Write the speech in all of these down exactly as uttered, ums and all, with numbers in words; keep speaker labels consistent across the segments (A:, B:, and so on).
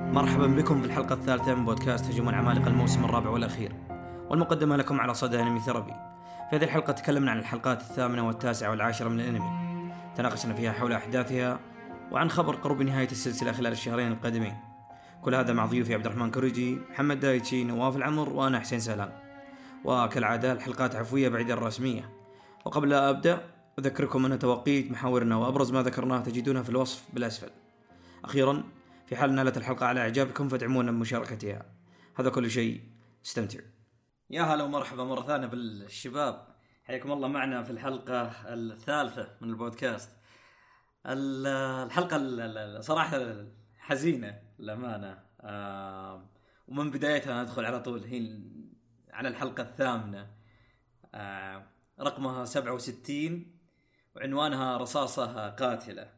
A: مرحبا بكم في الحلقة الثالثة من بودكاست هجوم العمالقة الموسم الرابع والأخير، والمقدمة لكم على صدى أنمي ثيرابي. في هذه الحلقة تكلمنا عن الحلقات الثامنة والتاسعة والعاشرة من الأنمي، تناقشنا فيها حول أحداثها وعن خبر قرب نهاية السلسلة خلال الشهرين القادمين. كل هذا مع ضيوفي عبد الرحمن كوريجي، محمد دايتشي، نواف العمر، وأنا حسين سهلان. وكالعادة الحلقات عفوية بعيد الرسمية. وقبل لا أبدأ أذكركم أن توقيت محاورنا وأبرز ما ذكرناه تجدونها في الوصف بالأسفل. أخيرا، في حال نالت الحلقة على إعجابكم فادعمونا بمشاركتها. هذا كل شيء، استمتعوا. يا هلا ومرحبا مرة ثانية بالشباب، حياكم الله معنا في الحلقة الثالثة من البودكاست. الحلقة صراحة حزينة للأمانة، ومن بدايتها ندخل على طول هي على الحلقة الثامنة، رقمها سبعة وستين وعنوانها رصاصة قاتلة.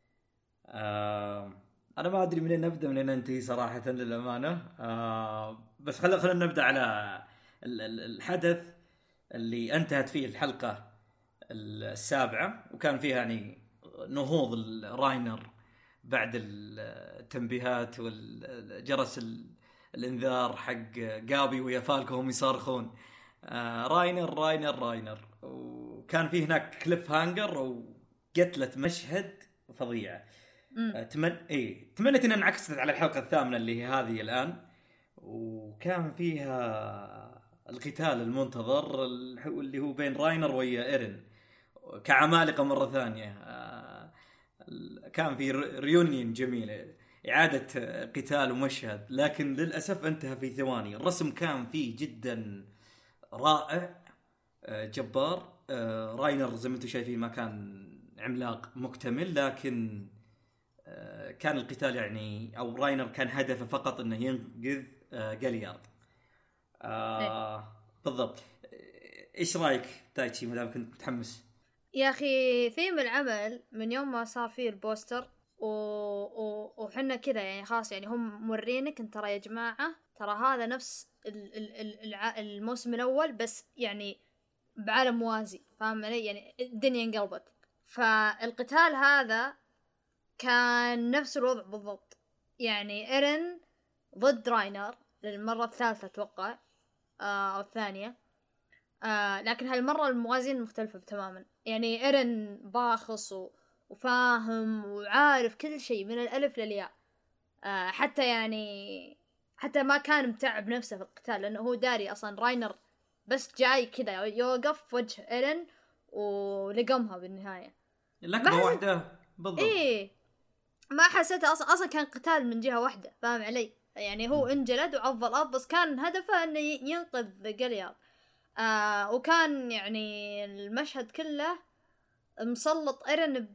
A: أنا ما أدري منين نبدأ منين ننتهي صراحة للأمانة، بس خلينا خلينا نبدأ على الحدث اللي انتهت فيه الحلقة السابعة، وكان فيها يعني نهوض راينر بعد التنبيهات والجرس الانذار حق جابي ويا فالكو هم يصارخون راينر راينر راينر، وكان فيه هناك كليف هانجر وقتلة مشهد فظيعة. تمن ايه تمنيت ان انعكست على الحلقة الثامنة اللي هي هذه الآن، وكان فيها القتال المنتظر اللي هو بين راينر ويا إيرين كعمالقة مرة ثانية. كان في ريونيون جميلة، إعادة قتال ومشهد، لكن للأسف انتهى في ثواني. الرسم كان فيه جدا رائع جبار. راينر زي ما انتم شايفين ما كان عملاق مكتمل، لكن كان القتال يعني أو راينر كان هدفه فقط أنه ينقذ جاليارد. آه بالضبط. إيش رأيك تايتشي مدام كنت متحمس؟
B: يا أخي ثيم العمل من يوم ما صار فيه البوستر و... و... وحنا كذا يعني خلاص، يعني هم مورينك ان ترى يا جماعة ترى هذا نفس ال... ال... ال... الموسم الأول، بس يعني بعالم موازي، فاهم علي؟ يعني الدنيا انقلبت. فالقتال هذا كان نفس الوضع بالضبط، يعني إيرين ضد راينر للمرة الثالثة أتوقع آه أو الثانية، آه لكن هالمرة الموازين مختلفة تماما. يعني إيرين باخص و... وفاهم وعارف كل شيء من الألف للياء، آه حتى يعني حتى ما كان متعب نفسه في القتال، لأنه هو داري أصلا راينر بس جاي كذا يوقف في وجه إيرين ولقمها بالنهاية
A: لكمة واحدة بالضبط.
B: إيه ما حسيته أصلا أصلا كان قتال من جهة واحدة، فاهم علي؟ يعني هو انجلد وعض الأرض، بس كان هدفه إنه ينقذ جاليارد. آه وكان يعني المشهد كله مسلط إيرين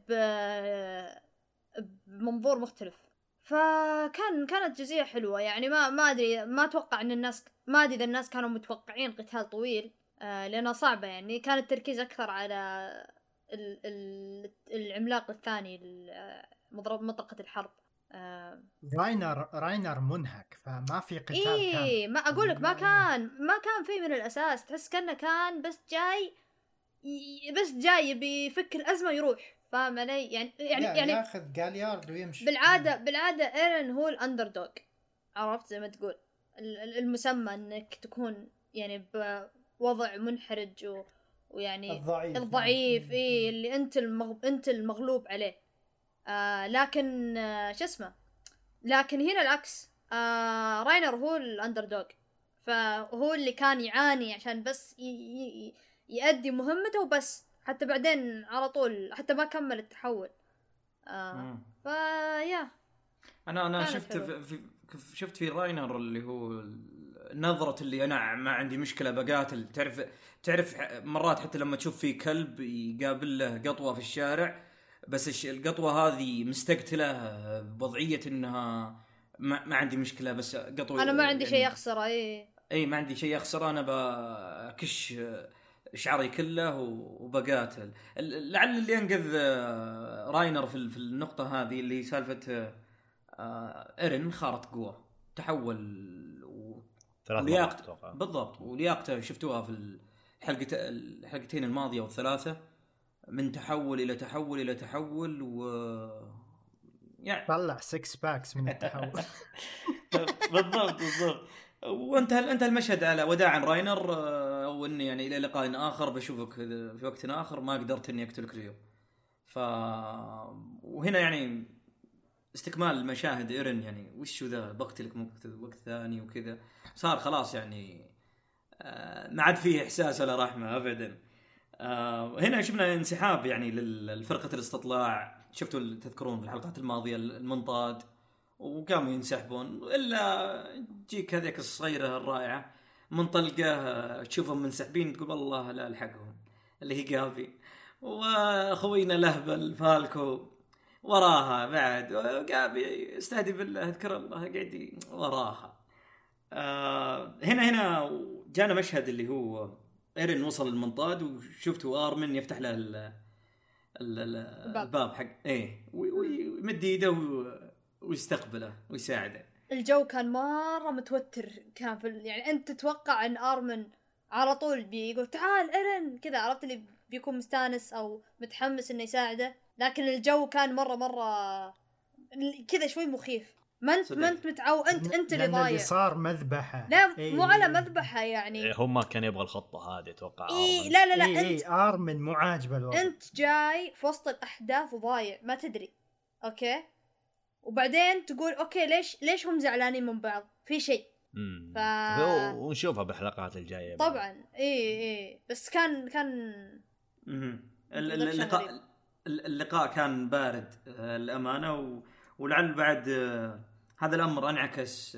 B: بمنظور مختلف، فكان كانت جزئية حلوة. يعني ما ما أدري ما أتوقع إن الناس ما أدري إذا الناس كانوا متوقعين قتال طويل، آه لأنه صعبة. يعني كان التركيز أكثر على ال ال العملاق الثاني مضرب منطقة الحرب. آه
C: راينر راينر منهك، فما في قتال.
B: إيه
C: كان
B: ما أقولك ما كان ما كان فيه من الأساس، تحس كأنه كان بس جاي بس جاي بيفك الأزمة يروح، فاهم علي؟ يعني يعني يعني
C: ياخذ جاليارد ويمشي.
B: بالعادة بالعادة إيرين هو الأندردوغ، عرفت زي ما تقول المسمى إنك تكون يعني بوضع منحرج و ويعني
C: الضعيف,
B: الضعيف إيه اللي أنت المغ... أنت المغلوب عليه. آه لكن آه شو اسمه لكن هنا العكس، آه راينر هو الأندردوغ، فهو اللي كان يعاني عشان بس ي... ي... يؤدي مهمته وبس، حتى بعدين على طول حتى ما كمل التحول. آه فيا
A: انا انا شفت في, في شفت في راينر اللي هو نظرة اللي انا ما عندي مشكلة بقاتل. تعرف تعرف مرات حتى لما تشوف في كلب يقابل له قطوة في الشارع، بس القطوة هذه مستقتلة بوضعية انها ما, ما عندي مشكلة، بس قطوة
B: انا ما عندي يعني شيء اخسره. اي
A: اي ما عندي شيء اخسره، انا بكش شعري كله وبقاتل. لعل اللي ينقذ راينر في النقطة هذه اللي سالفة إيرين خارط قوة تحول ولياقته بالضبط، ولياقته شفتوها في الحلقة الحلقتين الماضية والثلاثة، من تحول إلى تحول إلى تحول و يعني
C: طلع سكس باكس من التحول.
A: بالضبط بالضبط. وانت انت المشهد على وداعا راينر، او اني يعني الى لقاء اخر بشوفك في وقت اخر، ما قدرت اني اقتلك اليوم. ف وهنا يعني استكمال مشاهد ايرن، يعني وش ذا بقتلك وقت ثاني وكذا، صار خلاص يعني ما عاد فيه احساس ولا رحمه ابدا. هنا شفنا انسحاب يعني للفرقه الاستطلاع، شفتوا تذكرون في الحلقات الماضيه المنطاد وقاموا ينسحبون، الا تجيك هذيك الصغيره الرائعه منطلقه تشوفهم منسحبين تقول والله لا الحقهم، اللي هي جافي، واخوينا لهبل فالكو وراها بعد، وقابي استهدي بالله اذكر الله قاعد وراها. آه هنا هنا جانا مشهد اللي هو ايرين وصل المنطاد وشفتوا ارمن يفتح له ال ال الباب حق ايه ويمد ايده ويستقبله ويساعده.
B: الجو كان مره متوتر، كان في يعني انت تتوقع ان ارمن على طول بيقول تعال ايرين كذا، عرفت اللي بيكون مستانس او متحمس انه يساعده، لكن الجو كان مره مره كذا شوي مخيف. ما انت ما انت متعود، انت انت اللي ضايع.
C: اللي صار مذبحه،
B: لا إيه مو على مذبحه يعني،
D: إيه هم كان يبغى الخطه هذه اتوقع.
B: إيه لا لا لا
C: إيه
B: انت
C: إيه ارمن مو عاجبه الوضع،
B: انت جاي في وسط الاحداث وضايع ما تدري اوكي، وبعدين تقول اوكي ليش ليش هم زعلانين من بعض في شيء.
D: امم
B: ف...
D: ونشوفها بالحلقات الجايه
B: طبعا. ايه ايه بس كان كان
A: امم اللقاء اللقاء كان بارد الامانه، و... ولعل بعد هذا الامر انعكس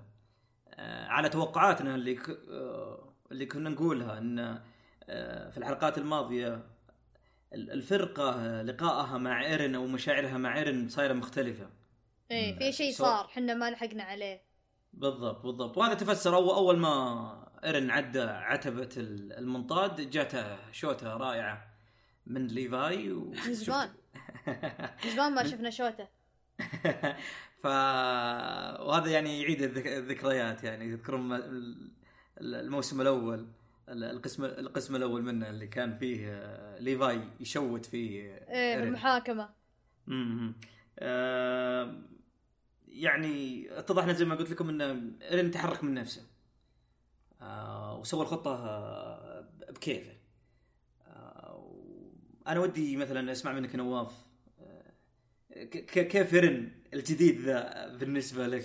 A: على توقعاتنا اللي ك... اللي كنا نقولها ان في الحلقات الماضيه الفرقه لقائها مع ايرن او مشاعرها مع ايرن صايره مختلفه.
B: ايه في شيء صار حنا ما لحقنا عليه.
A: بالضبط بالضبط. وهذا تفسر أول, اول ما ايرن عدى عتبه المنطاد جاته شوته رائعه من ليفاي و...
B: من زمان من زمان ما شفنا شوته.
A: ف وهذا يعني يعيد الذكريات، يعني تذكرون الموسم الاول القسم القسم الاول منه اللي كان فيه ليفاي يشوت فيه
B: ايه المحاكمه.
A: امم آه يعني اتضحنا زي ما قلت لكم ان ايرن تحرك من نفسه آه وسوى الخطه آه بكيفه. آه انا ودي مثلا اسمع منك نواف آه كيف ايرن الجديد ذا بالنسبه لك؟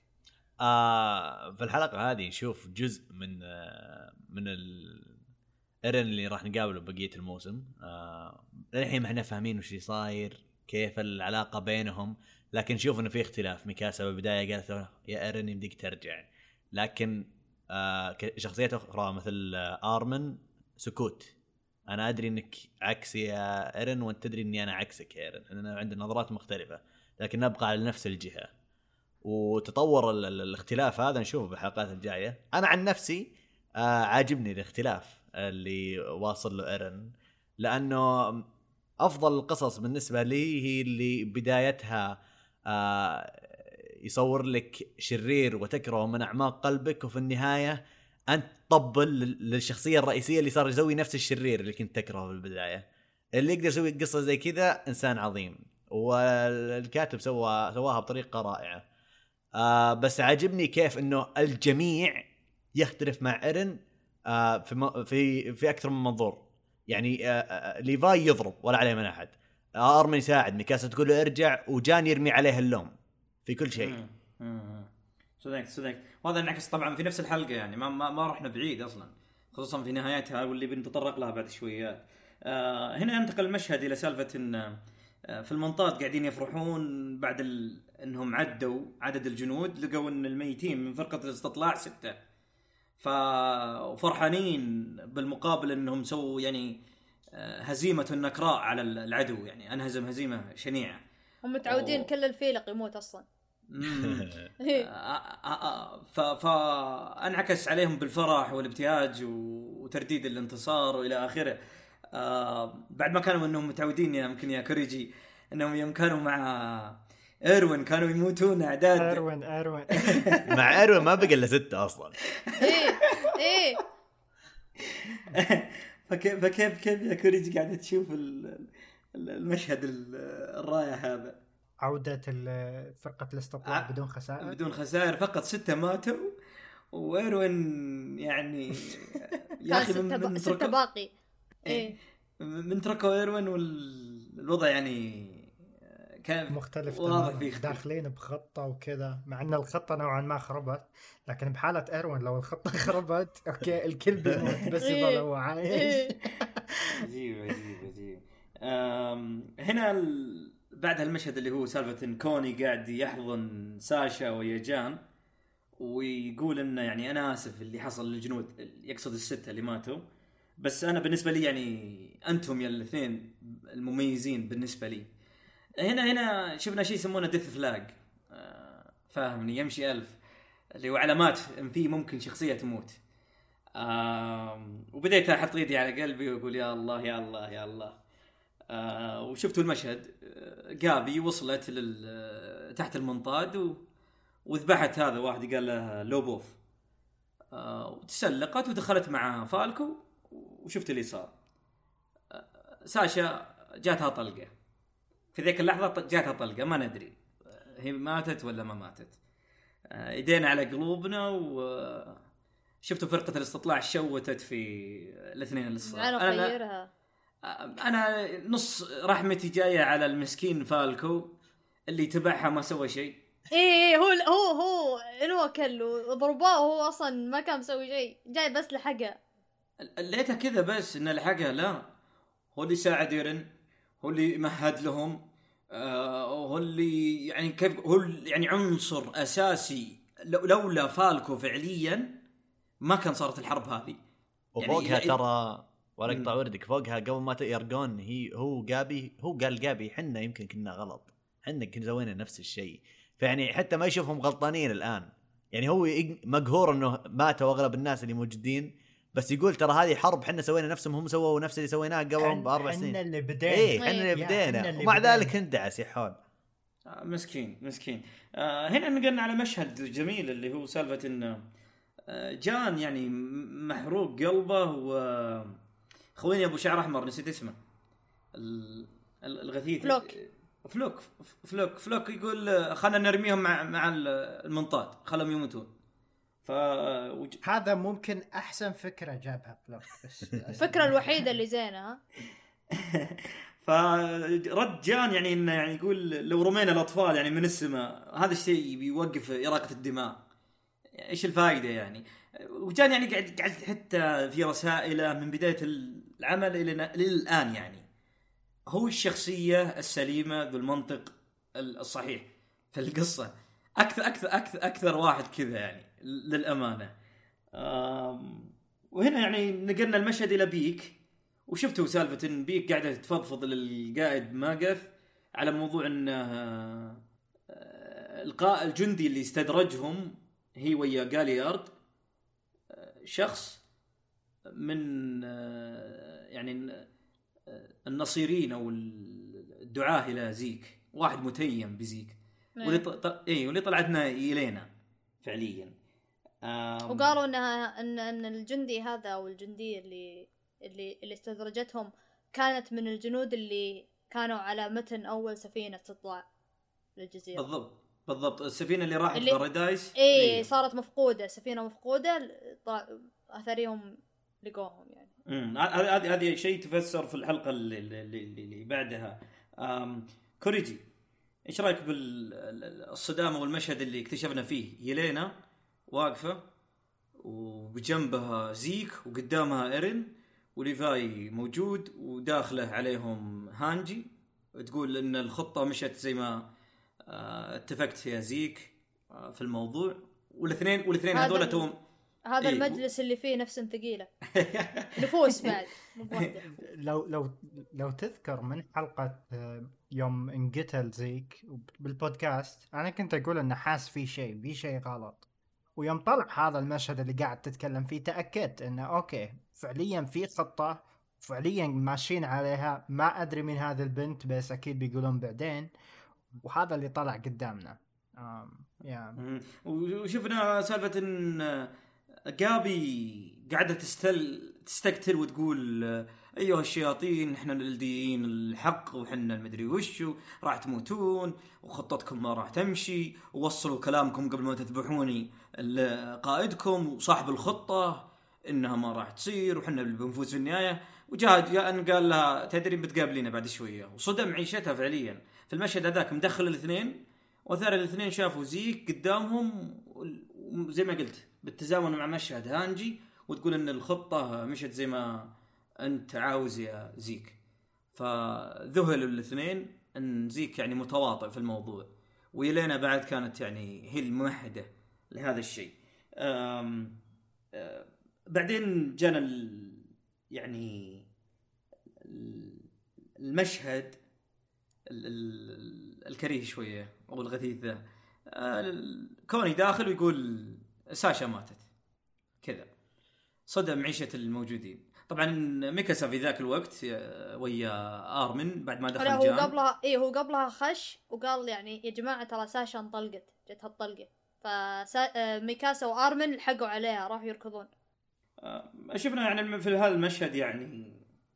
D: آه في الحلقه هذه نشوف جزء من آه من ال ايرن اللي راح نقابله بقيه الموسم. آه الحين ما احنا فاهمين وش صاير، كيف العلاقه بينهم، لكن نشوف انه في اختلاف. ميكاسا بالبدايه قالت له يا ايرن يمديك ترجع، لكن آه شخصيات اخرى مثل آه ارمن سكوت. انا ادري انك عكس يا ايرن وانت تدري اني انا عكسك يا ايرن، اننا عندنا نظرات مختلفه لكن نبقى على نفس الجهه. وتطور الاختلاف هذا نشوفه بالحلقات الجايه. انا عن نفسي آه عاجبني الاختلاف اللي واصل له ايرن، لانه افضل القصص بالنسبه لي هي اللي بدايتها آه يصور لك شرير وتكره من اعماق قلبك، وفي النهايه انت تطبل للشخصيه الرئيسيه اللي صار يسوي نفس الشرير اللي كنت تكرهه في البدايه. اللي يقدر يسوي قصه زي كذا انسان عظيم، والكاتب سوى سواها بطريقه رائعه. آه بس عاجبني كيف انه الجميع يختلف مع ايرن آه في في في اكثر من منظور. يعني آه ليفاي يضرب ولا عليه من احد، آه ارمن يساعد، ميكاسا تقول له ارجع، وجان يرمي عليه اللوم في كل شيء.
A: صدق صدق. وهذا انعكس طبعا في نفس الحلقه، يعني ما ما, ما رحنا بعيد اصلا، خصوصا في نهايتها واللي بنتطرق لها بعد شويات. آه هنا ينتقل المشهد الى سالفه ان آه في المنطاد قاعدين يفرحون بعد ال... انهم عدوا عدد الجنود، لقوا ان الميتين من فرقه الاستطلاع ستة، ففرحانين بالمقابل انهم سووا يعني آه هزيمه النكراء على العدو، يعني انهزم هزيمه شنيعه.
B: هم متعودين كل الفيلق يموت اصلا.
A: فانعكس عليهم بالفرح والابتهاج وترديد الانتصار والى اخره. آه بعد ما كانوا انهم متعودين يمكن يا كوريجي انهم يوم كانوا مع ايروين كانوا يموتون اعداد.
C: ايروين ايروين
D: مع ايروين ما بقى الا ستة اصلا.
B: ايه ايه
A: فكيف فكيف كيف يا كوريجي قاعده تشوف المشهد الرائع هذا؟
C: عودة ال- فرقة الاستطلاع
A: آه،
C: بدون خسائر.
A: بدون خسائر، فقط ستة ماتوا، وإيروين يعني يا
B: كان
A: أخي
B: ستة,
A: من,
B: با...
A: من
B: ستة
A: تركوا
B: باقي. إيه.
A: من تركوا إيروين والوضع يعني كان
C: مختلف
A: واضح
C: تماما،
A: في اختلاف.
C: داخلين بخطة وكذا، مع ان الخطة نوعا ما خربت، لكن بحالة ايروين لو الخطة خربت اوكي الكل بيموت بس يظل هو عايش.
B: إيه.
A: عجيب عجيب عجيب. أم، هنا ال... بعد هالمشهد اللي هو سالفة إن كوني قاعد يحضن ساشا ويجان ويقول إنه يعني أنا آسف اللي حصل للجنود، يقصد الستة اللي ماتوا، بس أنا بالنسبة لي يعني أنتم يا الاثنين المميزين بالنسبة لي. هنا هنا شفنا شيء يسمونه ديث فلاج، فاهمني، يمشي ألف، اللي هو علامات إن في ممكن شخصية تموت. آم، وبديت احط ايدي على قلبي واقول يا الله يا الله يا الله. آه وشفتوا المشهد، آه، جابي وصلت لل تحت المنطاد و... وذبحت هذا واحد قال له لوبوف، آه وتسلقت ودخلت مع فالكو، وشفت اللي صار. آه ساشا جاتها طلقة في ذيك اللحظة، جاتها طلقة ما ندري هي ماتت ولا ما ماتت. آه ايدينا على قلوبنا، و شفتوا فرقة الاستطلاع شوتت في الاثنين اللي صار.
B: انا خيرها،
A: انا نص رحمتي جاية على المسكين فالكو اللي تبعها ما سوى شيء.
B: ايه هو هو هو انو كله ضرباه وهو اصلا ما كان مسوي شيء، جاي بس لحقه.
A: ليته كذا بس انه لحقها، لا هو اللي ساعد يرن، هو اللي مهد لهم، آه هو اللي يعني كيف هو يعني عنصر اساسي. لولا فالكو فعليا ما كان صارت الحرب هذه.
D: وفوقها
A: يعني
D: ترى ولا اقطع وردك، فوقها قبل ما يرقون هي هو جابي هو قال جابي حنا يمكن كنا غلط، حنا كنا سوينا نفس الشيء، فيعني حتى ما يشوفهم غلطانين الآن. يعني هو مقهور انه ماتوا اغلب الناس اللي موجودين، بس يقول ترى هذه حرب حنا سوينا نفسهم، هم سووا نفس اللي سويناه قبلهم باربع سنين.
C: حنا اللي بدينا،
D: ايه حنا اللي بدينا، ومع ذلك اندعس يا حول.
A: آه مسكين مسكين. آه هنا نقلنا على مشهد جميل اللي هو سالفة انه آه جان يعني محروق قلبه، و خويني ابو شعر احمر نسيت اسمه الغثيث،
B: فلوك
A: فلوك فلوك فلوك يقول خلنا نرميهم مع مع المنطاد خلهم يموتون. ف
C: هذا ممكن احسن فكره جابها فلوك، بس
B: الفكره الوحيده اللي زينه.
A: فرد جان يعني انه يعني يقول لو رمينا الاطفال يعني من السماء هذا الشيء بيوقف اراقه الدماء، ايش الفائده يعني. وجان يعني قاعد قاعد حتى في رسائله من بدايه العمل الى الان، يعني هو الشخصيه السليمه ذو المنطق الصحيح في القصه، اكثر اكثر اكثر اكثر واحد كذا يعني للامانه. وهنا يعني نقلنا المشهد الى بيك، وشفتوا سالفه ان بيك قاعده تفضفض للقائد ماغث على موضوع ان القاء الجندي اللي استدرجهم هي ويا جاليارد شخص من يعني النصيرين او الدعاة الى زيك، واحد متيم بزيك، واللي ط... اي واللي طلعتنا الينا فعليا.
B: أم... وقالوا انها ان ان الجندي هذا او الجنديه اللي اللي اللي استدرجتهم كانت من الجنود اللي كانوا على متن اول سفينه استطلاع للجزيره.
A: بالضبط بالضبط، السفينه اللي راحت بارادايس
B: اي صارت مفقوده، سفينه مفقوده، اثريهم لقوهم يعني.
A: امم هذه هذه شيء تفسر في الحلقه اللي اللي, اللي بعدها. أم... كوريجي ايش رايك بالصدامه والمشهد اللي اكتشفنا فيه يلينا واقفه وبجنبها زيك وقدامها ايرين وليفاي موجود وداخله عليهم هانجي، تقول ان الخطه مشت زي ما اتفقت يا زيك في الموضوع، والاثنين والاثنين هذول توم
B: هذا إيه؟ المجلس اللي فيه نفس ثقيله نفوس بعد.
C: لو لو لو تذكر من حلقه يوم انقتل زيك بالبودكاست، انا كنت اقول انه حاس في شيء في شيء غلط، ويوم طلع هذا المشهد اللي قاعد تتكلم فيه تاكدت انه اوكي فعليا في خطه فعليا ماشيين عليها، ما ادري من هذه البنت بس اكيد بيقولون بعدين، وهذا اللي طلع قدامنا. آم
A: yeah. وشفنا سالفه ان جابي قاعده تستل تستكتر وتقول ايها الشياطين احنا الدين الحق وحنا المدري وشو راح تموتون وخطتكم ما راح تمشي ووصلوا كلامكم قبل ما تذبحوني قائدكم وصاحب الخطة انها ما راح تصير وحنا اللي بنفوز في النهاية. وجاء جاء قال لها تدري بتقابلينا بعد شوية وصدم عيشتها فعليا في المشهد هذاك. مدخل الاثنين وثار الاثنين شافوا زيك قدامهم زي ما قلت بالتزامن مع مشهد هانجي وتقول ان الخطة مشت زي ما انت عاوز يا زيك. فذهلوا الاثنين ان زيك يعني متواطئ في الموضوع ويلينا بعد كانت يعني هي الممهدة لهذا الشيء. أم أم بعدين جانا ال يعني المشهد ال ال الكريه شوية او الغثيث ذا. كوني داخل ويقول ساشا ماتت كذا صدم عيشة الموجودين. طبعا ميكاسا في ذاك الوقت ويا آرمن بعد ما دخل
B: هو
A: جان
B: قبلها ايه هو قبلها خش وقال يعني يا جماعة ترى ساشا انطلقت جتها الطلقة. فميكاسا وآرمن لحقوا عليها راحوا يركضون.
A: شفنا يعني في هذا المشهد يعني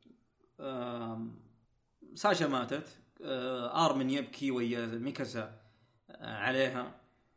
A: ساشا ماتت آرمن يبكي ويا ميكاسا عليها.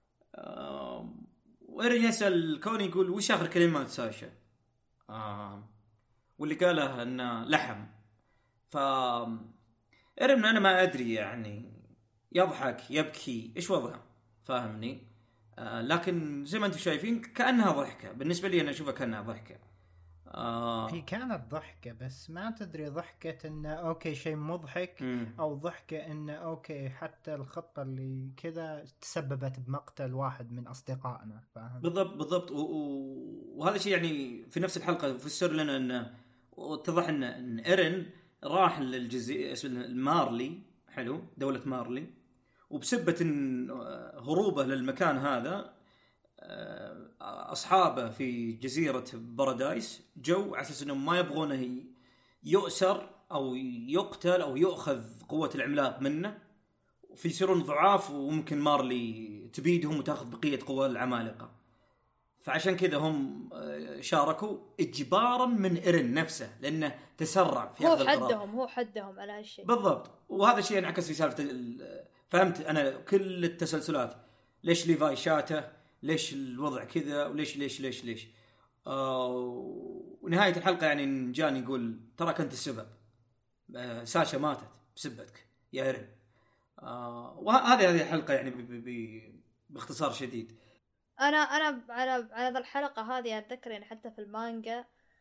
A: وإيرين يسأل كوني يقول وش آخر كلمات ساشا آه. واللي قاله انه لحم. ف إيرين انا ما ادري يعني يضحك يبكي ايش وضعه فاهمني. آه لكن زي ما انتم شايفين كأنها ضحكة. بالنسبة لي انا اشوفها كأنها ضحكة.
C: آه. هي كانت ضحكة بس ما تدري ضحكة انه اوكي شيء مضحك م. او ضحكة انه اوكي حتى الخطة اللي كذا تسببت بمقتل واحد من اصدقائنا فاهم.
A: بالضبط بالضبط. و... وهذا الشيء يعني في نفس الحلقة فسر لنا انه اتضح ان, إن إيرين راح للجزيرة اسم مارلي حلو دولة مارلي وبسبة إن هروبه للمكان هذا أصحابه في جزيرة بارادايس جو على أساس إنهم ما يبغونه يؤسر أو يقتل أو يؤخذ قوة العملاق منه وفي يصيرون ضعاف وممكن مارلي تبيدهم وتأخذ بقية قوة العمالقة. فعشان كذا هم شاركوا إجبارا من إيرين نفسه لأنه تسرع في
B: هو حدهم هو حدهم على هالشيء
A: بالضبط. وهذا الشيء انعكس في سالفة فهمت أنا كل التسلسلات ليش ليفاي شاته ليش الوضع كذا وليش ليش ليش ليش آه. ونهاية الحلقة يعني جاني يقول ترى كنت السبب آه ساشا ماتت بسبتك يا إيرين. آه وهذه هذه الحلقة يعني ب ب باختصار شديد.
B: انا انا على على ذا الحلقة هذه اتذكر يعني حتى في المانجا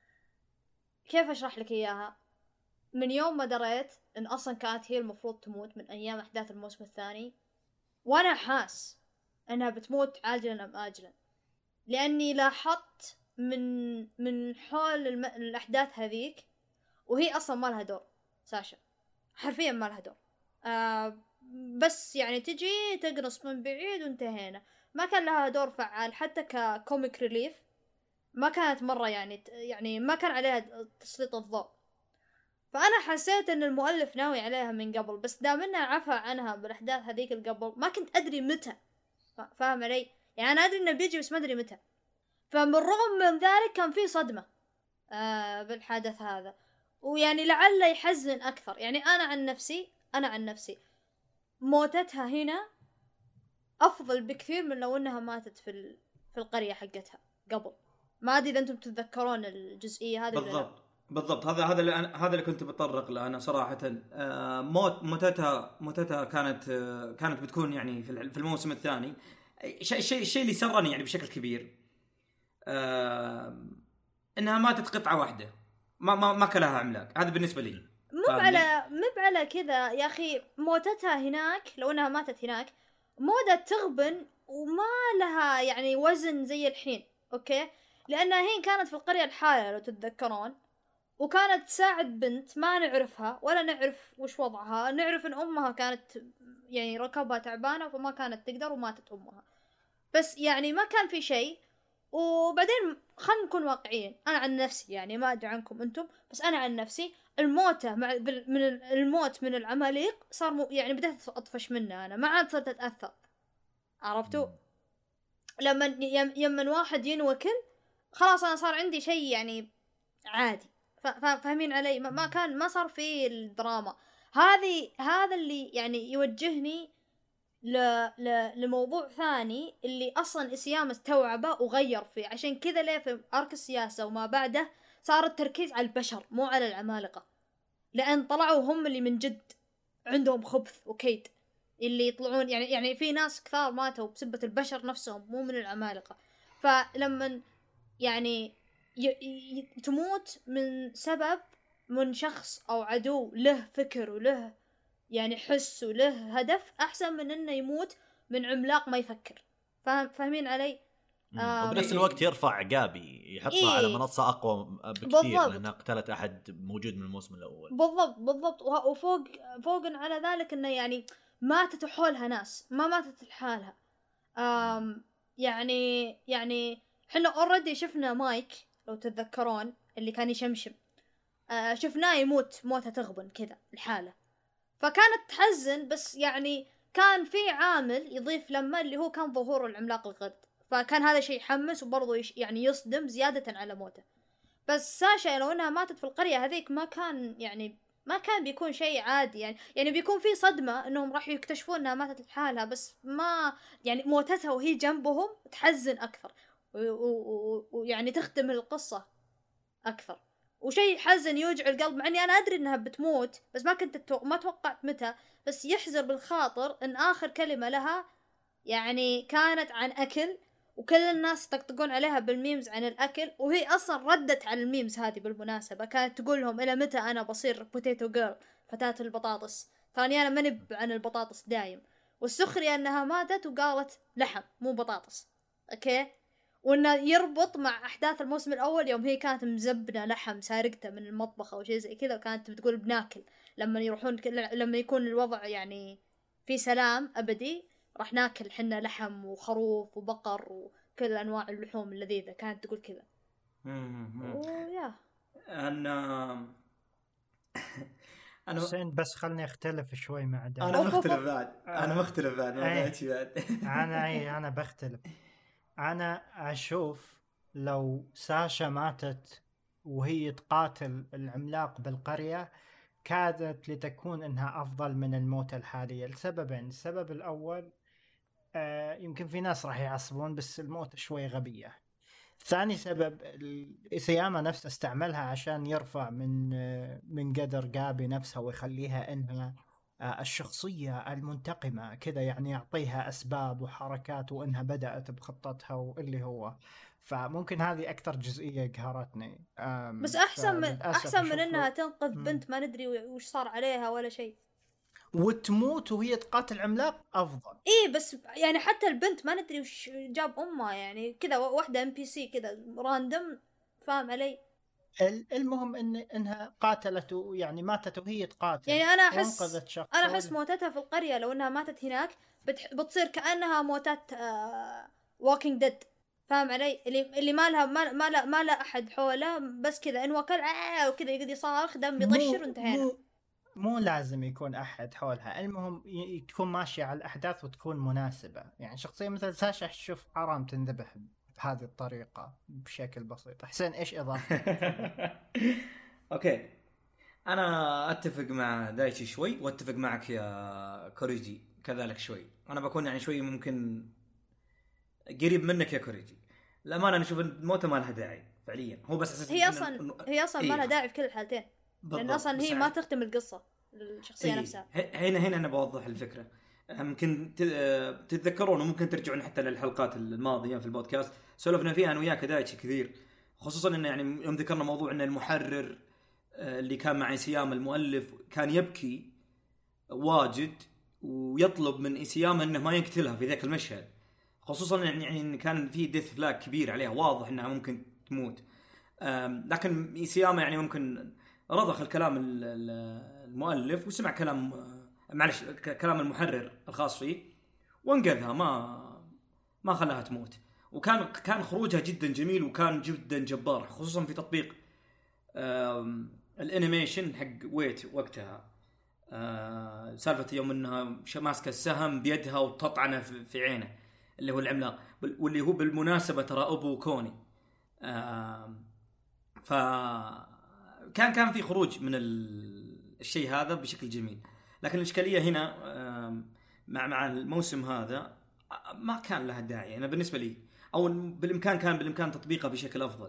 B: كيف اشرح لك اياها. من يوم ما دريت ان اصلا كانت هي المفروض تموت من ايام احداث الموسم الثاني وانا حاس انها بتموت عاجلا ام آجلا لاني لاحظت من من حول الم... الاحداث هذيك وهي اصلا ما لها دور ساشا حرفيا ما لها دور. آه بس يعني تجي تقرص من بعيد وانتهينا. ما كان لها دور فعال حتى ككوميك ريليف ما كانت مرة يعني يعني ما كان عليها تسليط الضوء. فأنا حسيت أن المؤلف ناوي عليها من قبل بس دام إنها عفى عنها بالأحداث هذيك القبل ما كنت أدري متى فاهم علي يعني أنا أدري إنه بيجي بس ما أدري متى. فمن رغم من ذلك كان في صدمة آه بالحدث هذا ويعني لعل يحزن أكثر. يعني أنا عن نفسي أنا عن نفسي موتتها هنا أفضل بكثير من لو إنها ماتت في في القرية حقتها قبل. ما أدري إذا أنتم تتذكرون الجزئية هذه
A: بالضبط بالضبط. هذا هذا اللي أنا هذا اللي كنت بتطرق له أنا صراحة. آه موت موتتها موتتها كانت آه كانت بتكون يعني في في الموسم الثاني. شيء شيء الشيء اللي سرني يعني بشكل كبير آه إنها ماتت قطعة واحدة ما ما ما كلها عملاق. هذا بالنسبة لي
B: مو على مو على كذا يا أخي. موتتها هناك لو إنها ماتت هناك مودة تغبن وما لها يعني وزن زي الحين أوكي لأنها هين كانت في القرية الحالة لو تتذكرون وكانت تساعد بنت ما نعرفها ولا نعرف وش وضعها. نعرف ان امها كانت يعني ركبها تعبانة فما كانت تقدر وماتت امها بس يعني ما كان في شيء. وبعدين خلينا نكون واقعيين. انا عن نفسي يعني ما ادري عنكم انتم بس انا عن نفسي الموتة مع من الموت من العماليق صار مو يعني بدأت اطفش منه. انا ما عاد صرت اتأثر عرفتوا لما يمن واحد ينوكل خلاص انا صار عندي شيء يعني عادي. فاهمين علي؟ ما كان ما صار في الدراما هذه. هذا اللي يعني يوجهني ل... ل... لموضوع ثاني اللي أصلا إسياما استوعبه وغير فيه. عشان كذا ليه في أرك السياسة وما بعده صار التركيز على البشر مو على العمالقة، لأن طلعوا هم اللي من جد عندهم خبث وكيد اللي يطلعون. يعني يعني في ناس كثار ماتوا بسبة البشر نفسهم مو من العمالقة. فلما يعني ي... ي... تموت من سبب من شخص أو عدو له فكر وله يعني حس وله هدف أحسن من إنه يموت من عملاق ما يفكر. فاهم فاهمين علي؟
D: آه وبنفس الوقت يرفع جابي يحطها
B: إيه
D: على منصة أقوى بكثير لأنها قتلت أحد موجود من الموسم الأول.
B: بالضبط بالضبط. وفوق فوق على ذلك إنه يعني ماتت حولها ناس ما ماتت لحالها. آم يعني يعني حنا أوريدي شفنا مايك لو تتذكرون اللي كان يشمشم، آه شفناه يموت موتة تغبن كذا الحالة، فكانت تحزن. بس يعني كان في عامل يضيف لما اللي هو كان ظهور العملاق القرد، فكان هذا شيء يحمس وبرضه يش يعني يصدم زيادة على موته. بس ساشا لو انها ماتت في القرية هذيك ما كان يعني ما كان بيكون شيء عادي. يعني يعني بيكون في صدمة انهم راح يكتشفون انها ماتت لحالها، بس ما يعني موتتها وهي جنبهم تحزن اكثر ويعني تختم القصة اكثر. وشيء حزن يوجع القلب مع اني انا ادري انها بتموت بس ما كنت تو... ما توقعت متى. بس يحزر بالخاطر ان اخر كلمة لها يعني كانت عن اكل، وكل الناس يطقطقون عليها بالميمز عن الاكل، وهي اصلا ردت على الميمز هذه بالمناسبة. كانت تقول لهم الى متى انا بصير بوتيتو جيرل فتاة البطاطس، تراني انا ماني عن البطاطس دايم. والسخرية انها ماتت وقالت لحم مو بطاطس. اوكي، وانه يربط مع احداث الموسم الاول يوم هي كانت مزبنه لحم سارقته من المطبخ او شيء زي كذا، وكانت بتقول بناكل لما يروحون لما يكون الوضع يعني في سلام ابدي راح ناكل حنا لحم وخروف وبقر وكل انواع اللحوم اللذيذه. كانت تقول كذا. ويا
A: انا
C: انا حسين بس خلني اختلف شوي مع دايتشي.
A: انا مختلف بعد انا مختلف بعد مع دايتشي بعد
C: انا اي انا بختلف. أنا أشوف لو ساشا ماتت وهي تقاتل العملاق بالقرية كادت لتكون إنها أفضل من الموت الحالية لسببين. السبب الأول آه يمكن في ناس راح يعصبون بس الموت شوي غبية. ثاني سبب إسياما نفسه استعملها عشان يرفع من آه من قدر جابي نفسها ويخليها إنها الشخصية المنتقمة كذا، يعني يعطيها أسباب وحركات وإنها بدأت بخطتها واللي هو. فممكن هذه أكثر جزئية قهرتني.
B: بس أحسن من أحسن من إنها تنقذ بنت ما ندري وش صار عليها ولا شيء
C: وتموت وهي تقاتل عملاق أفضل.
B: إيه بس يعني حتى البنت ما ندري وش جاب أمها، يعني كذا واحدة إم بي سي كذا راندم. فاهم علي؟
C: المهم إن إنها قاتلت يعني ماتت وهي تقاتل.
B: يعني أنا أحس أنا أحس موتتها في القرية لو إنها ماتت هناك بتح... بتصير كأنها موتات آه... walking dead. فاهم علي؟ اللي اللي ما لها ما ما لا ما لا أحد حوله بس كذا إنه وكل آه وكذا يقعد يصارخ دم بيطشر وانتهينا.
C: مو... مو لازم يكون أحد حولها، المهم ي... تكون ماشية على الأحداث وتكون مناسبة. يعني شخصية مثل ساشا شوف حرام تنذبح بهذه الطريقة بشكل بسيط. حسين إيش إضافة؟
A: أوكي، أنا أتفق مع دايتشي شوي وأتفق معك يا كوريجي كذلك شوي. أنا بكون يعني شوي ممكن قريب منك يا كوريجي. الأمانة أنا أشوف إن الموتة ما لها داعي فعليا. هو بس أساس
B: هي أصلا إن... هي أصلا إيه؟ ما لها داعي في كل الحالتين لأن أصلا هي ما تختم القصة الشخصية إيه؟ نفسها.
A: هنا هنا أنا بوضح الفكرة. ممكن تتذكرون وممكن ترجعون حتى للحلقات الماضية في البودكاست سولفنا فيها أنا وياك دايتشي كثير، خصوصا إنه يعني يوم ذكرنا موضوع إن المحرر اللي كان مع إسياما المؤلف كان يبكي واجد ويطلب من إسياما إنه ما يقتلها في ذاك المشهد، خصوصا يعني يعني كان في ديث فلاك كبير عليها واضح إنها ممكن تموت. لكن إسياما يعني ممكن رضخ الكلام المؤلف وسمع كلام معلش كلام المحرر الخاص فيه وانقذها، ما ما خلاها تموت. وكان كان خروجها جدا جميل وكان جدا جبار، خصوصا في تطبيق الانيميشن حق ويت وقتها. سالفة يوم انها ماسكه السهم بيدها وتطعنه في عينه اللي هو العملاق، واللي هو بالمناسبة ترى ابو كوني. ف كان كان في خروج من الشيء هذا بشكل جميل. لكن الإشكالية هنا مع مع الموسم هذا ما كان لها داعي أنا بالنسبة لي، أو بالإمكان كان بالإمكان تطبيقها بشكل أفضل.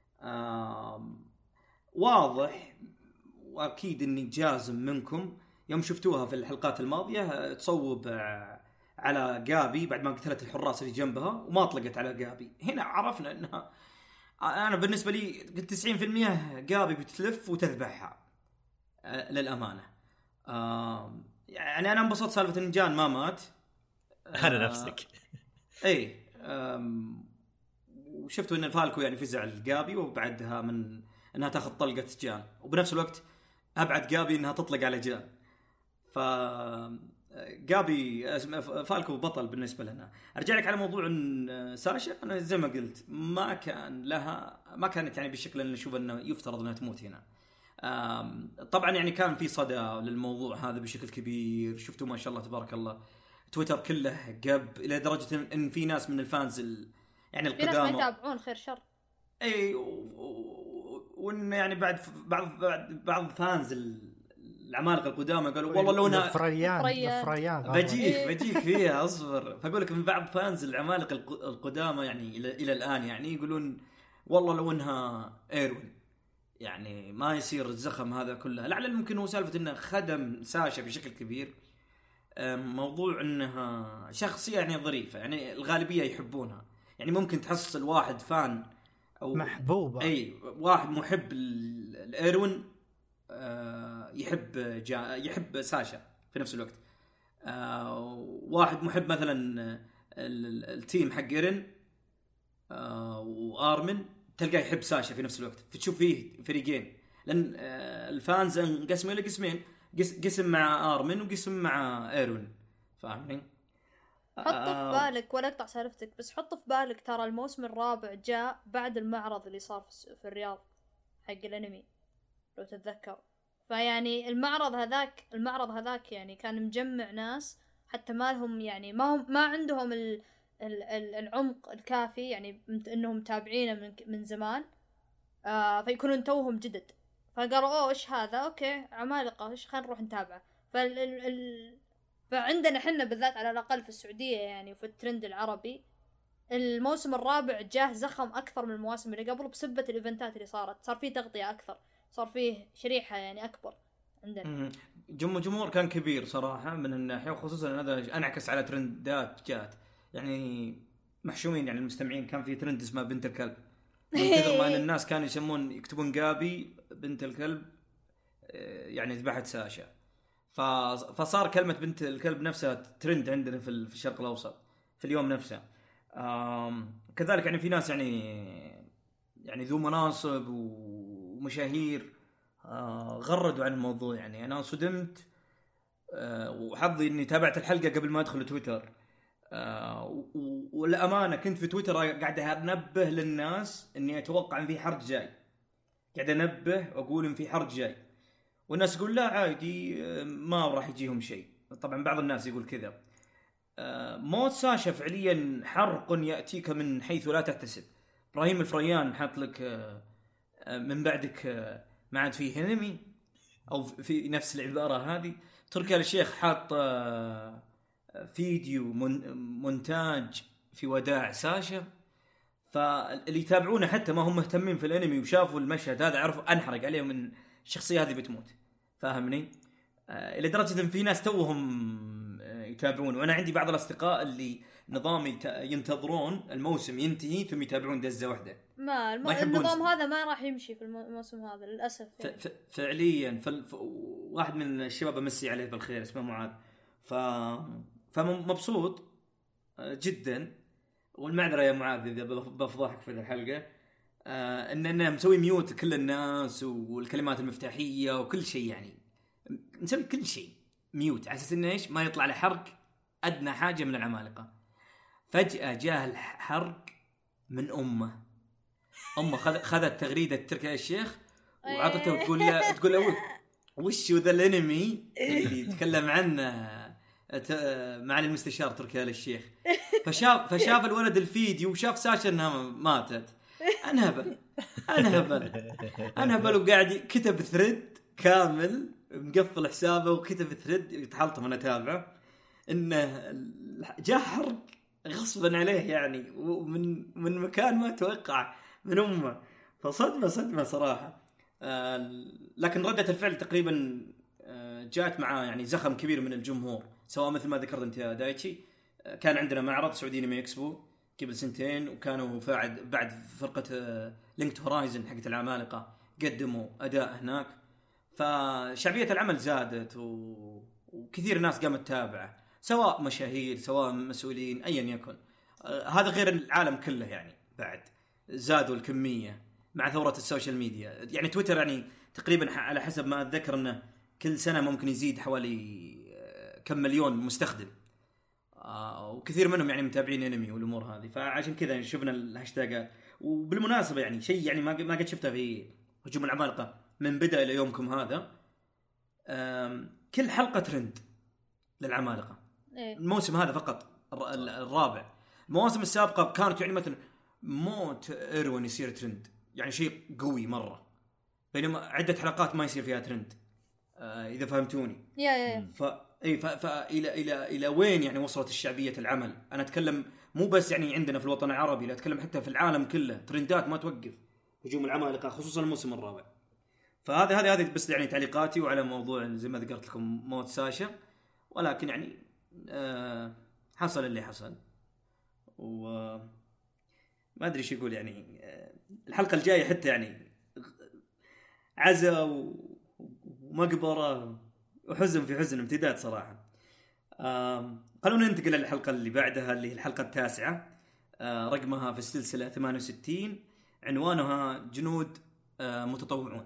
A: واضح وأكيد إني جازم منكم يوم شفتوها في الحلقات الماضية تصوب على جابي بعد ما قتلت الحراس اللي جنبها وما طلقت على جابي. هنا عرفنا إنها أنا بالنسبة لي قلت تسعين بالمئة جابي بتلف وتذبحها للأمانة. يعني أنا انبسطت سالفة إن جان ما مات.
D: أنا نفسك.
A: إيه وشفتوا إن الفالكو يعني فزع الجابي وبعدها من إنها تأخذ طلقة جان، وبنفس الوقت أبعد جابي إنها تطلق على جان. ف جابي فالكو بطل بالنسبة لنا. أرجع لك على موضوع إن ساشا، أنا زي ما قلت ما كان لها ما كانت يعني بالشكل اللي نشوف إنه يفترض إنها تموت هنا. طبعا يعني كان في صدى للموضوع هذا بشكل كبير، شفتوا ما شاء الله تبارك الله تويتر كله قب إلى درجة إن في ناس من الفانز ال... يعني القدامى
B: في ناس ما يتابعون خير شر.
A: أي وإن يعني بعد بعض بعض بعض فانز ال... العمالقة القدامى قالوا والله لو انا
C: فريان فريان
A: بجيك بجيك فيها اصبر. فاقول لك من بعض فانز العمالقة القدامى يعني الى الى الان يعني يقولون والله لو انها ايروين يعني ما يصير الزخم هذا كله. لعل ممكن هو سالفة انه خدم ساشا بشكل كبير، موضوع انها شخصية يعني ظريفة يعني الغالبية يحبونها. يعني ممكن تحصل واحد فان او
C: محبوبة،
A: اي واحد محب الايروين يحب جا يحب ساشا في نفس الوقت. واحد محب مثلا التيم حق إيرين وآرمن تلقاه يحب ساشا في نفس الوقت، فتشوف فيه فريقين لأن الفانز انقسموا إلى قسمين، قسم مع آرمن وقسم مع إيروين. فاهمين؟
B: حط في بالك ولا اقطع سالفتك بس حط في بالك ترى الموسم الرابع جاء بعد المعرض اللي صار في الرياض حق الانمي لو تتذكر. فيعني المعرض هذاك المعرض هذاك يعني كان مجمع ناس حتى ما لهم يعني ما هم ما عندهم ال ال ال العمق الكافي يعني انهم متابعينه من من زمان، آه فيكونون توهم جدد فقالوا اوه ايش هذا اوكي عمالقه ايش خلينا نروح نتابعه. فال ال ال فعندنا حنا بالذات على الاقل في السعوديه يعني في الترند العربي الموسم الرابع جاه زخم اكثر من المواسم اللي قبل بسبه الايفنتات اللي صارت، صار فيه تغطيه اكثر، صار فيه شريحة يعني أكبر عندنا.
A: جمهور كان كبير صراحة من الناحية، وخصوصا هذا انعكس على ترندات جات يعني محشومين. يعني المستمعين كان في ترند اسمه بنت الكلب من كثر ما أن الناس كانوا يسمون يكتبون جابي بنت الكلب يعني ذبحت ساشا، فصار كلمة بنت الكلب نفسها ترند عندنا في الشرق الأوسط في اليوم نفسه. كذلك يعني في ناس يعني يعني ذو مناصب ومشاهير غردوا عن الموضوع. يعني أنا صدمت وحظي إني تابعت الحلقة قبل ما أدخل تويتر، والأمانة كنت في تويتر قاعد أنبه للناس إني أتوقع إن في حرج جاي، قاعد أنبه وأقول إن في حرج جاي، والناس يقول لا عادي ما راح يجيهم شيء. طبعا بعض الناس يقول كذا. موت ساشا فعليا حرق يأتيك من حيث لا تحتسب. إبراهيم الفريان حاط لك من بعدك ما عاد فيه انمي او في نفس العبارة هذه. تركي آل الشيخ حاط فيديو مونتاج في وداع ساشا، فاللي يتابعونه حتى ما هم مهتمين في الانمي وشافوا المشهد هذا عرفوا انحرق عليهم من الشخصية هذه بتموت. فاهمني؟ الى درجة ان في ناس توهم يتابعون، وانا عندي بعض الاصدقاء اللي نظام ينتظرون الموسم ينتهي ثم يتابعون دزة واحدة.
B: ما, الم... ما النظام هذا ما راح يمشي في الموسم هذا للأسف يعني.
A: ف... فعليا ف... ف... واحد من الشباب امسي عليه بالخير اسمه معاذ، ف... فمبسوط جدا. والمعذرة يا معاذ إذا بفضحك في الحلقة، آه إننا مسوي ميوت كل الناس والكلمات المفتاحية وكل شيء، يعني نسوي كل شيء ميوت على أساس إنه إيش ما يطلع لحرق أدنى حاجة من العمالقة. فجأة جاء الحرق من أمه أمه خذت تغريدة تركي آل الشيخ وعطته وتقول له تقول له وش ذا الانمي اللي يتكلم عنه مع المستشار تركي آل الشيخ. فشاف فشاف الولد الفيديو وشاف ساشا انها ماتت. انا هبل انا هبل انا هبل وقاعد كتب ثريد كامل مقفل حسابه وكتب ثريد يتحلطم انا اتابعه انه جاء حرق غصبا عليه يعني ومن من مكان ما توقع من امه. فصدمه صدمه صراحه. آه لكن ردة الفعل تقريبا آه جاءت مع يعني زخم كبير من الجمهور، سواء مثل ما ذكرت انت يا دايتشي آه كان عندنا معرض سعودي انمي اكسبو قبل سنتين، وكانوا بعد بعد فرقه آه لينكت هورايزن حقت العمالقه قدموا اداء هناك، فشعبيه العمل زادت و... وكثير ناس قامت تتابعه، سواء مشاهير سواء مسؤولين ايا يكن. آه هذا غير العالم كله يعني بعد زادوا الكميه مع ثورة السوشيال ميديا. يعني تويتر يعني تقريبا على حسب ما أتذكر أنه كل سنة ممكن يزيد حوالي كم مليون مستخدم، وكثير منهم يعني متابعين انمي والأمور هذه، فعشان كذا شفنا الهاشتاجات. وبالمناسبة يعني شيء يعني ما ما قد شفته في هجوم العمالقة من بدأ إلى يومكم هذا، كل حلقة ترند للعمالقة. الموسم هذا فقط الرابع، المواسم السابقة كانت يعني مثلا موت إيروين يصير ترند، يعني شيء قوي مرة، بينما عدة حلقات ما يصير فيها ترند. آه إذا فهمتوني.
B: يا يا
A: ف إيه فإلى إلى إلى وين يعني وصلت الشعبية العمل؟ أنا أتكلم مو بس يعني عندنا في الوطن العربي، لا أتكلم حتى في العالم كله، ترندات ما توقف. هجوم العمالقة خصوصا الموسم الرابع. فهذا هذه هذه بس يعني تعليقاتي وعلى موضوع زي ما ذكرت لكم موت ساشا، ولكن يعني آه حصل اللي حصل، و ما أدري شو يقول. يعني الحلقة الجاية حتى يعني عزا ومقبرة وحزن في حزن امتداد صراحة. خلونا ننتقل للحلقة اللي بعدها اللي هي الحلقة التاسعة، رقمها في السلسلة ثمانية وستين، عنوانها جنود متطوعون.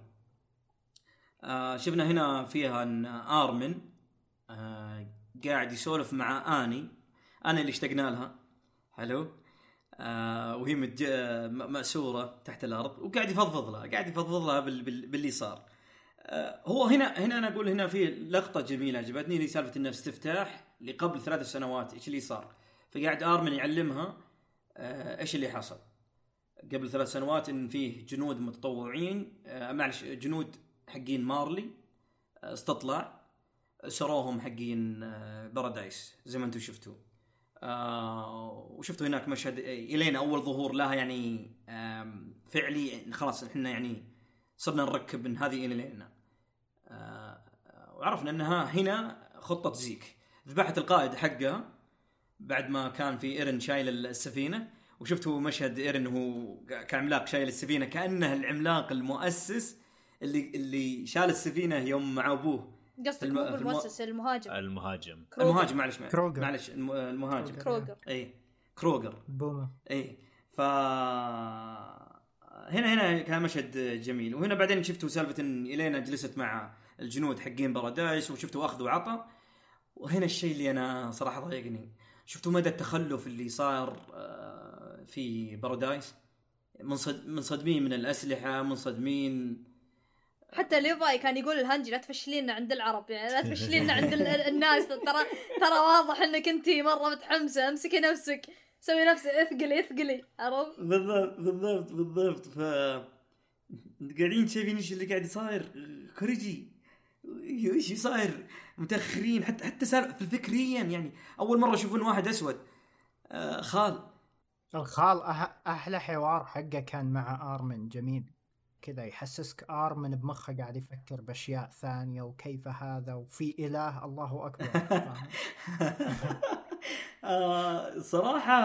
A: شفنا هنا فيها أن آرمن قاعد يسولف مع آني أنا اللي اشتقنا لها، حلو، آه وهي متج... مأسورة تحت الأرض، وقاعد يفضفض لها قاعد يفضفض لها بال... بال... باللي صار. آه هو هنا هنا أنا أقول هنا في لقطة جميلة عجبتني، اللي سالفة إنه استفتاح لقبل ثلاث سنوات إيش اللي صار، فقاعد آرمن يعلمها آه إيش اللي حصل قبل ثلاث سنوات، إن فيه جنود متطوعين آه معلش جنود حقين مارلي آه استطلع سروهم حقين آه بارادايس زي ما أنتم شفتوا. آه وشفتوا هناك مشهد إلينا أول ظهور لها يعني فعلي، خلاص إحنا يعني صرنا نركب إن هذه إلينا. آه وعرفنا أنها هنا خطة زيك، ذبحت القائد حقها بعد ما كان في إيرن شايل السفينة، وشفتوا مشهد إيرن هو كعملاق شايل السفينة كأنه العملاق المؤسس اللي اللي شال السفينة يوم مع أبوه.
B: قصدك مو بالمؤسس، المهاجم
D: المهاجم
B: كروغر.
A: المهاجم معلش
C: كروغر.
A: معلش المهاجم
B: كروغر
A: اي كروغر
C: بوما
A: اي. ف هنا هنا كان مشهد جميل. وهنا بعدين شفتوا سالفة ان إلينا جلست مع الجنود حقين بارادايس وشفتوا اخذ وعطى. وهنا الشيء اللي انا صراحة ضايقني، شفتوا مدى التخلف اللي صار في بارادايس، منصدمين من الأسلحة، منصدمين.
B: حتى ليفاي كان يقول الهانجي لا تفشلينا عند العرب، يعني لا تفشلينا عند الناس، ترى ترى واضح انك انتي مره متحمسه، امسكي نفسك، سوي نفسك، اثقلي اثقلي، عرفت؟
A: بالضبط بالضبط بالضبط. ف قاعدين شايفين ايش اللي قاعد يصير، كوريجي ايش صاير، متاخرين حتى حتى صار في فكريا. يعني اول مره يشوفون واحد اسود. آه خال
C: الخال أح- احلى حوار حقه كان مع آرمن، جميل كذا، يحسسك آرمن بمخه قاعد يفكر بأشياء ثانية، وكيف هذا وفي إله، الله أكبر.
A: آه صراحة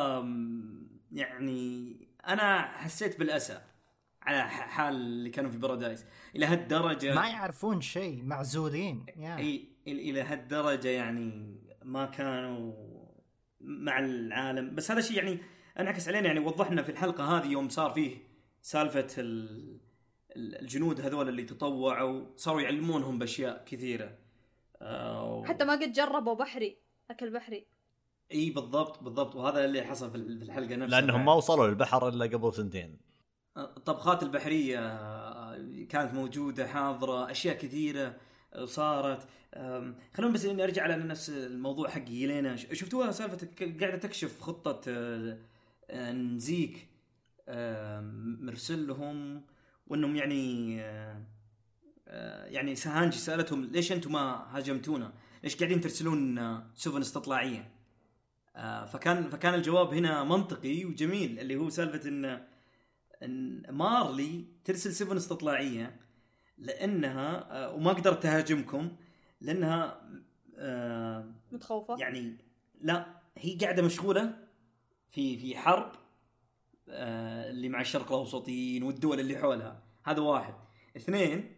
A: يعني أنا حسيت بالأسى على حال اللي كانوا في بارادايس إلى هالدرجة،
C: ما يعرفون شيء، معزولين يعني.
A: أي إلى هالدرجة يعني ما كانوا مع العالم. بس هذا شيء يعني انعكس علينا، يعني وضحنا في الحلقة هذه يوم صار فيه سالفة الجنود هذول اللي تطوعوا، صاروا يعلمونهم بأشياء كثيرة. أو...
B: حتى ما قد جربوا بحري، أكل بحري.
A: اي بالضبط بالضبط. وهذا اللي حصل في الحلقة نفسها،
D: لأنهم ما وصلوا للبحر إلا قبل سنتين.
A: الطبخات البحرية كانت موجودة حاضرة، أشياء كثيرة صارت. خلونا بس نرجع على نفس الموضوع حق يلينا. شفتوها سالفة قاعدة تكشف خطة نزيك مرسل لهم وانهم يعني يعني سهانجي سالتهم ليش انتم ما هاجمتونا، ليش قاعدين ترسلون سفن استطلاعيه. فكان فكان الجواب هنا منطقي وجميل، اللي هو سالفه ان ان مارلي ترسل سفن استطلاعيه لانها وما قدرت تهاجمكم لانها
B: متخوفه،
A: يعني لا هي قاعده مشغوله في في حرب اللي مع الشرق الاوسطيين والدول اللي حولها. هذا واحد. اثنين،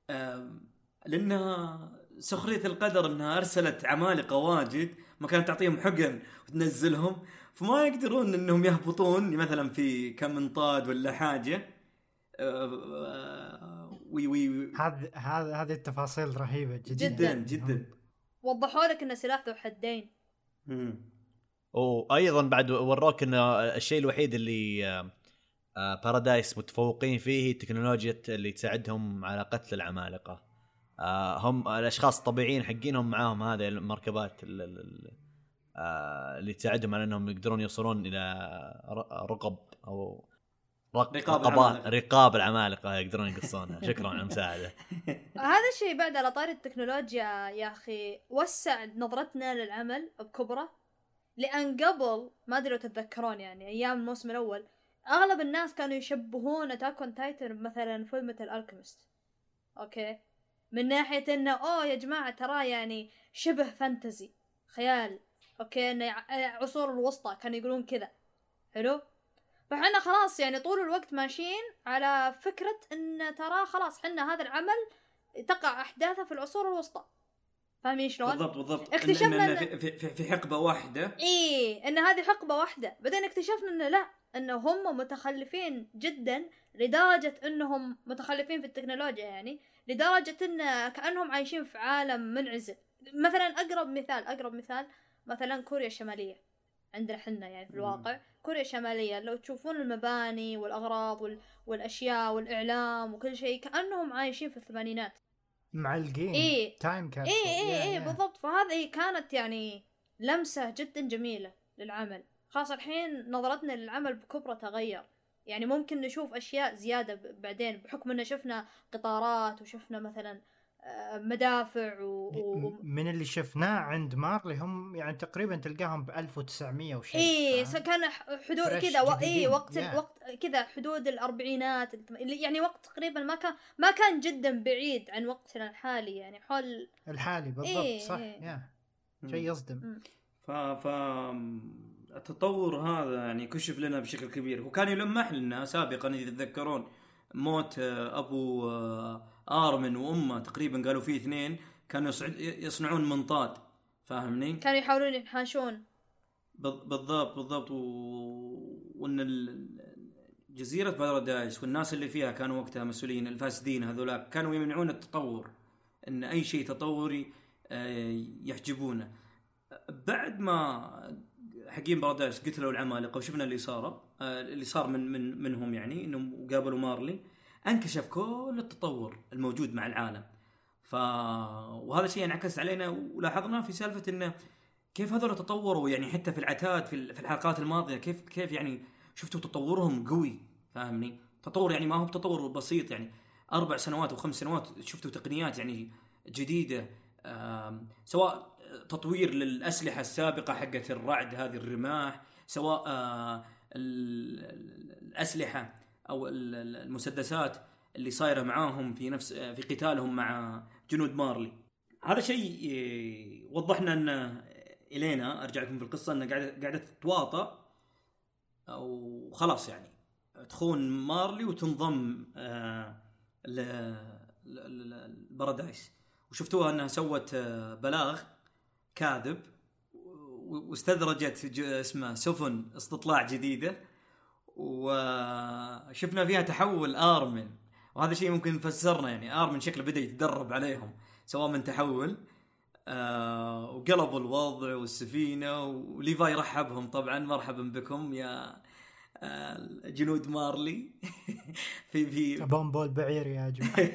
A: لانها سخريه القدر انها ارسلت عمالقه واجد ما كانت تعطيهم حقن وتنزلهم، فما يقدرون انهم يهبطون مثلا في كم منطاد ولا حاجه. وي وي
C: هذه هذه هذه التفاصيل رهيبه جدا
A: جدا جدا.
B: وضحوا لك انه سلاح ذو حدين.
A: امم
D: وايضا بعد وروك ان الشيء الوحيد اللي بارادايس متفوقين فيه التكنولوجيا اللي تساعدهم على قتل العمالقه. هم الاشخاص الطبيعيين حقينهم معاهم هذه المركبات اللي تساعدهم على انهم يقدرون يوصلون الى رقب او
A: رقاب
D: العمالقة. رقاب العمالقه يقدرون يقصونها. شكرا على المساعده.
B: هذا الشيء بعد على طاري التكنولوجيا يا اخي وسع نظرتنا للعمل بكبره، لان قبل ما ادري لو تتذكرون يعني ايام الموسم الاول اغلب الناس كانوا يشبهون أتاك أون تايتن مثلا فيلم الالكيميست، اوكي، من ناحيه انه اوه يا جماعه ترى يعني شبه فانتزي خيال، اوكي، انه عصور الوسطى كانوا يقولون كذا، حلو. فحنا خلاص يعني طول الوقت ماشيين على فكره ان ترى خلاص حنا هذا العمل تقع احداثه في العصور الوسطى، فاهمين شلون؟
A: بالضبط بالضبط.
B: اكتشفنا
A: إن إن في, في, في حقبه واحده،
B: ايه ان هذه حقبه واحده، بعدين اكتشفنا انه لا، انه هم متخلفين جدا لدرجه انهم متخلفين في التكنولوجيا، يعني لدرجه ان كانهم عايشين في عالم منعزل. مثلا اقرب مثال اقرب مثال مثلا كوريا الشماليه عندنا حنا يعني في الواقع. كوريا الشماليه لو تشوفون المباني والاغراض وال... والاشياء والاعلام وكل شيء كانهم عايشين في الثمانينات
C: معلقين.
B: إيه
C: تايم كابسول.
B: ايه ايه ايه بالضبط. فهذه كانت يعني لمسه جدا جميله للعمل، خاصه الحين نظرتنا للعمل بكبره تغير، يعني ممكن نشوف اشياء زياده بعدين بحكم ان شفنا قطارات وشفنا مثلا مدافع و... و...
C: من اللي شفناه عند مارلي هم يعني تقريبا تلقاهم ب ألف وتسعمية وشيء.
B: ايه كان حدود كذا و... ايه وقت yeah. الوقت كذا حدود الاربعينات، يعني وقت تقريبا ما كان ما كان جدا بعيد عن وقتنا الحالي، يعني حول
C: الحالي بالضبط. إيه صح إيه. يا شيء يصدم.
A: ف ف التطور هذا يعني كشف لنا بشكل كبير، وكان يلمح لنا سابقا اذا تتذكرون موت ابو آرمن وامه، تقريبا قالوا فيه اثنين كانوا يصنعون منطاد، فاهمني،
B: كانوا يحاولون ينحاشون.
A: بالضبط بالضبط. و... وان جزيره بارادايس والناس اللي فيها كانوا وقتها مسؤولين الفاسدين هذولا كانوا يمنعون التطور، ان اي شيء تطوري يحجبونه. بعد ما حقين بارادايس قتلوا العمالقه وشفنا اللي صار اللي صار من من منهم، يعني انهم قابلوا مارلي، انكشف كل التطور الموجود مع العالم. ف وهذا الشيء انعكس علينا ولاحظنا في سالفه انه كيف هذول تطوروا، يعني حتى في العتاد في في الحلقات الماضيه كيف كيف يعني شفتوا تطورهم قوي، فاهمني، تطور يعني ما هو تطور بسيط، يعني اربع سنوات وخمس سنوات شفتوا تقنيات يعني جديده، سواء تطوير للاسلحه السابقه حقت الرعد هذه الرماح، سواء الاسلحه او المسدسات اللي صايره معاهم في نفس في قتالهم مع جنود مارلي. هذا شيء وضحنا ان الينا ارجع لكم في القصه ان قاعده قاعده تتواطأ او خلاص يعني تخون مارلي وتنضم لبارادايس. وشفتوها انها سوت بلاغ كاذب واستدرجت اسمه سفن استطلاع جديده، وشفنا فيها تحول آرمن، وهذا شيء ممكن فسرنا يعني آرمن شكله بدأ يتدرب عليهم سواء من تحول آه وقلبوا الوضع والسفينة، وليفاي رحبهم طبعا مرحبا بكم يا آه جنود مارلي في في
C: بومبول بعير يا جماعة.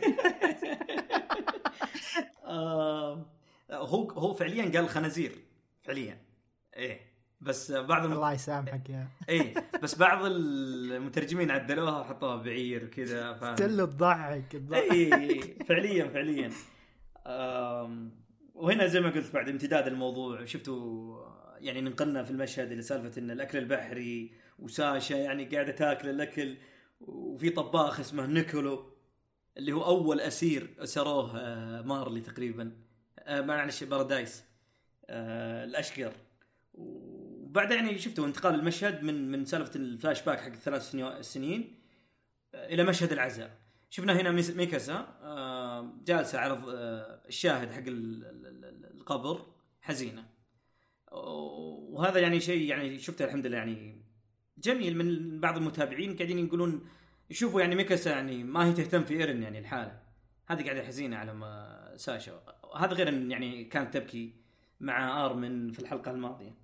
A: آه هو هو فعليا قال خنازير فعليا ايه بس بعض الم...
C: الله يسامحك يا
A: اي بس بعض المترجمين عدلوها وحطوها بعير وكذا فاهم.
C: تل تضحك
A: اي فعليا فعليا. أم... وهنا زي ما قلت بعد امتداد الموضوع شفتوا يعني ننقلنا في المشهد اللي سالفه ان الاكل البحري وساشا يعني قاعده تاكل الاكل، وفي طباخ اسمه نيكولو اللي هو اول اسير اسروه مارلي تقريبا، معلش بارادايس الاشقر. وبعد يعني شفتوا انتقال المشهد من من سالفه الفلاش باك حق الثلاث سنين الى مشهد العزاء. شفنا هنا ميكاسا جالسه على الشاهد حق القبر حزينه، وهذا يعني شيء يعني شفته الحمد لله يعني جميل من بعض المتابعين قاعدين يقولون يشوفوا يعني ميكاسا يعني ما هي تهتم في إيرين، يعني الحالة هذه قاعدة حزينة على ما ساشا. هذا غير أن يعني كانت تبكي مع آرمن في الحلقة الماضية.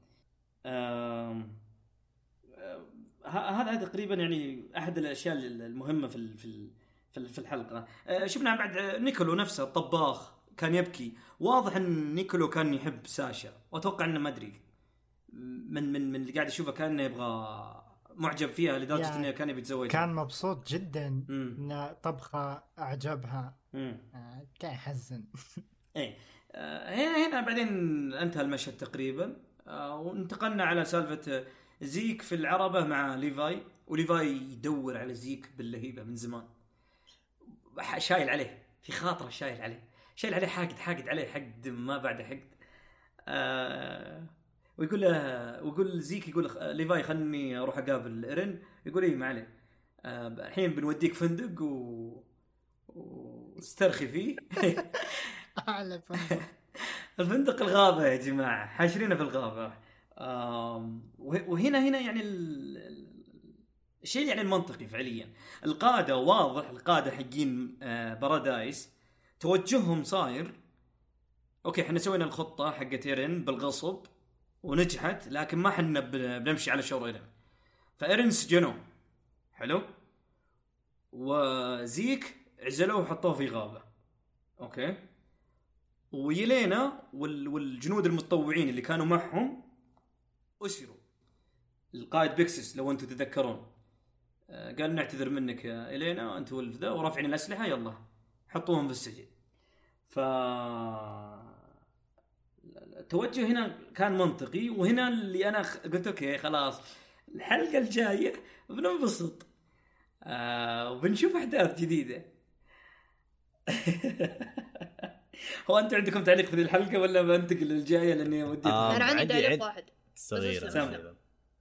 A: هذا تقريبا يعني أحد الأشياء المهمة في في في الحلقة. شفنا بعد نيكولو نفسه الطباخ كان يبكي، واضح أن نيكولو كان يحب ساشا، وأتوقع أنه ما أدري من من من اللي قاعد يشوفه كان يبغى معجب فيها لدرجة يعني انه كان يتزوج.
C: كان مبسوط جدا ان طبخه اعجبها. آه كان يحزن.
A: ايه آه هنا هنا بعدين انتهى المشهد تقريبا. آه وانتقلنا على سالفة زيك في العربة مع ليفاي، وليفاي يدور على زيك باللهيبة من زمان، شايل عليه في خاطره، شايل عليه شايل عليه حاقد حاقد عليه حقد ما بعد حقد. آه ويقول له ويقول زيك يقول ليفاي خلني اروح اقابل إيرين، يقول ايه ما عليه آه الحين بنوديك فندق و واسترخي فيه.
C: اعلى فندق
A: الفندق الغابه يا جماعه، حاشرينه في الغابه. آه وهنا هنا يعني ال... الشيء يعني المنطقي فعليا القاده واضح، القاده حقين آه بارادايس توجههم صاير اوكي احنا سوينا الخطه حقت إيرين بالغصب ونجحت، لكن ما حنا بنمشي على شور إيرين، فإيرين سجنوه حلو وزيك عزلوه وحطوه في غابة اوكي، ويلينا والجنود المتطوعين اللي كانوا معهم أسروا. القائد بيكسس لو انتم تتذكرون قال نعتذر منك يا إلينا انت والف ذا ورافعين الأسلحة يلا حطوهم في السجن. ف التوجه هنا كان منطقي، وهنا اللي أنا قلت اوكي خلاص الحلقة الجاية بننبسط آه وبنشوف أحداث جديدة. هو أنت عندكم تعليق في الحلقة ولا بنتقل للجاية لأني وديت؟
B: آه أنا عندي تعليق واحد
D: صغير.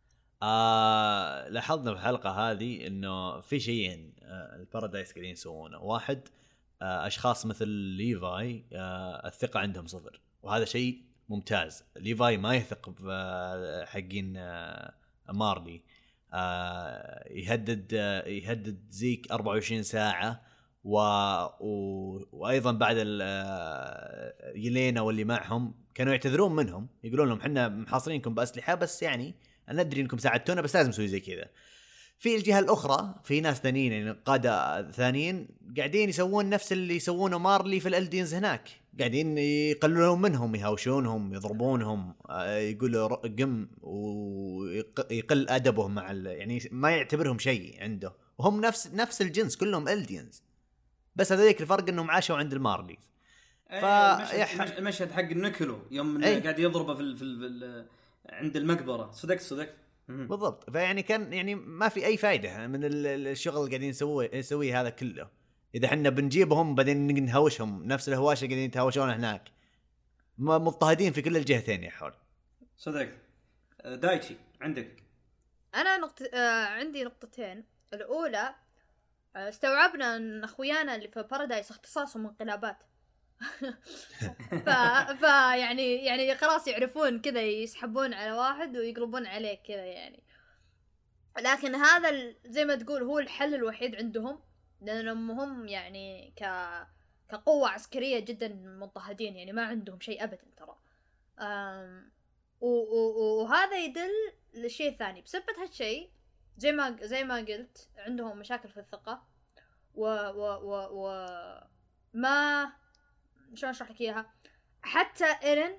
D: آه لاحظنا في الحلقة هذه إنه في شيئين آه البارادايس قاعدين يسوونه. واحد آه أشخاص مثل ليفاي آه الثقة عندهم صفر، وهذا شيء ممتاز. ليفاي ما يثق بحقين آه مارلي، آه يهدد آه يهدد زيك أربعة وعشرين ساعة، و... و... وأيضا بعد آه يلينا واللي معهم كانوا يعتذرون منهم، يقولون لهم حنا محاصرينكم بأسلحة بس يعني أنا أدري إنكم ساعدتونا بس لازم نسوي زي كذا. في الجهة الأخرى في ناس ثانيين يعني قادة ثانيين قاعدين يسوون نفس اللي يسوونه مارلي في الألدينز هناك، قاعدين يقللون منهم، يهاوشونهم، يضربونهم، يقولوا قم، ويقل أدبهم مع يعني ما يعتبرهم شيء عنده، وهم نفس نفس الجنس كلهم ألدينز، بس هذيك الفرق إنهم عاشوا عند المارلي.
A: ف المشهد حق نيكولو يوم قاعد يضربه في ال... في ال... عند المقبرة صدقت صدقت
D: بالضبط. فيعني كان يعني ما في اي فايده من الشغل اللي قاعدين نسويه نسويه هذا كله اذا احنا بنجيبهم بعدين نهوشهم نفس الهواشه اللي قاعدين يتهاوشون هناك، مضطهدين في كل الجهتين يا حول.
A: صدق. دايتشي عندك؟
B: انا نقطة آه عندي نقطتين. الاولى آه استوعبنا ان اخويانا اللي في بارادايس اختصاصهم انقلابات. ف... ف يعني يعني خلاص يعرفون كذا يسحبون على واحد ويقلبون عليه كذا يعني، لكن هذا ال... زي ما تقول هو الحل الوحيد عندهم، لأنهم هم يعني ك كقوة عسكرية جدا مضطهدين، يعني ما عندهم شيء أبدا ترى. أم... و... و... وهذا يدل لشيء ثاني بسبب هالشيء، زي ما زي ما قلت عندهم مشاكل في الثقة و و و, و... ما شلون اشرح لك اياها. حتى إيرين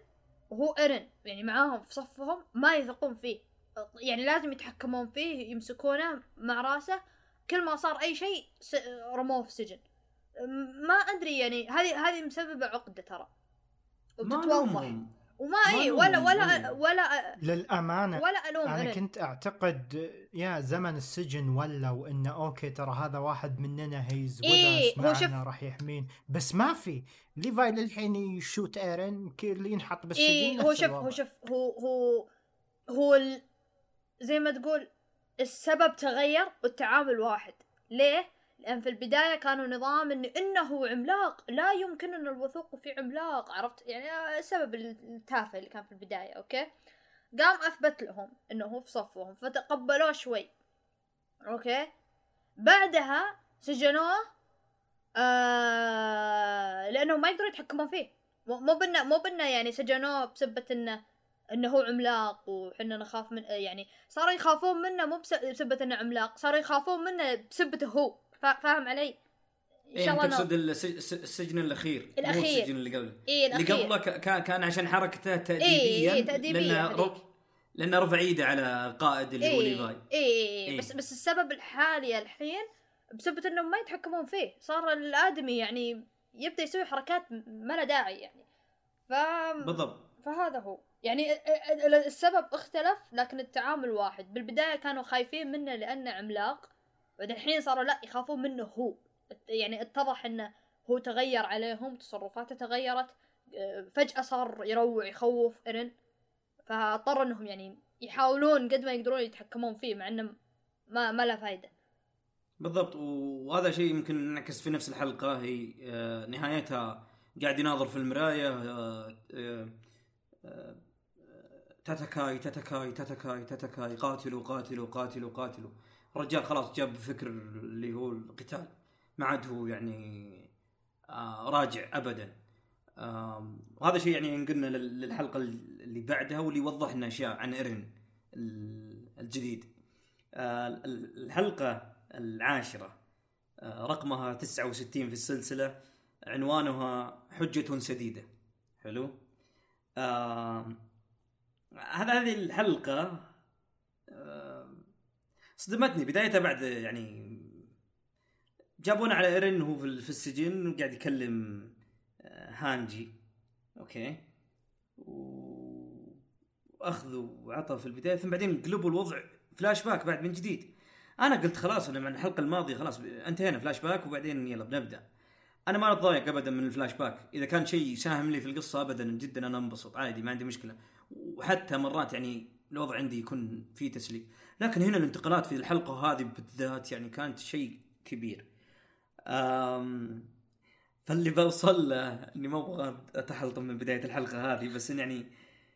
B: وهو إيرين يعني معاهم في صفهم ما يثقون فيه، يعني لازم يتحكمون فيه يمسكونه مع راسه، كل ما صار أي شيء رموه في سجن. ما أدري يعني هذه هذه مسببة عقدة ترى وبتتوضح وما اي ولا ولا ولا
C: للامانه
B: ولا ألوم
C: انا
B: إرن.
C: كنت اعتقد يا زمن السجن ولا وانه اوكي ترى هذا واحد مننا هيز
B: إيه
C: وذا معنا راح يحمين، بس ما في ليفاي للحين يشوت ايرن اللي ينحط بالسجن.
B: إيه هو شوف هو شوف هو هو هو ال... زي ما تقول السبب تغير والتعامل واحد. ليه؟ لأن في البداية كانوا نظام إنه إنه عملاق لا يمكننا الوثوق في عملاق، عرفت يعني السبب التافه اللي كان في البداية. أوكي قام أثبت لهم إنه هو في صفهم فتقبلوه شوي. أوكي بعدها سجنوه آه لأنه ما يقدروا يتحكمون فيه. مو بنا مو بنا يعني سجنوه بسبة إنه إنه هو عملاق وحنا نخاف من، يعني صاروا يخافون منه مو بسبة إنه عملاق، صاروا يخافون منه بسبته هو. فاهم علي؟
A: إن شاء الله إيه تقصد السجن الأخير
B: الأخير
A: مو السجن اللي قبله.
B: إيه الأخير.
A: اللي قبله كان كان عشان حركته تأديبيا.
B: إيه تأديبيا
A: لأنه رف... لأنه رفع إيده على القائد اللي
B: إيه
A: هو ليفاي.
B: إيه, إيه, إيه بس بس السبب الحالي الحين بسبب إنهم ما يتحكمون فيه، صار الآدمي يعني يبدأ يسوي حركات ما له داعي يعني. ف
A: بالضبط.
B: فهذا هو يعني السبب اختلف لكن التعامل واحد. بالبداية كانوا خايفين منه لأنه عملاق، بعد الحين صاروا لا يخافون منه هو. يعني اتضح انه هو تغير عليهم، تصرفاته تغيرت، فجأة صار يروع يخوف إيرين، فاضطر انهم يعني يحاولون قد ما يقدرون يتحكمون فيه مع انه ما ما له فايدة.
A: بالضبط. وهذا شيء يمكن نعكس في نفس الحلقة. هي نهايتها قاعد يناظر في المراية تاتاكاي تاتاكاي تاتاكاي تاتاكاي قاتلوا قاتلوا قاتلوا قاتلوا. الرجال خلاص جاب فكر اللي هو القتال، ما عاد هو يعني آه راجع ابدا. آه وهذا شيء يعني قلنا للحلقه اللي بعدها واللي وضح لنا اشياء عن إيرين الجديد. آه الحلقه العاشره آه رقمها تسعة وستين في السلسله، عنوانها حجة سديدة. حلو. آه هذا هذه الحلقه آه صدمتني بدايتها. بعد يعني جابونا على إيرين وهو في السجن وقاعد يكلم هانجي. أوكي وأخذوا وعطوا في البداية، ثم بعدين قلبوا الوضع فلاش باك بعد من جديد. أنا قلت خلاص أنا من الحلقة الماضية خلاص انتهينا فلاش باك وبعدين يلا بنبدأ. أنا ما أتضايق أبدا من الفلاش باك إذا كان شيء يساهم لي في القصة أبدا جدا، أنا انبسط عادي ما عندي مشكلة. وحتى مرات يعني الوضع عندي يكون فيه تسليك، لكن هنا الانتقالات في الحلقة هذه بالذات يعني كانت شيء كبير. أم فاللي بوصل له اني ما ابغى اتحلطم من بدايه الحلقه هذه، بس إن يعني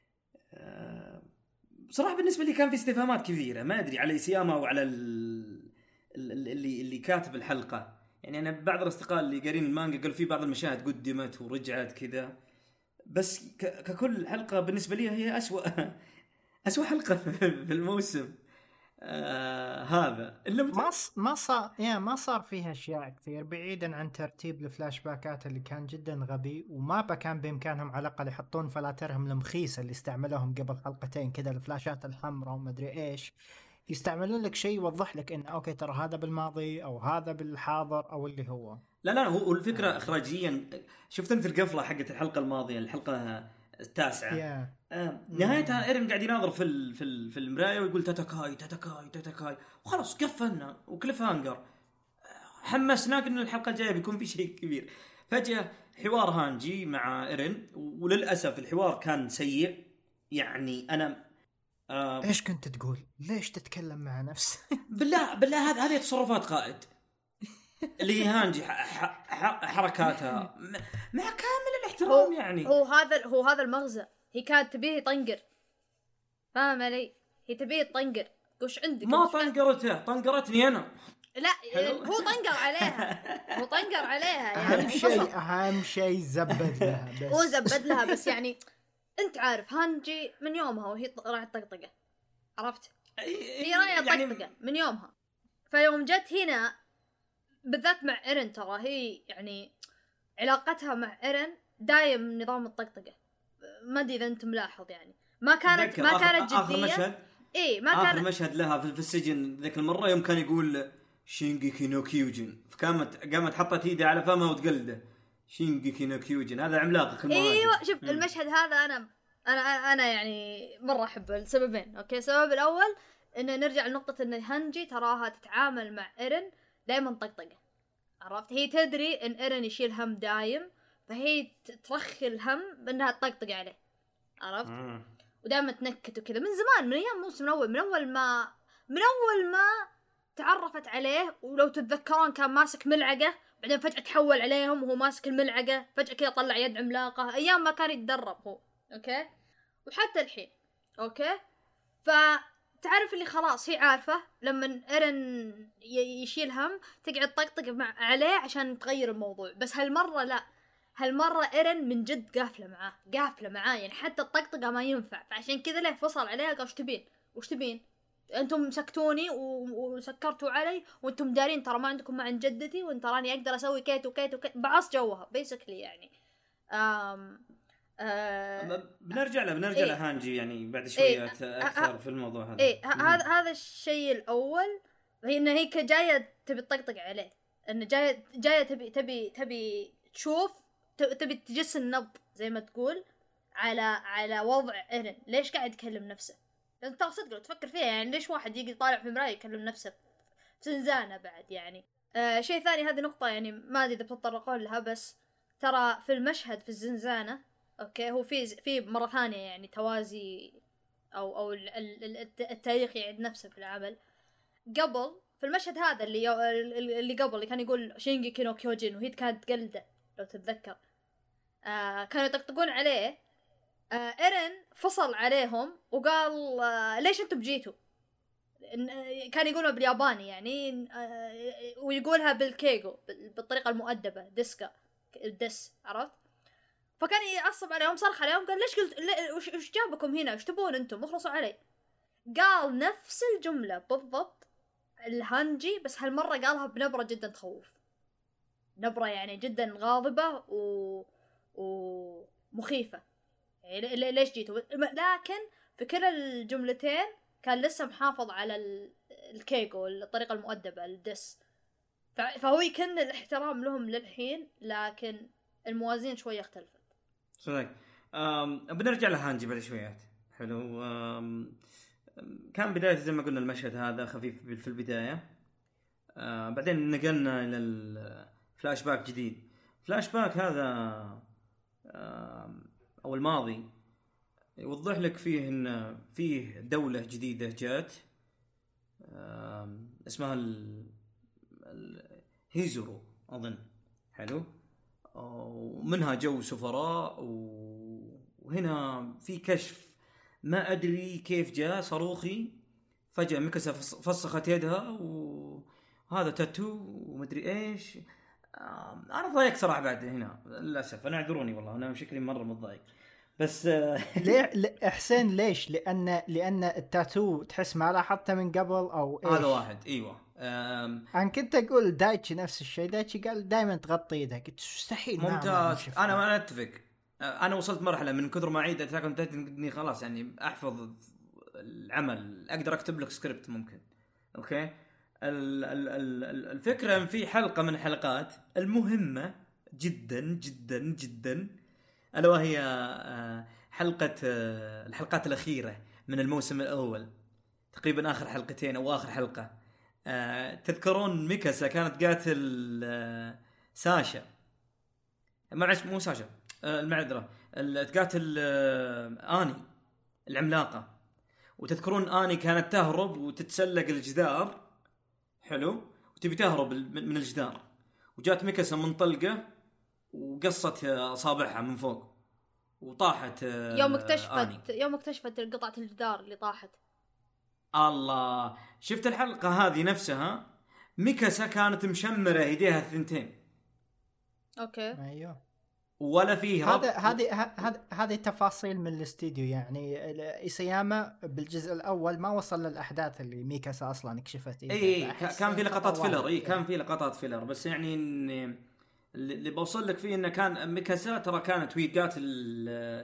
A: بصراحه بالنسبه لي كان في استفهامات كثيره ما ادري على سياما وعلى اللي اللي كاتب الحلقه. يعني انا بعض الاصدقاء اللي قارين المانجا قالوا في بعض المشاهد قدمت ورجعت كذا، بس ككل حلقه بالنسبه لي هي اسوأ اسوأ حلقه في الموسم. آه هذا اللي
C: ما ص... ما صار يعني ما صار فيها اشياء كثير بعيدا عن ترتيب الفلاش باكات اللي كان جدا غبي، وما كان بامكانهم على الاقل يحطون فلاترهم المخيسه اللي استعملوهم قبل حلقتين كذا، الفلاشات الحمراء وما ادري ايش، يستعملون لك شيء يوضح لك ان اوكي ترى هذا بالماضي او هذا بالحاضر او اللي هو.
A: لا لا هو الفكره آه. اخراجيا شفت انت القفله حقت الحلقه الماضيه الحلقه التاسعه
C: yeah.
A: آه. نهايتها إيرين قاعد يناظر في ال في ال في المرايه ويقول تاتاكاي تاتاكاي تاتاكاي وخلاص قفلنا وكليف هانجر. حمسناك ان الحلقه الجايه بيكون في شيء كبير. فجاه حوار هانجي مع إيرين وللاسف الحوار كان سيء. يعني انا
C: آه ايش كنت تقول؟ ليش تتكلم مع نفسك؟
A: بالله بالله هذه هذه تصرفات قائد اللي هانجي حركاتها مع كامل الاحترام. يعني
B: هو هذا هو هذا المغزى. هي كانت تبيه يطنقر، فاهم علي؟ هي تبيه تطنقر. وش عندك؟
A: ما طنقرته طنقرتني انا.
B: لا هو طنقر عليها هو طنقر عليها يعني
C: اهم شيء اهم شيء زبد لها بس
B: هو زبد لها بس يعني انت عارف هانجي من يومها وهي راعي الطقطقه، عرفت؟ هي راعي الطقطقه من يومها. فيوم جت هنا بالذات مع إيرين ترى هي يعني علاقتها مع إيرين دايم نظام الطقطقه، ما ادري اذا انت ملاحظ يعني ما كانت ما
A: آخر
B: كانت جديه.
A: اخر مشهد
B: اي ما
A: آخر
B: كان
A: آخر مشهد لها في السجن ذيك المرة يوم كان يقول شينجيكي نو كيوجن، فقامت قامت حطت ايدها على فمها وتقلده شينجيكي نو كيوجن. هذا عملاق كل المواجد.
B: ايوه شوف
A: مم.
B: المشهد هذا انا انا انا يعني مره احبه لسببين. اوكي السبب الاول انه نرجع لنقطه ان هانجي تراها تتعامل مع ايرن دائما طقطقه، عرفت؟ هي تدري ان ايرن يشيل هم دايم، فهي ترخي الهم بانها تطقطق عليه، عرفت؟
A: مم.
B: ودائما تنكت وكذا من زمان، من ايام موسم الاول، من اول ما من اول ما تعرفت عليه. ولو تتذكرون كان ماسك ملعقه، بعدين فجاه تحول عليهم وهو ماسك الملعقه، فجاه كذا طلع يد عملاقه، ايام ما كان يتدرب هو. اوكي وحتى الحين. اوكي فتعرف اللي خلاص هي عارفه لما ايرن يشيل هم تقعد تطقطق مع عليه عشان تغير الموضوع. بس هالمره لا، هالمرة إيرن من جد قافلة معاه قافلة معاه يعني حتى الطقطقة ما ينفع. فعشان كذا له فصل عليها قال وش تبين وش تبين أنتم سكتوني وسكرتوا علي وأنتم دارين ترى ما عندكم مع جدتي وأنت راني أقدر أسوي كيت وكيت وكيت. بعص جوها بيسكلي يعني. أم
A: أه بنرجع له بنرجع
B: إيه
A: له هانجي يعني بعد شوية
B: إيه
A: أكثر في الموضوع هذا.
B: إيه هذا هذا الشيء الأول، هي إن هي جاية تبي تطقطق عليه، إن جاية جاية تبي تبي تبي تشوف تبي تجس النبض زي ما تقول على على وضع إيرن. ليش قاعد يكلم نفسه؟ لأن ترى صدق لو تفكر فيها يعني ليش واحد يجي طالع في مراية يكلم نفسه في زنزانة بعد يعني. آه شيء ثاني، هذه نقطة يعني ما أدري إذا بتطرقون لها، بس ترى في المشهد في الزنزانة أوكي هو في في مرة ثانية يعني توازي أو أو التاريخ يعيد نفسه في العمل. قبل في المشهد هذا اللي اللي قبل اللي كان يقول شينجيكي نو كيوجن وهي كانت تقلده لو تتذكر، آه كانوا يطقطقون عليه. آه إيرن فصل عليهم وقال آه ليش انتم بجيتوا؟ كان يقولها بالياباني يعني، آه ويقولها بالكيغو بالطريقة المؤدبة ديسكا الدس، عرفت؟ فكان يعصب عليهم صرخ عليهم قال ليش قلت وش, وش جابكم هنا؟ وش تبون انتم؟ اخلصوا علي. قال نفس الجملة بالضبط الهانجي، بس هالمرة قالها بنبرة جدا تخوف، نبرة يعني جدا غاضبة و... ومخيفة يعني ليش جيتوا. لكن في كل الجملتين كان لسه محافظ على الكيكو الطريقة المؤدبة الدس، فهو يكن الاحترام لهم للحين، لكن الموازين شوية اختلفت.
A: صدق. بنرجع لهانجي بعد شويات. حلو. كان بداية زي ما قلنا المشهد هذا خفيف في البداية، آه بعدين نقلنا إلى الفلاش باك جديد. فلاش باك هذا آه أو الماضي يوضح لك فيه إن فيه دولة جديدة جات آه اسمها الهيزورو أظن. حلو. ومنها جو سفراء، وهنا في كشف ما أدري كيف جاء صاروخي فجأة مكسة فسخت يدها وهذا تاتو ومدري إيش. أنا ضايق صراحة بعد هنا للأسف، أنا اعذروني والله أنا شكلي مرة متضايق بس.
C: ليه حسين ليش؟ لأن لأن التاتو تحس ما لاحظته من قبل أو إيش؟
A: هذا واحد أيوة.
C: أنا كنت أقول دايتشي نفس الشيء، دايتشي قال دائما تغطي يدها، قلت مستحيل.
A: ممتاز. أنا ما أتفق، أنا وصلت مرحلة من كثر ما عيد أتاك أون تايتن إني خلاص يعني أحفظ العمل، أقدر أكتب لك سكريبت ممكن. أوكي. الفكرة إن في حلقة من حلقات المهمة جدا جدا جدا، ألا وهي حلقة الحلقات الأخيرة من الموسم الأول، تقريبا آخر حلقتين أو آخر حلقة. تذكرون ميكاسا كانت قاتل ساشا، معلش مو ساشا المعذرة، تقاتل آني العملاقة، وتذكرون آني كانت تهرب وتتسلق الجدار. حلو. وتبي تهرب من الجدار، وجات ميكاسا من طلقة وقصت أصابعها من فوق وطاحت.
B: يوم اكتشفت يوم اكتشفت قطعة الجدار اللي طاحت.
A: الله، شفت الحلقة هذه نفسها ميكاسا كانت مشمرة يديها الثنتين.
B: اوكي.
C: ايوه.
A: ولا فيه
C: هذا هذه هذه هذه تفاصيل من الاستديو يعني. إيساياما بالجزء الاول ما وصل للاحداث اللي ميكاسا اصلا اكشفت.
A: اي كان في لقطات فيلر. اي كان في لقطات فيلر، بس يعني اللي بوصل لك فيه انه كان ميكاسا ترى كانت وهي قاتل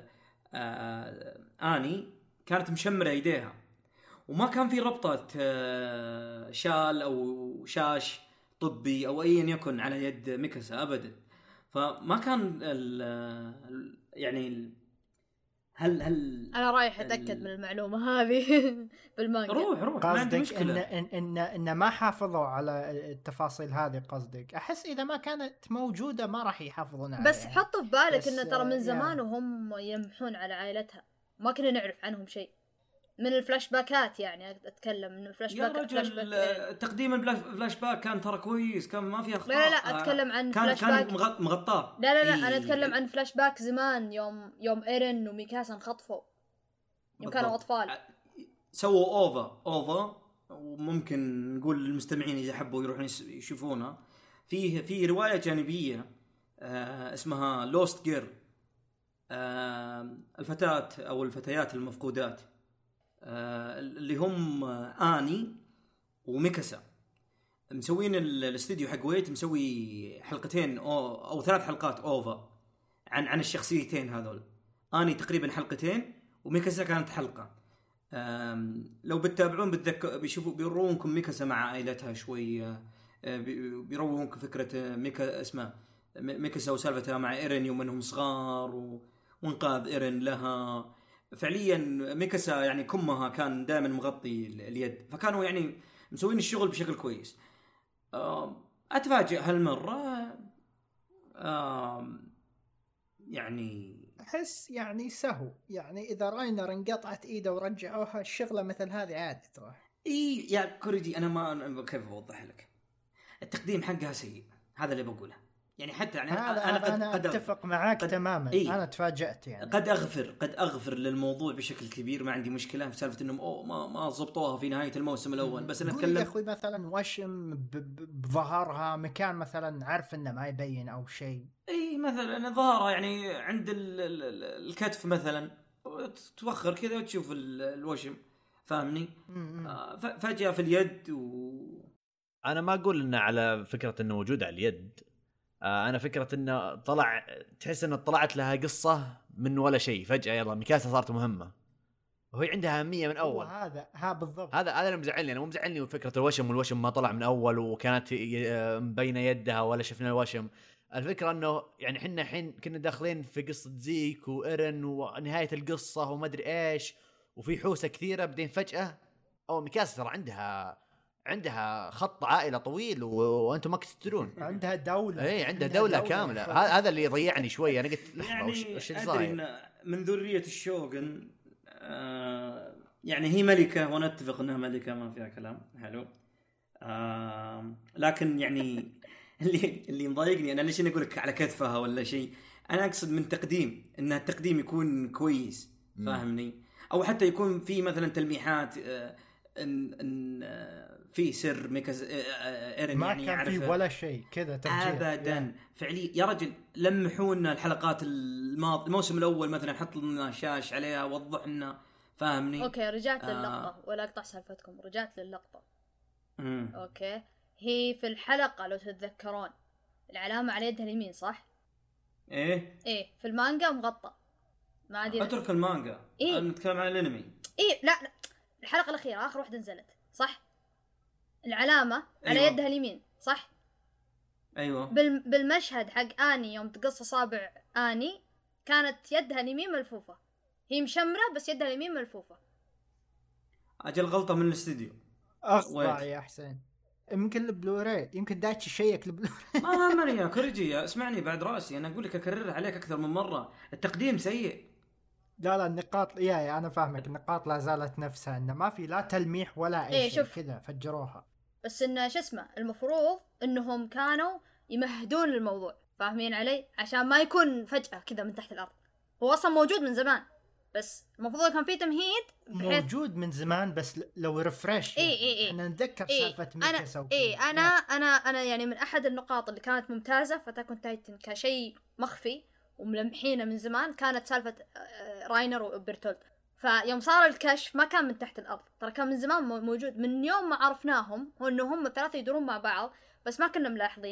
A: آه اني كانت مشمره ايديها وما كان في ربطه آه شال او شاش طبي او ايا يكن على يد ميكاسا ابدا. فما كان ال يعني ال هل هل
B: انا رايح اتاكد من المعلومه هذه بالمانجا.
A: روح روح ما عندي
C: قصدك
A: مشكله.
C: ان ان ان ما حافظوا على التفاصيل هذه؟ قصدك احس اذا ما كانت موجوده ما راح يحافظون عليها.
B: بس حطوا في بالك
C: بس
B: انه ترى من زمان
C: يعني.
B: وهم يمحون على عائلتها، ما كنا نعرف عنهم شيء من الفلاش باكات. يعني اتكلم من الفلاش
A: يا
B: باك فلاش باك
A: رجل تقديم الفلاش باك كان ترى كويس، كان ما فيها اخطاء.
B: لا لا لا اتكلم عن
A: كان
B: فلاش
A: كان
B: باك
A: مغط مغطاه.
B: لا لا لا
A: إيه.
B: انا اتكلم عن فلاش باك زمان يوم يوم ايرين وميكاسا انخطفوا يوم كانوا اطفال.
A: سووا اوفا اوفا وممكن نقول للمستمعين اذا حبوا يروحون يشوفونها. فيه في روايه جانبيه آه اسمها لوست جير، آه الفتاه او الفتيات المفقودات، آه اللي هم اني وميكاسا. مسوين الاستوديو حق ويت مسوي حلقتين او او ثلاث حلقات اوفا عن عن الشخصيتين هذول. اني تقريبا حلقتين وميكاسا كانت حلقه. لو بتتابعون بتذكر بيشوفوا بيرونكم ميكاسا مع عائلتها شوي، بيرونكم فكره ميكا اسمه ميكاسا وسالفتها مع ايرين يوم انهم صغار وانقاذ ايرين لها. فعليا ميكاسا يعني كمها كان دائما مغطي اليد، فكانوا يعني مسوين الشغل بشكل كويس. اتفاجئ هالمره يعني
C: احس يعني سهو، يعني اذا راينر انقطعت ايده ورجعوها الشغله مثل هذه عادي ترى.
A: اي يا كوريجي انا ما كيف اوضح لك، التقديم حقها سيء، هذا اللي بقوله. يعني حتى يعني
C: انا
A: انا, قد
C: أنا
A: قد
C: اتفق معاك
A: قد
C: تماما.
A: إيه؟
C: انا تفاجأت يعني.
A: قد اغفر قد اغفر للموضوع بشكل كبير، ما عندي مشكله في سالفه انهم أوه ما ما ضبطوها في نهايه الموسم الاول. بس انا اتكلم
C: يا اخوي مثلا وشم بظهرها مكان مثلا عارف انه ما يبين او شيء.
A: اي مثلا ظهرها يعني عند ال ال ال الكتف مثلا، توخر كذا وتشوف الوشم، فاهمني؟ آه فجأة في اليد. و
D: انا ما اقول انه على فكره انه موجود على اليد، آه انا فكره انه طلع تحس انه طلعت لها قصه من ولا شيء فجاه يلا ميكاسا صارت مهمه وهي عندها أهمية من اول.
C: هذا ها بالضبط،
D: هذا هذا اللي مزعلني. انا مو مزعلني فكره الوشم والوشم ما طلع من اول وكانت مبينه يدها ولا شفنا الوشم. الفكره انه يعني احنا الحين كنا داخلين في قصه زيك وايرن ونهايه القصه وما ادري ايش وفي حوسه كثيره، بعدين فجاه او ميكاسا ترى عندها عندها خط عائله طويل و... وانتم ما كنتوا
C: عندها دوله.
D: اي عندها دوله, دولة كامله. هذا اللي يضيعني شويه. انا قلت لحظه
A: يعني
D: وش اللي صاير؟
A: من ذريه الشوغن. آه يعني هي ملكه ونتفق انها ملكه ما فيها كلام حلو. آه لكن يعني اللي اللي مضايقني انا ليش اقول لك على كتفها ولا شيء، انا اقصد من تقديم ان التقديم يكون كويس، فاهمني؟ او حتى يكون في مثلا تلميحات آه ان ان آه في سر ميكاز آه ايرن
C: ما
A: يعني
C: كان في ولا شيء كذا ترجيح
A: ابدا
C: يعني.
A: فعليا يا رجل لمحونا الحلقات الماضي الموسم الاول مثلا، حط لنا شاش عليها وضح لنا، فاهمني؟
B: اوكي رجعت
A: آه.
B: للقطه ولا اقطع سالفتكم، رجعت للقطه.
A: مم.
B: اوكي هي في الحلقه لو تتذكرون العلامه على يدها اليمين صح؟
A: ايه
B: ايه في المانجا مغطى ما عادي.
A: اترك المانجا.
B: إيه؟
A: انا نتكلم عن الانمي.
B: ايه لا, لا. الحلقه الاخيره اخر واحده نزلت صح؟ العلامه
A: أيوة.
B: على يدها اليمين صح؟
A: ايوه
B: بال... بالمشهد حق اني يوم تقص اصابع اني كانت يدها اليمين ملفوفه، هي مشمره بس يدها اليمين ملفوفه.
A: اجل غلطه من الاستديو.
C: اخطا يا حسين، يمكن البلوراي يمكن دايتش شيك البلوراي.
A: ما همني يا كوريجي، اسمعني بعد راسي انا اقول لك اكررها عليك اكثر من مره، التقديم سيء.
C: لا لا النقاط يا انا فاهمك، النقاط لا زالت نفسها، انه ما في لا تلميح ولا اي
B: إيه
C: شيء
B: كذا
C: فجروها.
B: بس انه شو اسمه المفروض انهم كانوا يمهدون الموضوع، فاهمين علي؟ عشان ما يكون فجأة كذا من تحت الارض. هو اصلا موجود من زمان بس المفروض كان في تمهيد بحيث...
C: موجود من زمان بس لو ريفرش.
B: اي اي اي
C: احنا نتذكر
B: إيه
C: سالفه ميكاسا
B: انا اي انا انا انا يعني من احد النقاط اللي كانت ممتازه فتاكون تايتن كشيء مخفي وملمحينه من زمان كانت سالفه راينر وبرتولد. فيوم صار الكشف ما كان من تحت الارض، ترى كان من زمان موجود من يوم ما عرفناهم، هو انه هم ثلاثه يدورون مع بعض بس ما كنا ملاحظين.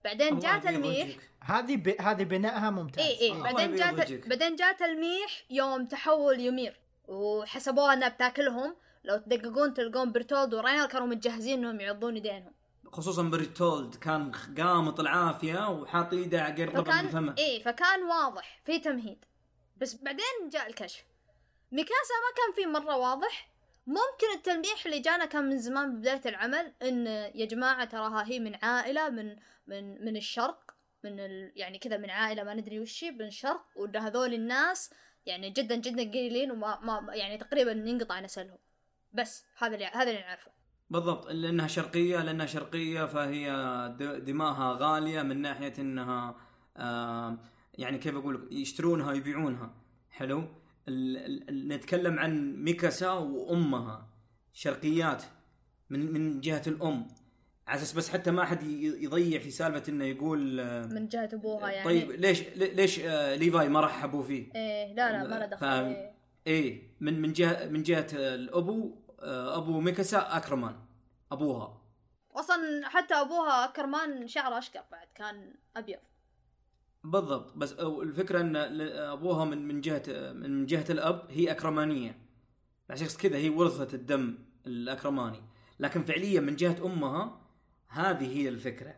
B: بعدين جات الميح.
C: هذه ب... هذه بنائها ممتاز.
B: اي اي بعدين جات بعدين جات الميح يوم تحول يومير وحسبوها انها بتاكلهم. لو تدققون تلقون برتولد وراينر كانوا متجهزين انهم يعضون يدينهم،
A: خصوصا برتولد كان قامط العافيه وحاط ايده قرب من فمه.
B: اي فكان واضح في تمهيد. بس بعدين جاء الكشف. ميكاسا ما كان فيه مره واضح. ممكن التلميح اللي جانا كان من زمان ببدايه العمل ان يا جماعه تراها هي من عائله من من من الشرق، من ال... يعني كذا من عائله ما ندري وش من الشرق، وده هذول الناس يعني جدا جدا قليلين وما ما يعني تقريبا ينقطع نسلهم. بس هذا اللي هذا اللي نعرفه
A: بالضبط. لانها شرقيه لانها شرقيه فهي دماءها غاليه من ناحيه انها آه يعني كيف اقول يشترونها يبيعونها. حلو. ال ال نتكلم عن ميكاسا وامها شرقيات من من جهه الام، على اساس بس حتى ما حد يضيع في سالفه انه يقول
B: من جهه ابوها يعني.
A: طيب ليش ليش ليفاي ما رحبوا فيه؟
B: ايه لا لا ما له دخل.
A: ايه, إيه من من جهه من جهه الابو ابو ميكاسا اكرمان ابوها
B: اصلا، حتى ابوها اكرمان شعره اشقر بعد كان ابيض
A: بالضبط. بس الفكره ان ابوها من من جهه من جهه الاب هي اكرمانيه، عشان كذا هي ورثت الدم الاكرماني. لكن فعليا من جهه امها هذه هي الفكره،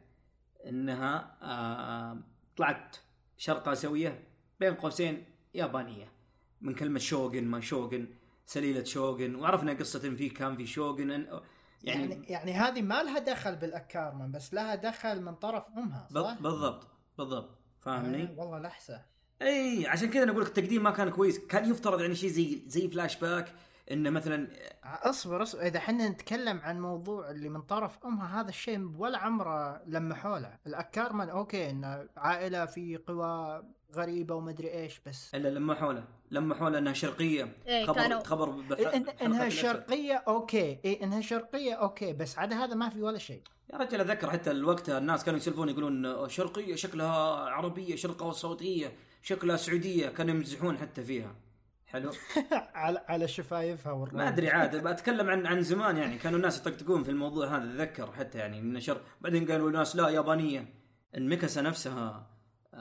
A: انها آه طلعت شرق اسيويه بين قوسين يابانيه، من كلمه شوغن ما شوغن سليله شوغن. وعرفنا قصه فيه كان في شوغن يعني
C: يعني, يعني هذه ما لها دخل بالاكارمان بس لها دخل من طرف امها صح؟
A: بالضبط بالضبط فاهمني.
C: آه والله لحسه.
A: اي عشان كذا انا اقول لك التقديم ما كان كويس. كان يفترض يعني شيء زي زي فلاش باك، انه مثلا
C: اصبر اصبر اذا حنا نتكلم عن موضوع اللي من طرف امها هذا الشيء ولا عمره لمحوا له. الاكارمان اوكي ان عائله في قوى غريبه ومدري ايش، بس
A: الا لمحوا له لمحوا له انها شرقيه.
B: إيه
A: خبر
B: كانوا...
A: خبر
C: بح... إن... انها شرقيه اوكي اي انها شرقيه اوكي، بس عدا هذا ما في ولا شيء
A: يا رجل. اتذكر حتى الوقت الناس كانوا يسولفون يقولون شرقيه شكلها عربيه، شرقه وسعوديه شكلها سعوديه، كانوا يمزحون حتى فيها. حلو.
C: على على شفايفها والرمل.
A: ما ادري عاد بتكلم عن عن زمان يعني كانوا الناس يطقطقون في الموضوع هذا. اتذكر حتى يعني من شر. بعدين قالوا الناس لا يابانيه. الميكاسا نفسها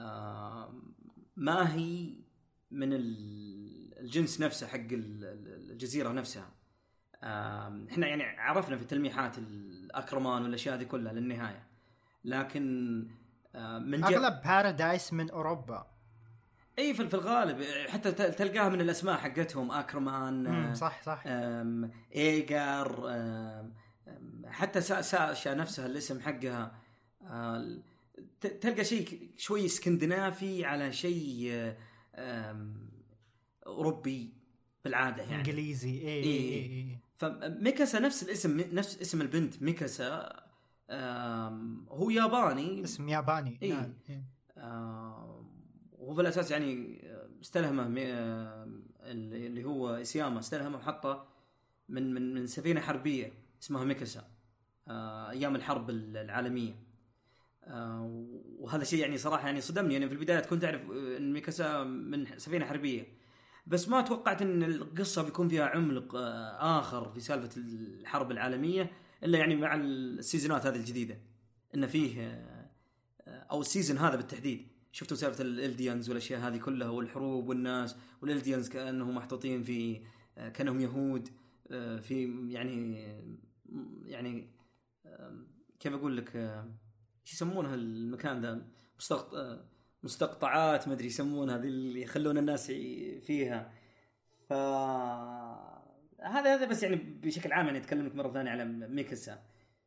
A: آه ما هي من الجنس نفسه حق الجزيره نفسها. آه احنا يعني عرفنا في تلميحات الاكرمان والاشياء هذه كلها للنهايه، لكن آه من
C: اغلب بارادايس من اوروبا.
A: اي في الغالب حتى تلقاها من الاسماء حقتهم اكرمان
C: صح صح
A: ايجار، حتى ساشا نفسها الاسم حقها تلقى شيء شوي اسكندنافي على شيء اوروبي بالعاده يعني
C: انجليزي. اي اي,
A: إيه. إيه. فميكاسا نفس الاسم نفس اسم البنت ميكاسا هو ياباني،
C: اسم ياباني.
A: إيه.
C: نعم.
A: وفي الأساس يعني استلهمه اللي هو إسياما استلهمه وحطه من من من سفينة حربية اسمها ميكاسا أيام الحرب العالمية. وهذا شيء يعني صراحة يعني صدمني. يعني في البداية كنت أعرف إن ميكاسا من سفينة حربية، بس ما توقعت إن القصة بيكون فيها عمق آخر في سالفة الحرب العالمية إلا يعني مع السيزونات هذه الجديدة. إن فيه أو السيزون هذا بالتحديد شفتوا سالفة الإلديانز والأشياء هذه كلها والحروب والناس والإلديانز كأنهم محطوطين في كأنهم يهود في يعني يعني كيف أقول لك إيش يسمونها المكان ذا مستقط مستقطعات ما أدري يسمونها هذه اللي يخلون الناس فيها. ف هذا هذا بس يعني بشكل عام يعني أتكلمك مرة ثانية على ميكاسا.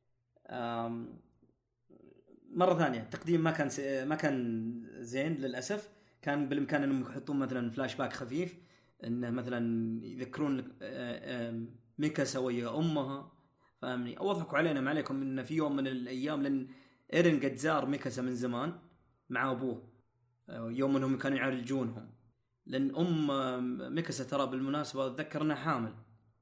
A: مرة ثانية التقديم ما كان ما كان زين للأسف. كان بالإمكان إنهم يحطون مثلا فلاش باك خفيف، إنه مثلا يذكرون ميكاسا ويا أمها فاهمني، أو أضحكوا علينا ما عليكم إن في يوم من الأيام لأن إيرين قد زار ميكاسا من زمان مع أبوه يوم إنهم كانوا يعالجونهم، لأن أم ميكاسا ترى بالمناسبة أتذكر إنها حامل.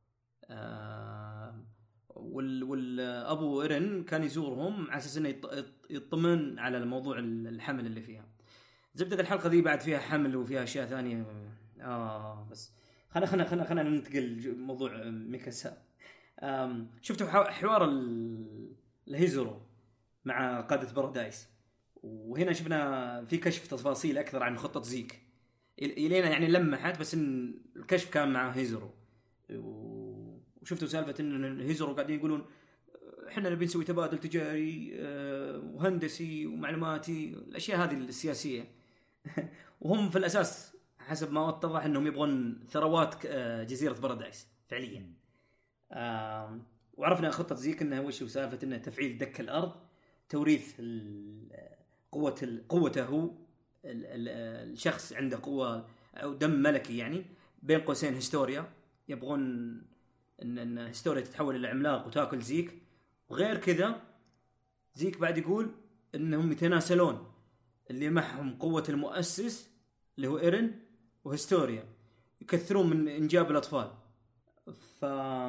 A: وال والابو إيرين كان يزورهم على اساس انه يطمن على الموضوع الحمل اللي فيها. زبدة الحلقه ذي بعد فيها حمل وفيها اشياء ثانيه اه بس خلينا خلينا خلينا خلينا ننتقل موضوع ميكاسا. شفتوا حوار الهيزورو مع قادة بارادايس وهنا شفنا في كشف تفاصيل اكثر عن خطه زيك الينا، يعني لمحت بس ان الكشف كان مع هيزرو، وشفتوا سالفه ان هيزرو قاعدين يقولون احنا نبي نسوي تبادل تجاري وهندسي ومعلوماتي، الاشياء هذه السياسيه. وهم في الاساس حسب ما اتضح انهم يبغون ثروات جزيره بارادايس فعليا. وعرفنا خطه زيك انها وش سالفه انه تفعيل دك الارض، توريث قوه قوته هو الشخص عنده قوه او دم ملكي، يعني بين قوسين هيستوريا، يبغون ان ان هيستوريا تتحول الى عملاق وتاكل زيك. وغير كذا زيك بعد يقول انهم يتناسلون اللي معهم قوه المؤسس اللي هو ايرن وهيستوريا، يكثرون من انجاب الاطفال. ف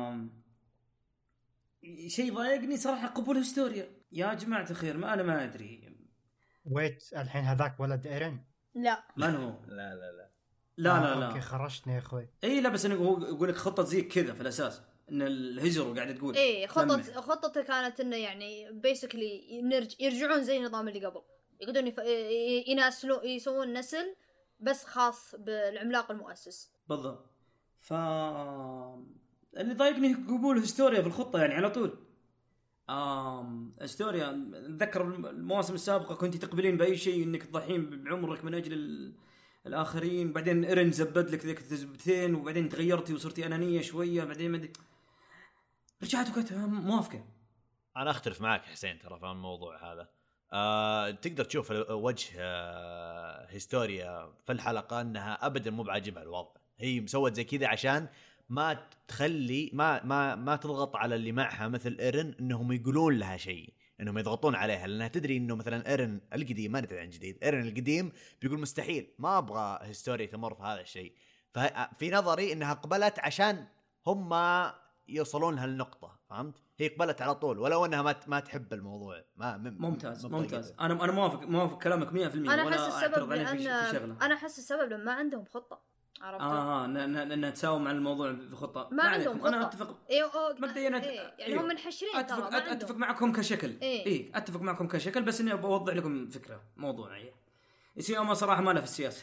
A: شيء ضايقني صراحه قبول هيستوريا يا جماعه الخير، ما انا ما ادري.
C: ويت الحين هذاك ولد ايرن؟
B: لا
A: من هو؟
D: لا لا لا
A: لا
C: آه
A: لا لا
C: اوكي خرجتني يا اخوي.
A: اي لا بس انا هو يقول لك خطه زيك كذا في الاساس ان الهجر قاعد تقول
B: ايه خطط خطته كانت انه يعني بيسكلي نرج يرجعون زي النظام اللي قبل، يقدرون يف... يناسلوا يسوون نسل بس خاص بالعملاق المؤسس
A: بالضبط. ف اللي ضايقني قبول هيستوريا في الخطه يعني على طول. آم هيستوريا اتذكر المواسم السابقه كنت تقبلين باي شيء انك تضحين بعمرك من اجل ال... الاخرين، بعدين ايرن زبد لك ذيك التزبتين وبعدين تغيرتي وصرتي انانيه شويه، بعدين ما رجعت وقلت موافقه.
D: انا اختلف معك حسين ترى في الموضوع هذا. آه، تقدر تشوف وجه آه، هيستوريا في الحلقه انها ابدا مو بعاجبها الوضع، هي مسوت زي كذا عشان ما تخلي ما ما ما تضغط على اللي معها مثل ايرن انهم يقولون لها شيء، انهم يضغطون عليها، لانها تدري انه مثلا ايرن القديم ما ندري عن جديد، ايرن القديم بيقول مستحيل ما ابغى هيستوريا تمر في هذا الشيء. ففي نظري انها قبلت عشان هم يوصلون لهالنقطه، فهمت؟ هي قبلت على طول ولو انها ما ما تحب الموضوع. ما
A: ممتاز ممتاز انا انا موافق موافق كلامك مية بالمية.
B: انا احس السبب لان انا احس السبب لما ما عندهم خطه، عرفت؟
A: اه انها تساوم على الموضوع في خطه،
B: ما عندهم خطه.
A: انا اتفق
B: ايوه
A: مبدئيا
B: إيه. يعني هم منحشرين ترى،
A: اتفق اتفق معكم كشكل
B: ايه,
A: إيه. اتفق معكم كشكل، بس اني بوضح لكم فكره موضوعيه. يسيوما صراحه ما له في السياسه.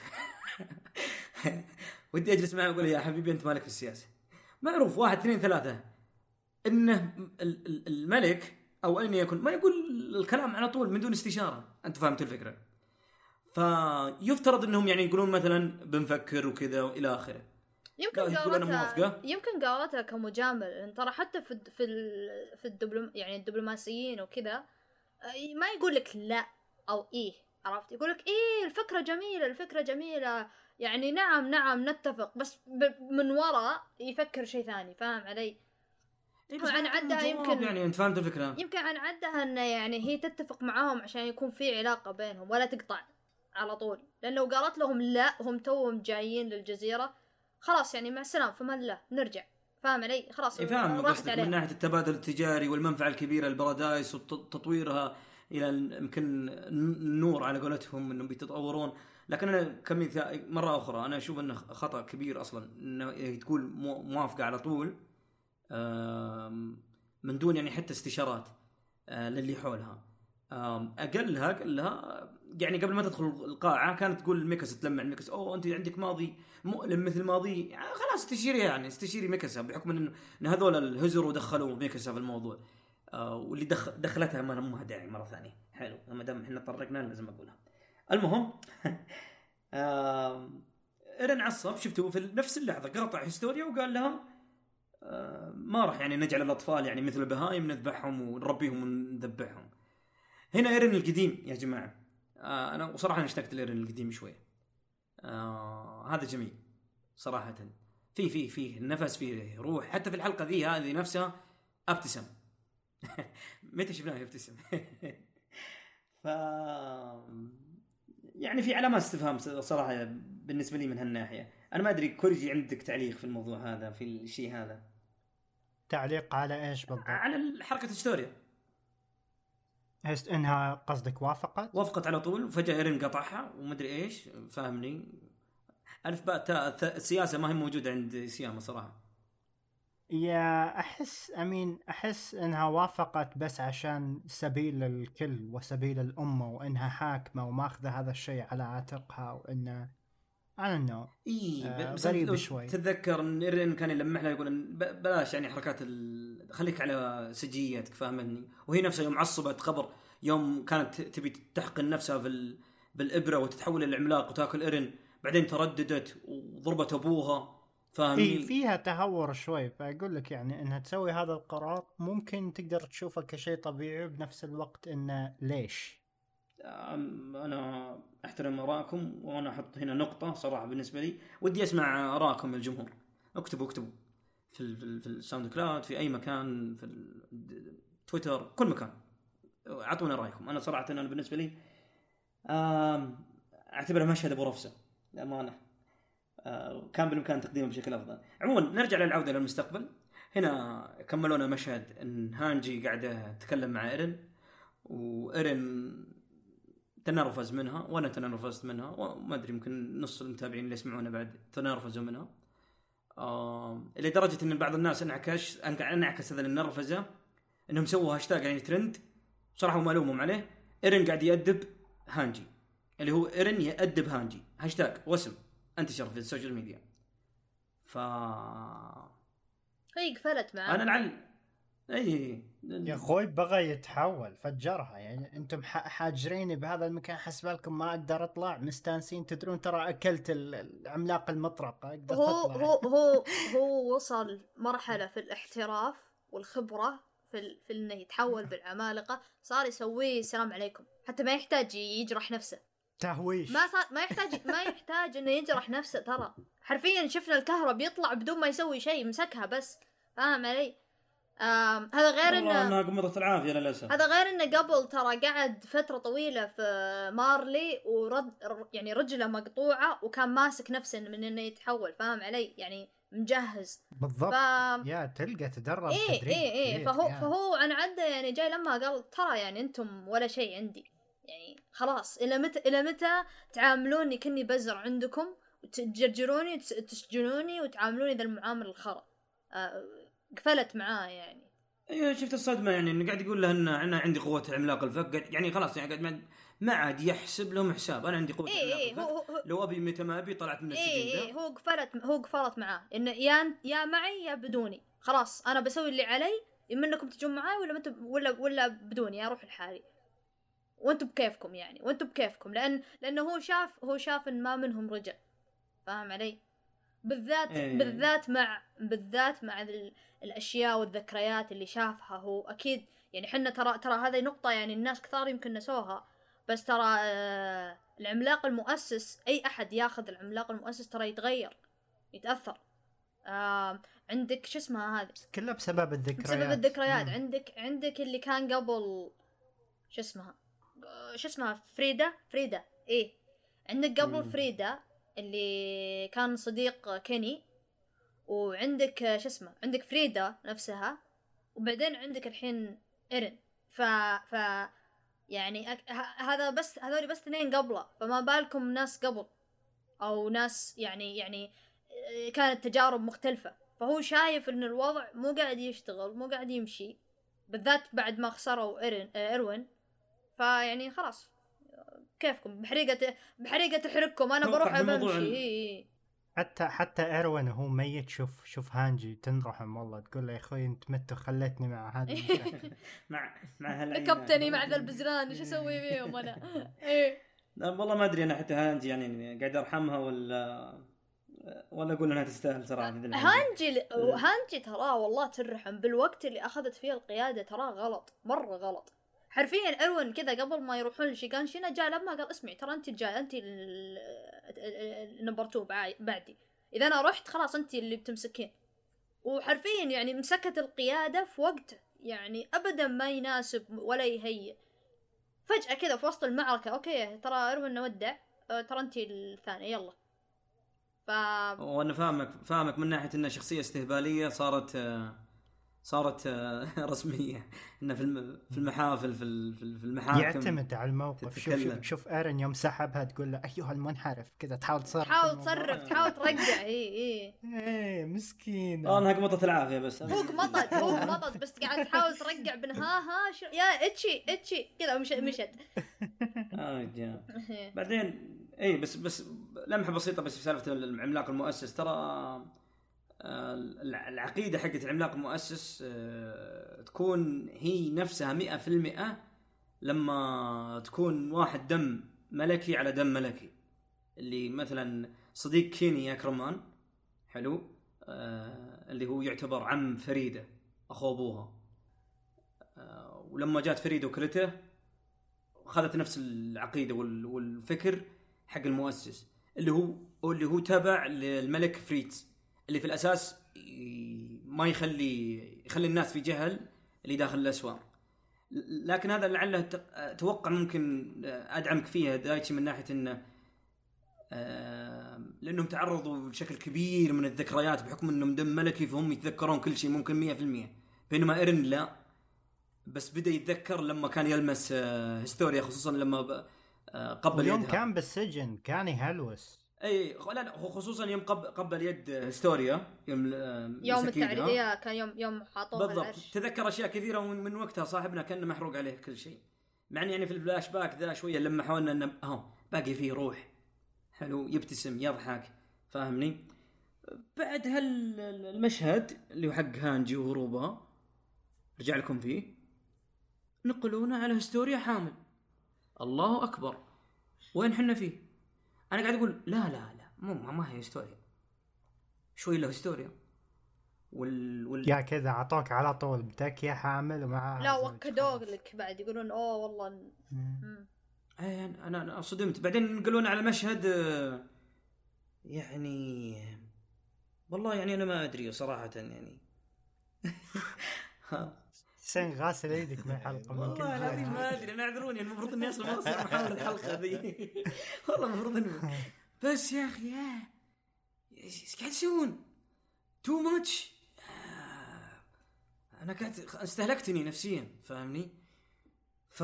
A: ودي اجلس معه اقول يا حبيبي انت مالك في السياسه، معروف واحد اثنين ثلاثه انه الملك او اين يكون ما يقول الكلام على طول من دون استشاره. انت فهمت الفكره؟ فيفترض انهم يعني يقولون مثلا بنفكر وكذا والى اخره.
B: يمكن قالتها يمكن قالتها كمجامل، ترى حتى في في في الدبلوم يعني الدبلوماسيين وكذا ما يقول لك لا او ايه، عرفت؟ يقول لك ايه الفكره جميله الفكره جميله يعني نعم نعم نتفق، بس من وراء يفكر شيء ثاني. فاهم علي؟
A: إيه
B: عن عدها يمكن
A: يعني انت فهمت الفكره،
B: يمكن عن عدها انه يعني هي تتفق معاهم عشان يكون في علاقه بينهم ولا تقطع على طول، لان لو قالت لهم لا هم توهم جايين للجزيره خلاص يعني مع السلامه فما لا نرجع. فاهم علي؟ خلاص
A: إيه فاهم قصدك من ناحيه التبادل التجاري والمنفعه الكبيره لبارادايس وتطويرها الى يمكن النور على قولتهم انهم بيتطورون. لكن انا كمثال مره اخرى انا اشوف انه خطا كبير اصلا انه تقول موافقه على طول من دون يعني حتى استشارات للي حولها. اقلها اقلها يعني قبل ما تدخل القاعه كانت تقول ميكاسا تلمع ميكاسا اوه انت عندك ماضي مؤلم مثل ماضي يعني خلاص استشيري يعني استشيري ميكاسا، بحكم ان ان هذول الهزر ودخلوا ميكاسا في الموضوع. آه واللي دخل دخلتها ما لها داعي مره ثانيه. حلو ما دام احنا طرقنا لازم اقولها. المهم آه ايرن عصب شفتوا في نفس اللحظه قاطع هيستوريا وقال لها آه ما راح يعني نجعل الاطفال يعني مثل البهايم نذبحهم ونربيهم ونذبحهم. هنا ايرن القديم يا جماعه آه انا وصراحه اشتقت لايرن القديم شوي. آه هذا جميل صراحه، في في في النفس فيه روح. حتى في الحلقه ذي هذه نفسها ابتسم. متى شفناه يبتسم؟ ف يعني في علامات استفهام صراحه بالنسبه لي من هالناحيه. انا ما ادري كوريجي عندك تعليق في الموضوع هذا في الشيء هذا؟
C: تعليق على ايش بالضبط؟
A: على حركه الهستوريا.
C: هست انها قصدك وافقت
A: وافقت على طول وفجاه ايرن قطعها ومدري ايش. فاهمني؟ الف باء تاء السياسه ما هي موجوده عند سياما صراحه.
C: يا احس امين احس انها وافقت بس عشان سبيل الكل وسبيل الامه، وانها حاكمه وماخذه هذا الشيء على عاتقها، وانه انا نو
A: اي
C: آه
A: بس
C: غريب
A: لو
C: شوي.
A: تتذكر ان ايرين كان يلمح لها يقول إن ب- بلاش يعني حركات ال... خليك على سجيتك فاهمني. وهي نفسها يوم عصبت خبر يوم كانت تبي تحقن نفسها في ال... بالابره وتتحول الى العملاق وتاكل ايرين، بعدين ترددت وضربت ابوها فاهمني.
C: اي فيها تهور شوي، فاقول لك يعني انها تسوي هذا القرار ممكن تقدر تشوفه كشيء طبيعي، بنفس الوقت انه ليش.
A: أم- انا احترم ارائكم، وانا احط هنا نقطه صراحه بالنسبه لي. ودي اسمع ارائكم يا الجمهور. اكتبوا اكتبوا في ال في, ال في الساوند كلاود، في اي مكان، في تويتر، كل مكان اعطونا رايكم. انا صراحه انا بالنسبه لي آم، اعتبره مشهد ابو رفسه للامانه. آه، كان بالامكان تقديمه بشكل افضل. عموما نرجع للعوده للمستقبل. هنا كملونا مشهد ان هانجي قاعده تتكلم مع ايرين، وايرين تنرفز منها، وانا تنرفزت منها، وما ادري يمكن نص المتابعين اللي يسمعونا بعد تنرفزوا منها. آه، لدرجه ان بعض الناس انعكش انعكس هذا النرفزه انهم سووا هاشتاج يعني ترند صراحه وما الومهم عليه. ايرين قاعد يأدب هانجي، اللي هو ايرين يأدب هانجي، هاشتاج واسم انتشر في السوشيال ميديا. ف
B: هي قفلت معاه.
A: انا لعل اي
C: يا اخوي بغى يتحول فجرها، يعني انتم حاجريني بهذا المكان، حسبالكم ما اقدر اطلع، مستانسين تدرون ترى اكلت العملاق المطرقه اقدر
B: هو
C: اطلع.
B: هو هو هو وصل مرحله في الاحتراف والخبره في ال... في انه يتحول بالعمالقه، صار يسوي السلام عليكم، حتى ما يحتاج يجرح نفسه.
C: تهويش
B: ما صار ما يحتاج ما يحتاج انه يجرح نفسه، ترى حرفيا شفنا الكهرب يطلع بدون ما يسوي شيء، مسكها بس، فاهم علي؟ آم هذا غير انه
A: والله انها قمضت العافيه للاسف.
B: هذا غير انه قبل ترى قعد فتره طويله في مارلي ورد يعني رجله مقطوعه وكان ماسك نفسه من انه يتحول، فاهم علي؟ يعني مجهز
C: بالضبط.
B: ف...
C: يا تلقى تدرب
B: إيه
C: تدريب
B: إيه إيه
C: كبير.
B: فهو
C: يا.
B: فهو عن عده يعني جاي لما قال ترى يعني انتم ولا شيء عندي، يعني خلاص الى متى الى متى تعاملوني كني بزر عندكم وتجرجروني وتسجنوني وتعاملوني ذا المعامل الخرا. آه قفلت معاه يعني.
A: ايوه شفت الصدمه، يعني انه قاعد يقول له ان انا عندي قوه عملاق الفك، يعني خلاص يعني قاعد ما عاد يحسب لهم حساب. انا عندي قوه
B: إيه
A: عملاق
B: إيه
A: الفك،
B: هو هو
A: لو ابي متى ما ابي طلعت من السجن
B: إيه
A: ذا.
B: إيه هو قفلت هو قفلت معاه انه يا يا معي يا بدوني، خلاص انا بسوي اللي علي، اما انكم تجون معاي ولا مت... ولا ولا بدوني اروح لحالي، وانتم بكيفكم يعني، وانتم بكيفكم، لان لانه هو شاف هو شاف ان ما منهم رجع، فاهم علي؟ بالذات
A: إيه.
B: بالذات مع بالذات مع ال... الاشياء والذكريات اللي شافها هو اكيد يعني. حنا ترى ترى هذه نقطة يعني الناس كثار يمكن نسوها، بس ترى آه العملاق المؤسس، اي احد ياخذ العملاق المؤسس ترى يتغير يتأثر. آه عندك شو اسمها هذه
C: كلها بسبب الذكريات.
B: بسبب الذكريات.
C: مم.
B: عندك عندك اللي كان قبل شو اسمها شو اسمها فريدة فريدة ايه عندك قبل
A: مم.
B: فريدة اللي كان صديق كيني، وعندك شو اسمه عندك فريدة نفسها، وبعدين عندك الحين إيرين. ف ف يعني أك... ه... هذا بس هذول بس اثنين قبله، فما بالكم ناس قبل او ناس يعني يعني كانت تجارب مختلفة. فهو شايف ان الوضع مو قاعد يشتغل، مو قاعد يمشي، بالذات بعد ما خسروا إيرين إيروين. فيعني خلاص كيفكم بحريقة بحريقة تحرقكم، انا بروح بمشي. ال...
C: حتى حتى ايروين وهو ميت شوف شوف هانجي تنرحم والله، تقول له يا اخوي انت مت وخلتني مع هذا
A: مع مع هالعين
B: كابتني مع ذا البزران ايش اسوي فيهم انا؟ ايه
A: لا والله ما ادري انا حتى هانجي يعني قاعد ارحمها ولا ولا اقول انها تستاهل صراحه.
B: هانجي هانجي ترى والله ترحم، بالوقت اللي اخذت فيه القياده ترى غلط مره غلط حرفيا. ايروين كذا قبل ما يروحون لشيغانشينا جاء لما قال اسمعي ترى انت الجاي، انت النمبر تو بعدي، اذا انا رحت خلاص انت اللي بتمسكين. وحرفيا يعني مسكت القياده في وقت يعني ابدا ما يناسب ولا يهيئ، فجاه كذا في وسط المعركه اوكي ترى ايروين نودع، ترى انت الثانيه يلا. ف
A: وانا فاهمك فاهمك من ناحيه انها شخصيه استهباليه، صارت صارت رسميه انه في في المحافل في في المحاكم
C: يعتمد على الموقف. شوف شوف شوف ايرن يوم سحبها تقول له ايها المنحرف كذا، تحاول تصرف
B: تحاول تصرف تحاول ترجع. اي اي
C: ايه مسكين.
A: اه انها قمطت العافيه بس
B: هو قمطت هو قمطت بس قاعد تحاول ترجع بنهاها شو يا اتشي اتشي كذا مش مشت.
A: اه جا بعدين اي بس بس لمحه بسيطه بس في سالفه العملاق المؤسس. ترى العقيدة حقت العملاق المؤسس تكون هي نفسها مئة في المئة لما تكون واحد دم ملكي على دم ملكي. اللي مثلا صديق كيني يا كرمان حلو اللي هو يعتبر عم فريدة أخو أبوها، ولما جات فريدة وكلته خذت نفس العقيدة والفكر حق المؤسس اللي هو اللي هو تبع للملك فريتز اللي في الأساس ما يخلي يخلي الناس في جهل اللي داخل الأسوار. لكن هذا لعله توقع ممكن أدعمك فيها دايتشي من ناحية إنه لأنهم تعرضوا بشكل كبير من الذكريات بحكم إنهم دم ملكي فهم يتذكرون كل شيء ممكن مية في المية، بينما إيرن لا، بس بدأ يتذكر لما كان يلمس هستوريا خصوصا لما قبل
C: يوم كان بالسجن كان يهلوس.
A: اي لا لا هو خصوصا يوم قبل قبل يد هستوريا يوم
B: يوم التعريضيه كان يوم يوم حاطوها
A: بالضبط. تذكر اشياء كثيره ومن من وقتها صاحبنا كان محروق عليه كل شيء، مع ان يعني في الفلاش باك ذا شويه لما حاولنا انه اهو باقي فيه روح حلو يبتسم يضحك فاهمني. بعد هالمشهد اللي هو حق هانجي وهروبها رجع لكم فيه نقلونا على هستوريا حامل. الله اكبر وين حنا فيه؟ انا قاعد اقول لا لا لا مو ما هي هستوريا شوي له هستوريا وال, وال...
C: يا كذا عطوك على طول بدك يا حامل ومع
B: لا وكدوق لك بعد يقولون اوه والله
A: اي انا انا صدمت. بعدين نقولون على مشهد يعني والله يعني انا ما ادري صراحه يعني
C: سن غاسل يدك من الحلقه
A: والله العظيم ما ادري انا اعذروني المفروض اني اصلا ما اصير محاول الحلقه ذي والله المفروض انه بس يا اخي يا ايش قاعد تسوون تو ماتش. انا قاعد استهلكتني نفسيا فاهمني. ف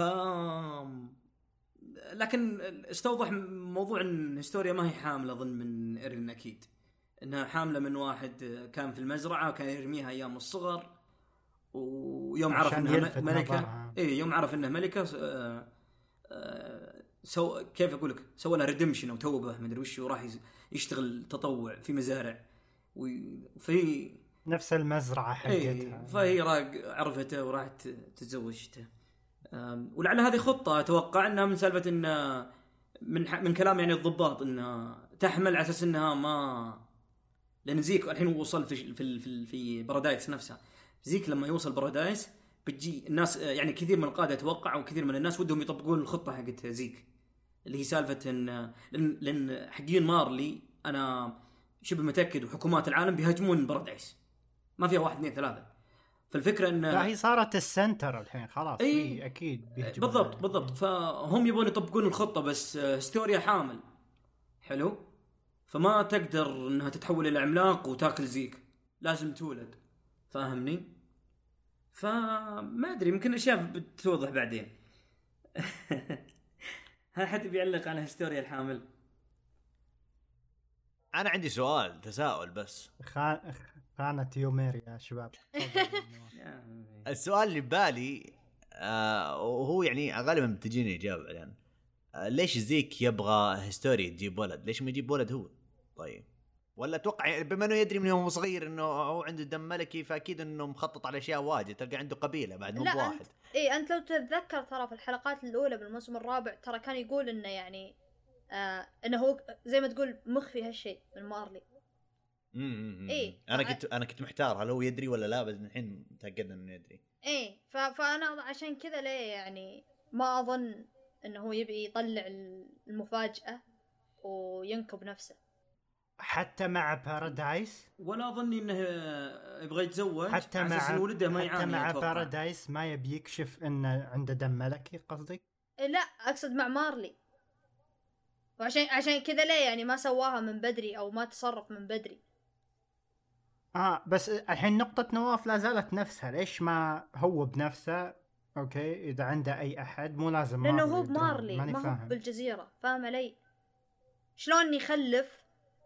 A: لكن استوضح موضوع ان هستوريا ما هي حامله اظن من ايرن اكيد انها حامله من واحد كان في المزرعه وكان يرميها ايام الصغر ويوم عرف انها ملكه ايه يوم عرف انها ملكه آه آه سو كيف اقول لك سوى لها ريدمشن او توبه ما ادري وش وراح يشتغل تطوع في مزارع وفي
C: نفس المزرعه حقتها
A: ايه فهي عرفته وراحت تتزوجته. ولعل هذه خطه اتوقع انها من سالفه ان من من كلام يعني الضباط انها تحمل على اساس انها ما لان زيك الحين وصل في في في, في بارادايس نفسها. زيك لما يوصل بارادايس بتجي الناس يعني كثير من القاده اتوقع وكثير من الناس ودهم يطبقون الخطه حقت زيك اللي هي سالفه ان لان حقين مارلي انا شبه متاكد وحكومات العالم بيهاجمون بارادايس ما فيها واحد اثنين ثلاثه. فالفكره ان
C: لا هي صارت السنتر الحين خلاص
A: اي
C: اكيد
A: بيهاجمون بالضبط بالضبط. فهم يبون يطبقون الخطه بس هستوريا حامل حلو فما تقدر انها تتحول الى عملاق وتاكل زيك لازم تولد فاهمني. فما ادري يمكن اشياء بتوضح بعدين. هل حد بيعلق على هستوريا الحامل؟
D: انا عندي سؤال تساؤل بس
C: خان... خانة يومير يا شباب.
D: السؤال اللي ببالي آه وهو يعني غالبا بتجيني اجابه بعدين آه ليش زيك يبغى هستوري تجيب ولد؟ ليش ما يجيب ولد هو؟ طيب ولا اتوقع بما انه يدري من يوم صغير انه هو عنده دم ملكي فاكيد انه مخطط على اشياء واجد. تلقى عنده قبيله بعد مو بواحد.
B: أنت... ايه انت لو تتذكر ترى في الحلقات الاولى بالموسم الرابع ترى كان يقول انه يعني آه انه هو زي ما تقول مخفي هالشيء من مارلي.
D: امم ايه انا كنت انا كنت محتار هل هو يدري ولا لا بس الحين تاكدنا انه يدري.
B: ايه ف... فانا عشان كذا ليه يعني ما اظن انه هو يبي يطلع المفاجاه وينكب نفسه
C: حتى مع بارادايس
A: ولا اظني انه يبغى يتزوج
C: حتى مع ولده ما يعاني. حتى مع بارادايس ما يبي يكشف انه عنده دم ملكي قصدك؟
B: لا اقصد مع مارلي وعشان عشان كذا ليه يعني ما سواها من بدري او ما تصرف من بدري.
C: اه بس الحين نقطة نواف لا زالت نفسها، ليش ما هو بنفسه؟ اوكي اذا عنده اي احد مو لازم
B: لانه
C: مارلي
B: هو
C: يدرون.
B: بمارلي
C: ماني
B: ما هو
C: فاهم.
B: بالجزيرة، فاهم علي؟ شلون يخلف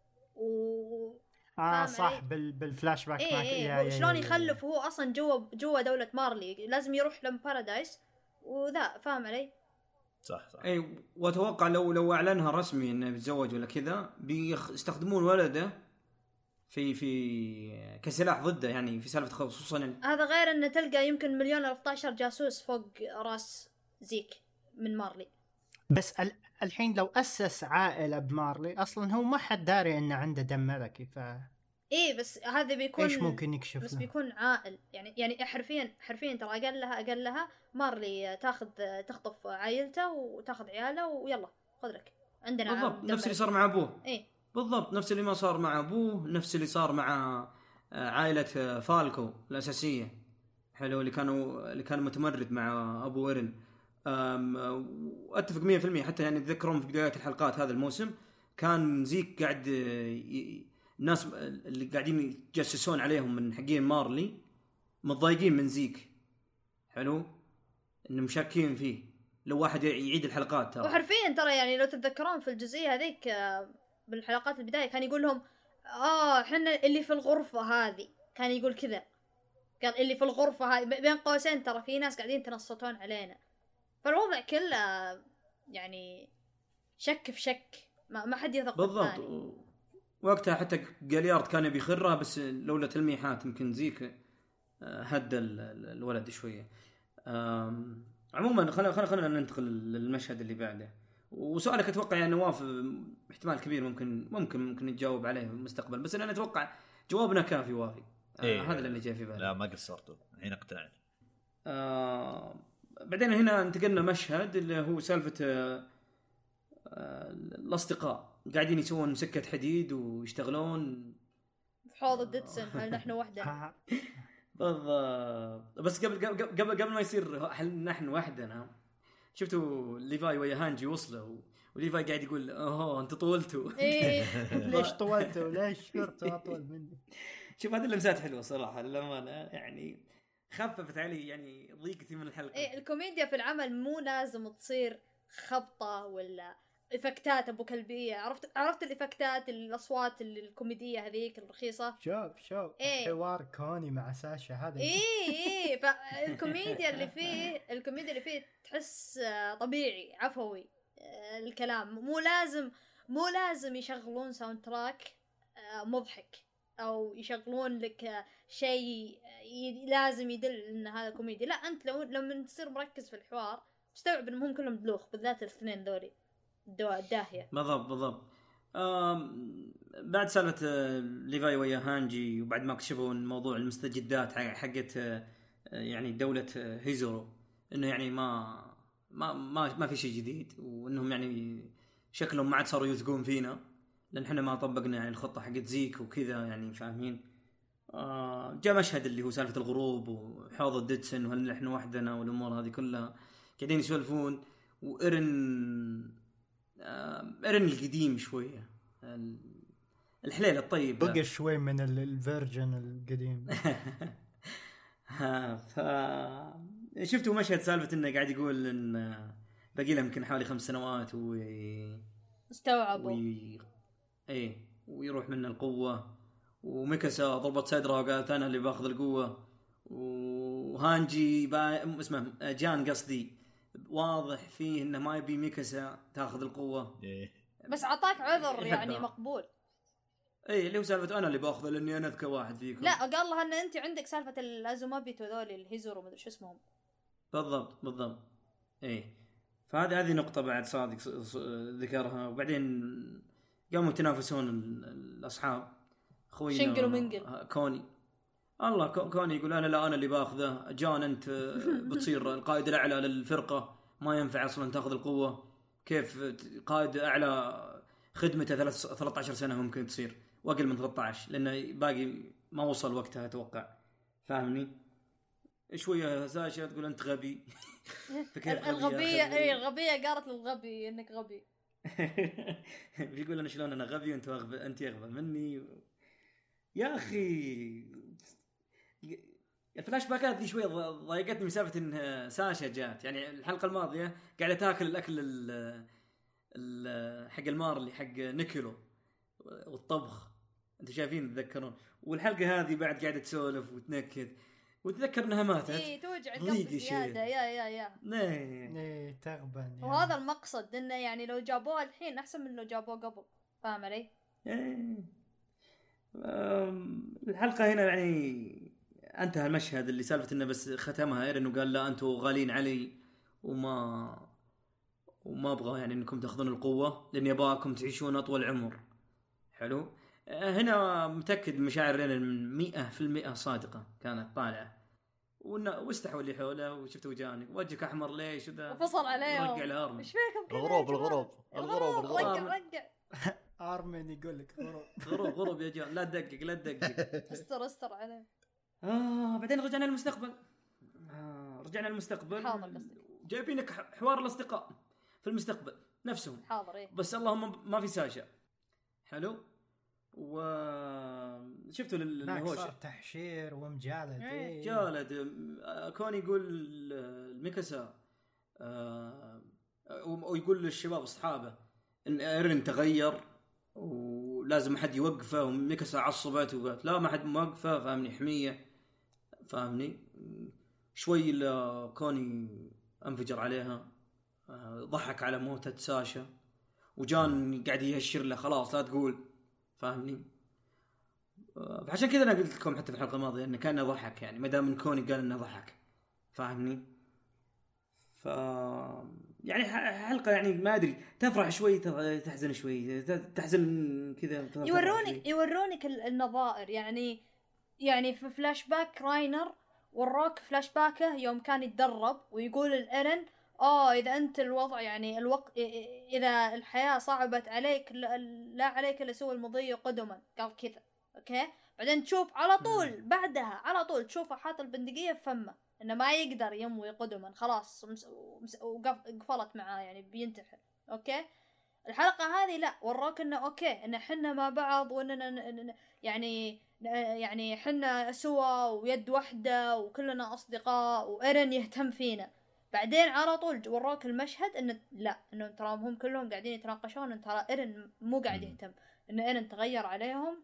B: و
C: اه
B: فاهم
C: صح
B: علي؟
C: بال بالفلاش باك
B: ايه
C: ماك.
B: ايه
C: يا
B: هو
C: يا
B: شلون
C: يا
B: يخلف وهو اصلا جوا جوا دولة مارلي، لازم يروح لبارادايس وذا، فاهم علي؟
D: صح صح.
A: اي واتوقع لو لو اعلنها رسمي انه بيتزوج ولا كذا بيستخدمون ولده في في كسلاح ضده، يعني في سالفه خصوصا يعني.
B: هذا غير ان تلقى يمكن مليون ألف عشر جاسوس فوق راس زيك من مارلي.
C: بس ال... الحين لو اسس عائلة بمارلي اصلا هو ما حد داري انه عنده دم ملكي، ف
B: ايه بس هذا بيكون
C: ايش ممكن يكشف
B: بس
C: له؟
B: بيكون عائل يعني يعني حرفيا حرفيا ترى اقل لها اقل لها مارلي تاخذ تخطف عائلته وتاخذ عياله ويلا خذ لك عندنا
A: بالضبط
B: دم
A: نفس اللي
B: ملكي.
A: صار مع ابوه.
B: ايه
A: بالضبط نفس اللي ما صار مع ابوه، نفس اللي صار مع آه، عائله آه، فالكو الاساسيه. حلو، اللي كانوا اللي كان متمرد مع ابو ايرن. أم، واتفق مية بالمية. حتى يعني تذكرون في بدايات الحلقات هذا الموسم كان زيك قاعد آه، ي- الناس اللي قاعدين يتجسسون عليهم من حقين مارلي متضايقين من زيك. حلو، انهم شاكين فيه. لو واحد يعيد الحلقات ترى
B: وحرفيا ترى يعني لو تتذكرون في الجزئيه هذيك آه، بالحلقات البدايه كان يقول لهم اه احنا اللي في الغرفه هذه، كان يقول كذا، قال اللي في الغرفه هذه بين قوسين ترى في ناس قاعدين يتنصتون علينا. فالوضع كله يعني شك في شك، ما, ما حد يثق
A: بالضبط.
B: بالثاني.
A: وقتها حتى جاليارد كان يبي يخرها، بس لولا تلميحات يمكن زيك آه، هدى ال- ال- الولد شويه. آم، عموما خلينا خلينا خلينا ننتقل للمشهد اللي بعده. وسؤالك اتوقع يعني نواف احتمال كبير ممكن ممكن ممكن نتجاوب عليه في المستقبل، بس انا اتوقع جوابنا كافي وافي. آه
D: إيه
A: هذا اللي جاي في بالي.
D: لا ما قصرتوا الحين اقتنعت.
A: آه بعدين هنا انتقلنا مشهد اللي هو سالفه آه آه الاصدقاء قاعدين يسوون سكه حديد ويشتغلون
B: في حوض الديتسن هل نحن وحدنا؟
C: آه.
A: بالضبط. بس قبل قبل قبل قبل ما يصير هل نحن وحدنا، شفتوا ليفاي ويا هانجي وصلوا وليفاي قاعد يقول اوه انت طولتوا.
B: ايه
C: ليش طولتوا؟ ليش صرتوا اطول مني؟
A: شوف هذه اللمسات حلوه صراحه للامانه، يعني خففت علي يعني ضيقتي من الحلقه.
B: ايه الكوميديا في العمل مو لازم تصير خبطة ولا افكتات ابو كلبية، عرفت عرفت الافكتات الاصوات الكوميدية هذيك الرخيصة.
C: شوف شوف
B: إيه.
C: حوار كوني مع ساشا هذا.
B: ايه ايه فالكوميديا اللي فيه الكوميديا اللي فيه تحس آه، طبيعي عفوي. آه، الكلام مو لازم مو لازم يشغلون ساوند تراك آه، مضحك او يشغلون لك آه، شيء آه، ي- لازم يدل ان هذا كوميدي. لا انت لو لما تصير مركز في الحوار تستوعب انهم كلهم دلوخ، بالذات الاثنين ذولي الدواء الداهية.
A: بالضبط بالضبط. آم، بعد سالفه آه، ليفاي ويا هانجي، وبعد ما كشفوا موضوع المستجدات حق- حقت آه، يعني دوله آه، هيزورو، انه يعني ما ما ما, ما في شيء جديد، وانهم يعني شكلهم ما عاد صاروا يثقون فينا لان احنا ما طبقنا يعني الخطه حقت زيك وكذا، يعني فاهمين. آه جاء مشهد اللي هو سالفه الغروب وحوض الديتسن وهل احنا وحدنا والامور هذه كلها قاعدين يسولفون. وإرن آه إرن القديم شويه، ال- الحليل الطيب ذا.
C: بقى شوي من ال- الفيرجن القديم.
A: ها ف شفتوا مشهد سالفه انه قاعد يقول ان باقي له يمكن حوالي خمس سنوات و
B: استوعبوا
A: وي... ايه ويروح منه القوه، وميكاسا ضربت صدره وقالت انا اللي باخذ القوه، وهانجي با... اسمه جان قصدي واضح فيه انه ما يبي ميكاسا تاخذ القوه.
D: إيه.
B: بس عطاك عذر يعني
A: يحبها.
B: مقبول.
A: ايه اللي هو سالفه انا اللي باخذه لاني انا اذكى واحد فيكم.
B: لا قال له ان انت عندك سالفه الازومابيتو ذولي الهيزورو مدري شو اسمهم.
A: بالضبط بالضبط. ايه فهذه هذه نقطة بعد صادق ص- ص- ذكرها. وبعدين قاموا يتنافسون ال- الأصحاب خوينا
B: شنقل ومنقل.
A: كوني. الله كو- كوني يقول أنا لا أنا اللي باخذه. جان أنت بتصير القائد الأعلى للفرقة، ما ينفع أصلا تاخذ القوة. كيف قائد أعلى خدمته ثلاث ثلاثة عشر سنة ممكن تصير، وأقل من ثلاثة عشر لأنه باقي ما وصل وقتها أتوقع. فاهمني؟ شوية ساشا تقول أنت غبي.
B: الغبية اي الغبية قالت للغبي انك غبي.
A: بيقول انا شلون انا غبي وانت اغبى، انت اغبى مني و... يا اخي الفلاش باكات ذي شوي ضايقتني من سالفه ان ساشا جات. يعني الحلقه الماضيه قاعده تاكل الاكل ال حق المار اللي حق نيكولو والطبخ، انتم شايفين تذكرون. والحلقه هذه بعد قاعده تسولف وتنكد وتذكر انها ماتت.
B: ايه توجع القلب زياده يا يا يا
C: ايه ايه تغبن.
B: وهذا المقصد انه يعني لو جابوها الحين احسن من لو جابوها قبل، فاهم علي؟
A: ايه الحلقه هنا يعني انتهى المشهد اللي سالفه انه بس ختمها ايرن وقال لا انتم غالين علي وما وما ابغى يعني انكم تاخذون القوه لاني ابغاكم تعيشون اطول عمر. حلو. هنا متاكد مشاعر ايرن مئة بالمئة صادقه كانت طالعه، واستحوا اللي حوله وشفت وجانك وجهك احمر ليش وذا
B: فصل عليه
A: رجع الهرم.
B: ايش فيكم كذا؟
D: الغروب الغروب الغروب
B: الغروب رجع رجع
C: ارمن يقول لك غروب
A: غروب غروب يا جان لا تدقق لا تدقق
B: استر استر عليه.
A: اه بعدين رجعنا للمستقبل. آه رجعنا للمستقبل.
B: حاضر قصدك
A: جايبينك حوار الاصدقاء في المستقبل نفسهم.
B: حاضر ايه.
A: بس اللهم ما في ساشا. حلو. وشفتوا الهوش
C: تحشير ومجالد.
B: ايه
A: جالد كون يقول الميكاسا آه ويقول للشباب اصحابه ان ايرن تغير ولازم حد يوقفه، وميكاسا عصبت وقالت لا ما حد موقفه فاهمني حميه فاهمني. شوي كوني انفجر عليها، ضحك على موتة ساشا وجان قاعد يهشر له خلاص لا تقول فاهمني. فعشان كذا انا قلت لكم حتى في الحلقه الماضيه انه كان ضحك يعني ما دام من كوني قال انه ضحك فاهمني. ف يعني حلقه يعني ما ادري تفرح شوي تحزن شوي تحزن كذا.
B: يورونك يورونك النظائر يعني يعني في فلاش باك راينر وراك فلاش باكه يوم كان يتدرب ويقول الإيرن اه اذا انت الوضع يعني الوقت اذا الحياه صعبت عليك لا عليك الا سوى المضي قدما قال كذا اوكي. بعدين تشوف على طول بعدها على طول تشوفه حاط البندقيه في فمه انه ما يقدر يموي قدما خلاص وقفلت معاه يعني بينتحر اوكي. الحلقه هذه لا وراك انه اوكي ان احنا مع بعض واننا يعني يعني احنا سوا ويد واحده وكلنا اصدقاء وإيرن يهتم فينا. بعدين على طول وراك المشهد انه لا انه تراهم هم كلهم قاعدين يتناقشون ان ترى إيرن مو قاعد يهتم، ان إيرن تغير عليهم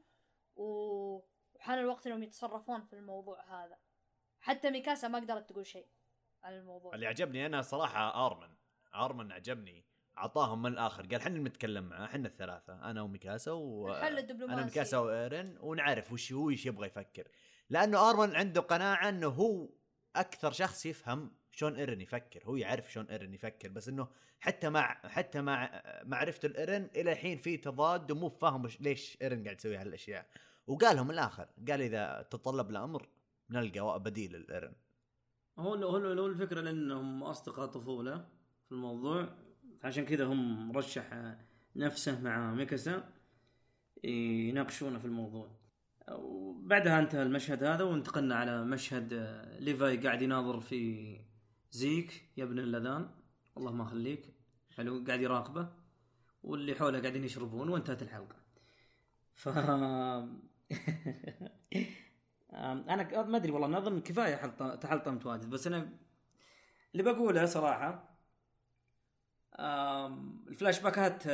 B: وحان الوقت انهم يتصرفون في الموضوع هذا. حتى ميكاسا ما قدرت تقول شيء على الموضوع.
D: اللي عجبني انا صراحه ارمن ارمن عجبني عطاهم من الاخر قال حنا نتكلم معه حنا الثلاثه انا وميكاسا وانا ميكاسا وإيرن ونعرف وش هو ايش يبغى يفكر، لانه ارمن عنده قناعه انه هو اكثر شخص يفهم شلون إيرن يفكر. هو يعرف شلون إيرن يفكر بس انه حتى مع حتى مع معرفه الإيرن الى الحين في تضاد ومو فاهم ليش إيرن قاعد يسوي هالاشياء. وقالهم من الاخر قال اذا تطلب الامر نلقى بديل للإيرن.
A: هو هو هو الفكره لانهم اصدقاء طفوله في الموضوع عشان كذا هم رشح نفسه مع ميكاسا يناقشونه في الموضوع. وبعدها انتهى المشهد هذا وانتقلنا على مشهد ليفاي قاعد يناظر في زيك يا ابن اللذان الله ما خليك. حلو. قاعد يراقبه واللي حوله قاعدين يشربون وانتهت الحلقه. ف انا ما ادري والله نظن كفايه حلقه تحلطه متواجد. بس انا اللي بقوله صراحه الفلاش باكات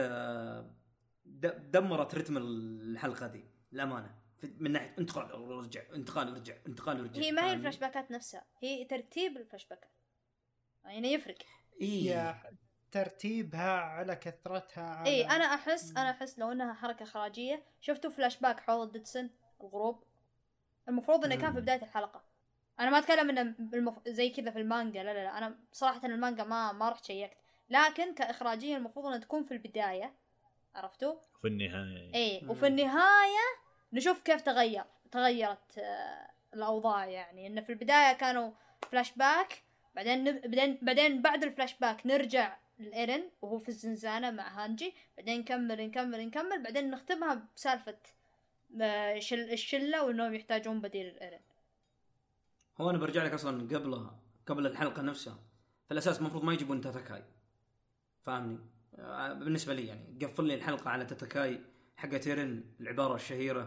A: دمرت رتم الحلقه دي الامانه من ناحيه انتقال ورجع انتقال ورجع انتقال ورجع.
B: هي ما هي الفلاش باكات نفسها هي ترتيب الفلاش باكات يعني يفرق.
C: إيه ترتيبها على كثرتها على...
B: اي انا احس انا احس لو انها حركه اخراجيه. شفتوا فلاش باك حوض ديدسون الغروب المفروض انه كان في بدايه الحلقه. انا ما اتكلم انه المف... زي كذا في المانجا لا لا لا انا صراحه المانجا ما ما رحت شيكت لكن كاخراجيه المفروض انها تكون في البدايه عرفتوا
D: في النهايه.
B: اي وفي النهايه نشوف كيف تغير تغيرت آه الاوضاع. يعني انه في البدايه كانوا فلاش باك بعدين نب... بعدين بعدين بعد الفلاش باك نرجع لإيرن وهو في الزنزانه مع هانجي بعدين نكمل نكمل نكمل بعدين نختمها بسالفه شل الشله وانهم يحتاجون بديل لإيرن.
A: هو انا برجع لك اصلا قبلها قبل الحلقه نفسها في الاساس المفروض ما يجيبون تاتاكاي فاهمني. بالنسبه لي يعني قفل لي الحلقه على تاتاكاي حقت إيرن العباره الشهيره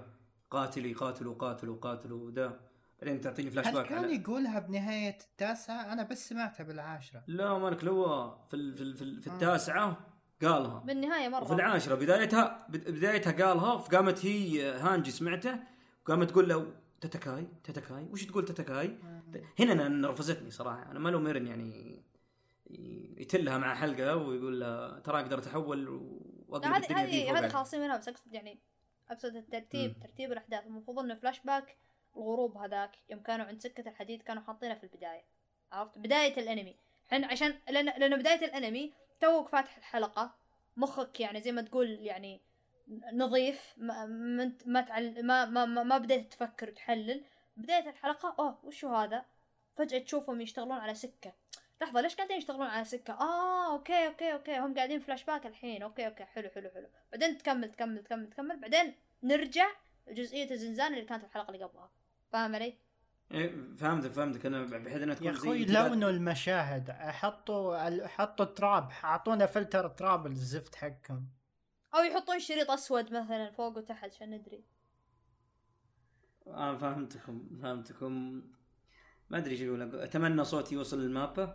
A: قاتلي قاتلوا قاتلوا قاتلوا ده، بعدين تعطيني فلاش
C: هل
A: باك
C: كان
A: على...
C: يقولها بنهاية التاسعة؟ أنا بس سمعتها بالعاشرة.
A: لا مالك لو في ال... في, ال... في, ال... في التاسعة قالها
B: بالنهاية مرة،
A: وفي العاشرة بدايتها بدايتها قالها، فقامت هي هانجي سمعته وقامت تقول له تتكاي تتكاي وش تقول تتكاي. هنا أنا نرفزتني صراحة. أنا ما له ميرن يعني يتلها مع حلقة ويقول لها ترى أقدر أتحول وأقلب الدنيا دي.
B: هذه هذه خاصين منها، بس أقصد يعني أقصد الترتيب. م. ترتيب الأحداث المفروض إنه فلاش باك الغروب هذاك يوم كانوا عند سكة الحديد كانوا حاطينه في البداية، عرفت؟ بداية الأنمي حن عشان لأن لأنه بداية الأنمي توك فاتح الحلقة، مخك يعني زي ما تقول يعني نظيف، ما ما تعل ما ما ما, ما بدأت تفكر وتحلل. بداية الحلقة أوه وشو هذا، فجأة تشوفهم يشتغلون على سكة. لحظة ليش قاعدين يشتغلون على سكة؟ آه أوكي أوكي أوكي هم قاعدين فلاش باك الحين. أوكي أوكي حلو حلو حلو. بعدين تكمل تكمل تكمل تكمل بعدين نرجع جزئية الزنزان اللي كانت في الحلقة اللي قبلها. فاهم علي؟
A: إيه فهمتك فهمتك. أنا بحيث إنها تكون
C: زي يا أخوي لونوا المشاهد، حطوا حطوا تراب، أعطونا فلتر تراب الزفت حقهم،
B: أو يحطون شريط أسود مثلا فوق وتحت عشان ندري.
A: آه فهمتكم فهمتكم. ما أدري شو أقول. أتمنى صوتي يوصل للمابا.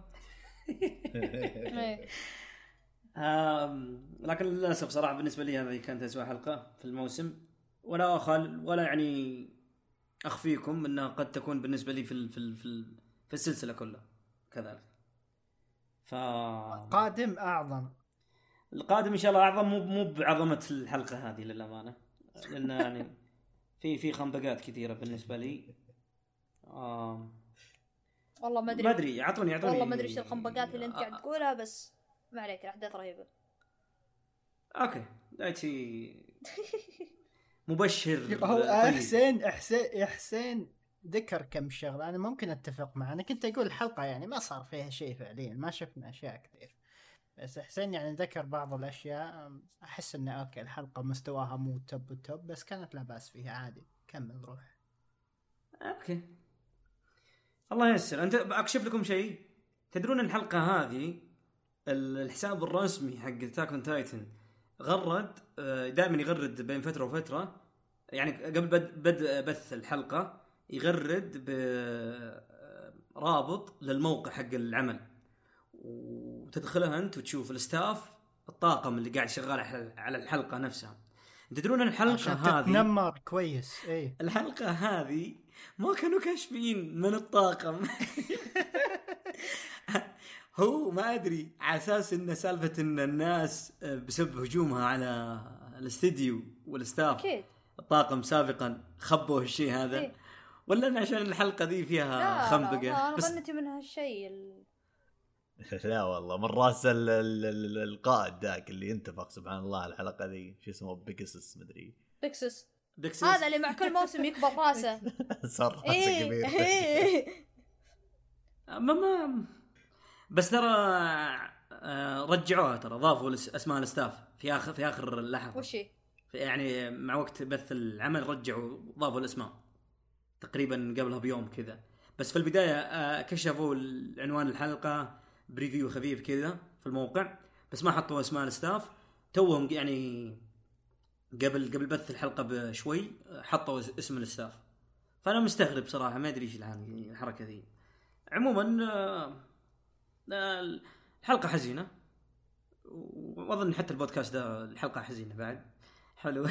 A: لكن للأسف صراحة بالنسبة لي هذه كانت أسوأ حلقة في الموسم، ولا أخل ولا يعني أخفيكم أنها قد تكون بالنسبة لي في ال في ال في, ال في السلسلة كلها كذلك. ف
C: قادم أعظم،
A: القادم إن شاء الله أعظم، مو مو بعظمة الحلقة هذه للأمانة، لأن يعني في في خنبقات كثيرة بالنسبة لي. آه
B: والله ما ادري
A: ما ادري اعطوني اعطوني
B: والله ما ادري ايش الخنبقات اللي انت قاعد تقولها، بس ما عليك الاحداث رهيبه.
A: اوكي دايتي مبشر.
C: هو احسن احسن احسن ذكر كم شغله انا ممكن اتفق معه. انا كنت اقول الحلقه يعني ما صار فيها شيء فعليا، ما شفنا اشياء كثير، بس حسين يعني ذكر بعض الاشياء احس ان اوكي الحلقه مستواها مو توب التوب، بس كانت لا باس فيها عادي. كمل روح.
A: اوكي الله ييسر. انت اكشف لكم شيء، تدرون الحلقه هذه الحساب الرسمي حق أتاك أون تايتن غرد، دائما يغرد بين فتره وفتره، يعني قبل بدء بث الحلقه يغرد برابط للموقع حق العمل، وتدخلها انت وتشوف الستاف الطاقم اللي قاعد شغال على الحلقه نفسها. تدرون الحلقه هذه
C: تتنمر كويس. ايه
A: الحلقه هذه ما كانوا كاشفين من الطاقم. هو ما ادري على اساس ان سالفه ان الناس بسبب هجومها على الاستديو والستاف
B: أكيد.
A: الطاقم سابقا خبوا الشيء هذا إيه؟ ولا ان عشان الحلقه دي فيها خنبقه؟
B: لا انا ظنيت من هالشيء ال...
D: لا والله من راس القائد ذاك اللي انتفق سبحان الله الحلقه دي، شو اسمه بيكسس مدري
B: بيكسس
A: بيكسس
B: هذا اللي مع كل موسم يكبر راسه.
D: صار راسه
B: إيه
D: كبير.
B: إيه.
A: ما ما بس ترى رجعوها، ترى ضافوا اسماء الستاف في اخر في اخر اللحظه.
B: وش
A: يعني مع وقت بث العمل رجعوا ضافوا الاسماء تقريبا قبلها بيوم كذا، بس في البدايه كشفوا عنوان الحلقه بريفيو خفيف كذا في الموقع، بس ما حطوا اسماء الستاف. توهم يعني قبل قبل بث الحلقه بشوي حطوا اسم الستاف، فانا مستغرب صراحه، ما ادري ايش الحركه ذي. عموما الحلقه حزينه، واظن حتى البودكاست ده الحلقه حزينه بعد. حلو.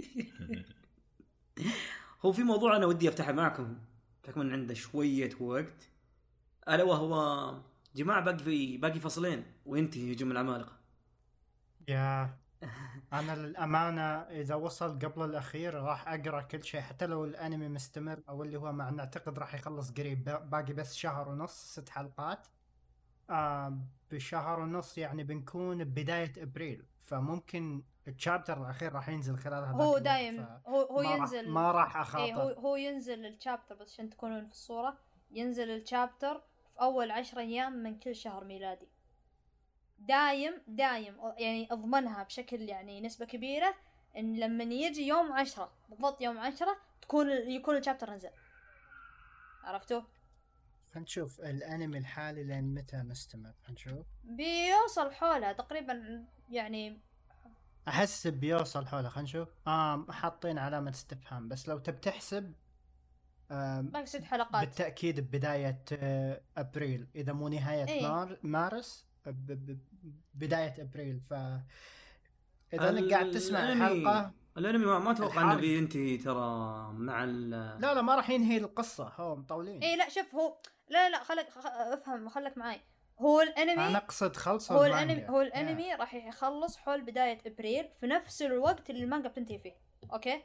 A: هو في موضوع انا ودي افتحه معكم بحكم ان عنده شويه وقت، الا وهو جماعه باقي في باقي فصلين وينتهي هجوم العمالقه.
C: يا انا للامانه اذا وصل قبل الاخير راح اقرا كل شيء، حتى لو الانمي مستمر او اللي هو مع نعتقد راح يخلص قريب، باقي بس شهر ونص ست حلقات. آه بشهر ونص يعني بنكون بدايه ابريل، فممكن الشابتر الاخير راح ينزل خلال هذا
B: هو دايم هو هو
C: ما
B: ينزل
C: راح ما راح اخاطر.
B: إيه هو هو ينزل الشابتر، بس عشان تكونون في الصوره ينزل الشابتر في اول عشر ايام من كل شهر ميلادي. دايم دايم يعني اضمنها بشكل يعني نسبه كبيره ان لما يجي يوم عشرة بالضبط يوم عشرة تكون يكون الشابتر نزل. عرفتوا؟
C: هنشوف الانمي الحالي لين متى مستمر، هنشوف
B: بيوصل حولها تقريبا يعني
C: احس بيوصل حوله. خلينا نشوف. اه حاطين علامه استفهام، بس لو تبي تحسب
B: باقي ست حلقات
C: بالتاكيد ببدايه آه ابريل، اذا مو نهايه
B: إيه؟
C: مار مارس ب- ب- بدايه ابريل. ف اذا انك قاعد تسمع الحلقه
A: الانمي ما اتوقع
C: الحرق.
A: انه بينتهي ترى مع ال
C: لا لا ما راح ينهي القصه، هو مطولين.
B: ايه لا شوف هو لا لا خلك خ... افهم خلك معاي. هو الانمي
C: انا اقصد خلصوا
B: هو
C: المانجا.
B: الانمي هو الانمي راح يخلص حول بدايه ابريل في نفس الوقت اللي المانجا بتنتهي فيه. اوكي،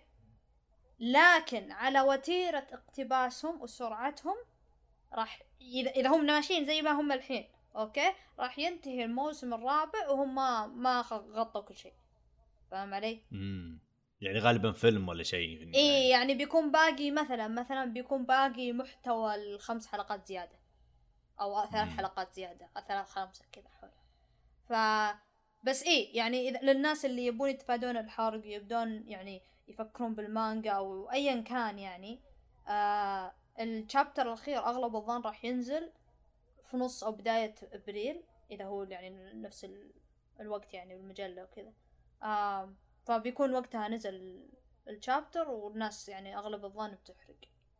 B: لكن على وتيره اقتباسهم وسرعتهم راح اذا اذا هم ماشيين زي ما هم الحين اوكي راح ينتهي الموسم الرابع وهم ما ما غطوا كل شيء. فاهم علي؟
D: امم يعني غالبا فيلم ولا شيء في النهاية.
B: ايه يعني بيكون باقي مثلا مثلا بيكون باقي محتوى الخمس حلقات زياده او ثلاث
D: مم.
B: حلقات زياده او ثلاث خمسه كذا حول. ف بس ايه يعني إذا للناس اللي يبون يتفادون الحرق يبدون يعني يفكرون بالمانجا او ايا كان يعني آه الشابتر الاخير اغلب الظن راح ينزل في نص او بدايه ابريل اذا هو يعني نفس ال... الوقت يعني المجله وكذا. آه فبيكون وقتها نزل الشابتر والناس يعني اغلب الظن بتحرق.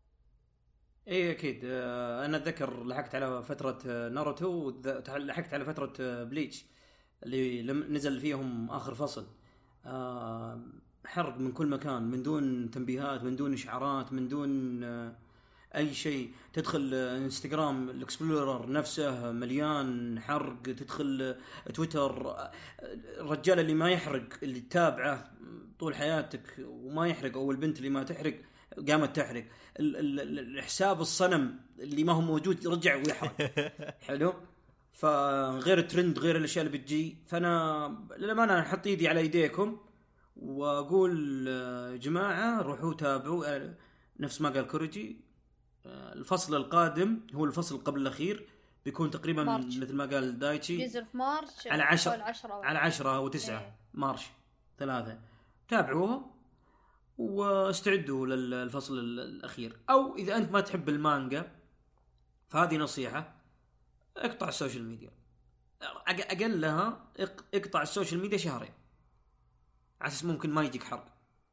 A: ايه اكيد. آه، انا اتذكر لحقت على فتره آه، ناروتو، وذ- لحقت على فتره آه، بليتش اللي لم نزل فيهم اخر فصل. آه، حرق من كل مكان، من دون تنبيهات، من دون اشعارات، من دون آه، اي شيء. تدخل آه، انستغرام الاكسبلورر نفسه مليان حرق، تدخل آه، تويتر آه، الرجال اللي ما يحرق اللي تتابعه طول حياتك وما يحرق، او البنت اللي ما تحرق قامت تحرق. ال- ال- ال- الحساب الصنم اللي ما هو موجود رجع ويحرق. حلو. فغير الترند غير الاشياء اللي بتجي. فانا للامانه احط ايدي على ايديكم واقول آه، جماعه روحوا تابعوا. آه، نفس ما قال كوريجي، آه، الفصل القادم هو الفصل قبل الاخير، بيكون تقريبا
B: مارش.
A: مثل ما قال دايتشي
B: بينزل في مارش
A: على عشرة
B: حول عشرة أو
A: على عشرة او تسعة
B: إيه.
A: مارش ثلاثة. تابعوها واستعدوا للفصل الأخير. أو إذا أنت ما تحب المانجا فهذه نصيحة، اقطع السوشيال ميديا. أق- أقلها اق- اقطع السوشيال ميديا شهرين على أساس ممكن ما يجيك حرق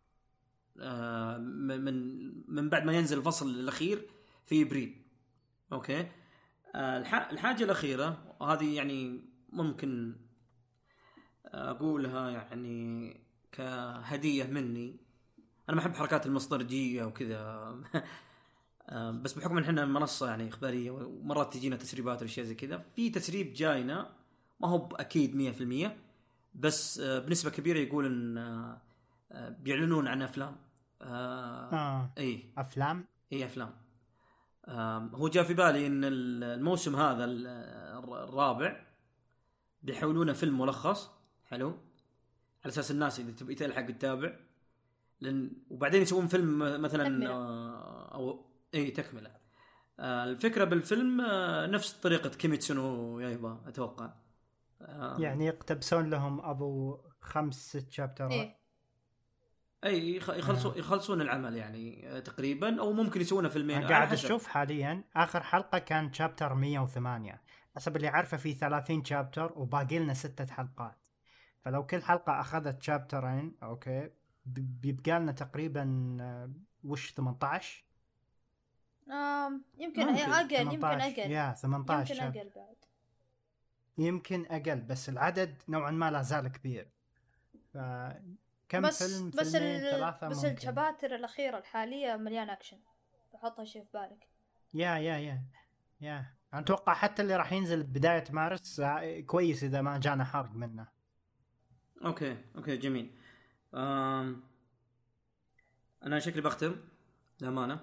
A: آه، من من بعد ما ينزل الفصل الأخير في إبريل. أوكي. آه، الح- الحاجة الأخيرة وهذه يعني ممكن أقولها يعني كهدية مني، أنا ما أحب حركات المصدرجية وكذا بس بحكم ان احنا منصه يعني اخباريه ومرات تجينا تسريبات واشياء زي كذا، في تسريب جاينا ما هو اكيد مية بالمية بس بنسبه كبيره يقول ان بيعلنون عن افلام.
C: آه.
A: اي
C: افلام
A: اي افلام. هو جاء في بالي ان الموسم هذا الرابع بيحولونه فيلم ملخص حلو على اساس الناس اللي تبي تلحق تتابع، لان وبعدين يسوون فيلم مثلا
B: تكملة.
A: او اي تكمله. الفكره بالفيلم نفس طريقه كيميتسو يايبا اتوقع.
C: يعني يقتبسون لهم ابو خمس ست شابترات.
B: إيه.
A: اي يخلصون يخلصون العمل يعني تقريبا، او ممكن يسوونه فيلمين.
C: أنا قاعد اشوف حاليا اخر حلقه كان شابتر مية وثمانية، حسب اللي عارفه في ثلاثين شابتر وباقي لنا ستة حلقات، فلو كل حلقه اخذت شابترين اوكي بيبقى لنا تقريبا آه، وش ثمانية عشر
B: آم يمكن
A: ممكن.
B: اقل يمكن
C: ثمانية عشر
B: اقل
C: يا ثمانية عشر
B: يمكن
C: شابتر.
B: اقل بعد.
C: يمكن اقل بس العدد نوعا ما لا زال كبير. ف كم
B: بس
C: فيلم
B: بس
C: فيلمين
B: ال...
C: ثلاثة
B: بس
C: ممكن.
B: الشباتر الاخيره الحاليه مليان اكشن، فحطها شيء في بالك.
C: يا يا يا يا أنا أتوقع حتى اللي راح ينزل بداية مارس كويس إذا ما جانا حرق منه.
A: اوكي اوكي جميل. أم... انا شكلي بختم للامانه.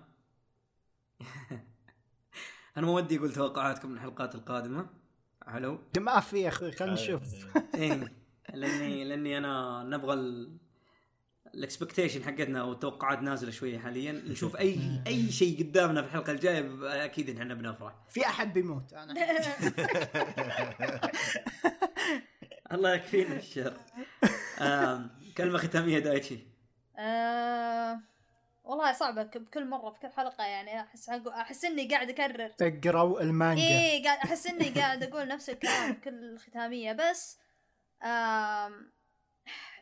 A: انا ما ودي اقول توقعاتكم من الحلقات القادمه. حلو
C: ما في يا اخي خلينا نشوف.
A: ايه لاني لاني انا نبغى ال... الاكسبكتيشن حقتنا او التوقعات نازله شويه حاليا، نشوف اي اي شيء قدامنا في الحلقه الجايه اكيد ان احنا بنفرح.
C: في احد بيموت انا
A: الله يكفينا الشر. آه، كلمه ختاميه دايتشي.
B: آه... والله صعبه بكل مره في كل حلقه، يعني احس احس اني قاعد اكرر
C: اقرأوا المانجا.
B: ايه قاعد احس اني قاعد اقول نفس الكلام في كل ختاميه. بس آم...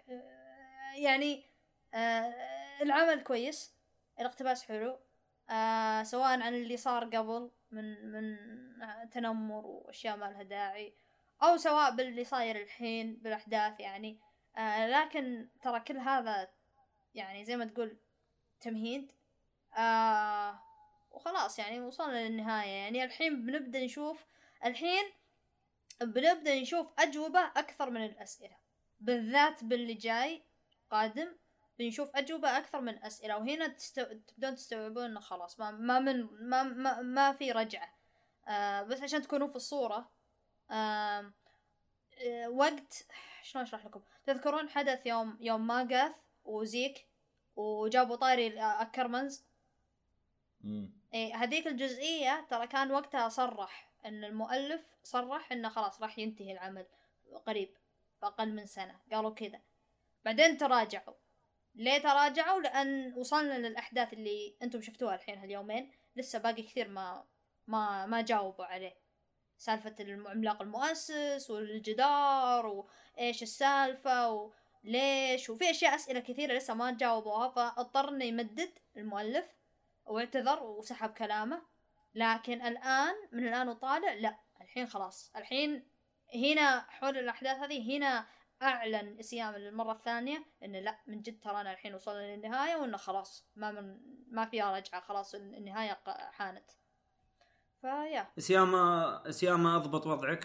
B: يعني آه العمل كويس، الاقتباس حلو، آه سواء عن اللي صار قبل من من تنمر واشياء ما لها داعي، او سواء باللي صاير الحين بالاحداث يعني. آه لكن ترى كل هذا يعني زي ما تقول تمهيد، آه وخلاص يعني وصلنا للنهاية. يعني الحين بنبدأ نشوف الحين بنبدأ نشوف أجوبة أكثر من الأسئلة، بالذات باللي جاي قادم بنشوف أجوبة أكثر من أسئلة. وهنا تستو... تبدون تستوعبون إنه خلاص ما ما من ما ما, ما في رجعة. آه بس عشان تكونوا في الصورة، آه آه وقت شلون أشرح لكم؟ تذكرون حدث يوم يوم ماغاث وزيك وجابوا طاري أكرمنز؟ إيه هذيك الجزئية ترى كان وقتها صرح إن المؤلف صرح إنه خلاص راح ينتهي العمل قريب بأقل من سنة، قالوا كذا. بعدين تراجعوا. ليه تراجعوا؟ لأن وصلنا للأحداث اللي أنتم شفتوها الحين هاليومين، لسه باقي كثير ما ما ما جاوبوا عليه. سالفة العملاق المؤسس والجدار وإيش السالفة وليش، وفي أشياء أسئلة كثيرة لسه ما جاوبوها، فاضطرنا يمدد المؤلف واعتذر وسحب كلامه. لكن الآن من الآن وطالع لا، الحين خلاص، الحين هنا حول الأحداث هذه هنا أعلن إسياما للمرة الثانية إنه لا من جد ترانا الحين وصلنا للنهاية، وإنه خلاص ما من ما فيها رجعة، خلاص النهاية حانت. فيا
A: إسياما إسياما أضبط وضعك.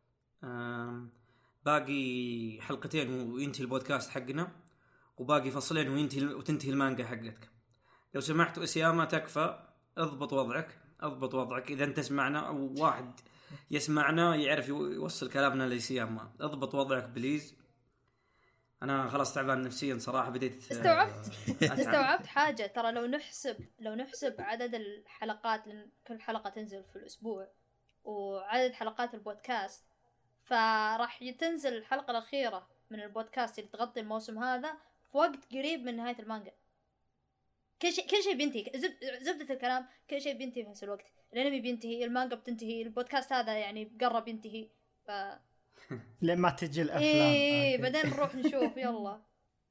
A: باقي حلقتين وينتهي البودكاست حقنا، وباقي فصلين وينتهي وتنتهي المانجا حقتك. لو سمحت إسياما تكفى، اضبط وضعك اضبط وضعك. إذا أنت تسمعنا أو واحد يسمعنا يعرف يوصل كلامنا لإسياما، اضبط وضعك بليز. أنا خلاص تعبان نفسيا صراحة، بديت
B: استوعبت استوعبت حاجة ترى. لو نحسب لو نحسب عدد الحلقات، لأن كل حلقة تنزل في الأسبوع، وعدد حلقات البودكاست، فراح تنزل الحلقة الأخيرة من البودكاست اللي تغطي الموسم هذا في وقت قريب من نهاية المانجا. كل شيء كل شيء بينتهي، زب... زبدة الكلام كل شيء بينتهي في نفس الوقت. الانمي بينتهي، المانجا بتنتهي، البودكاست هذا يعني قرب ينتهي. ف
C: لما تجي الافلام
B: ايه بعدين نروح نشوف يلا.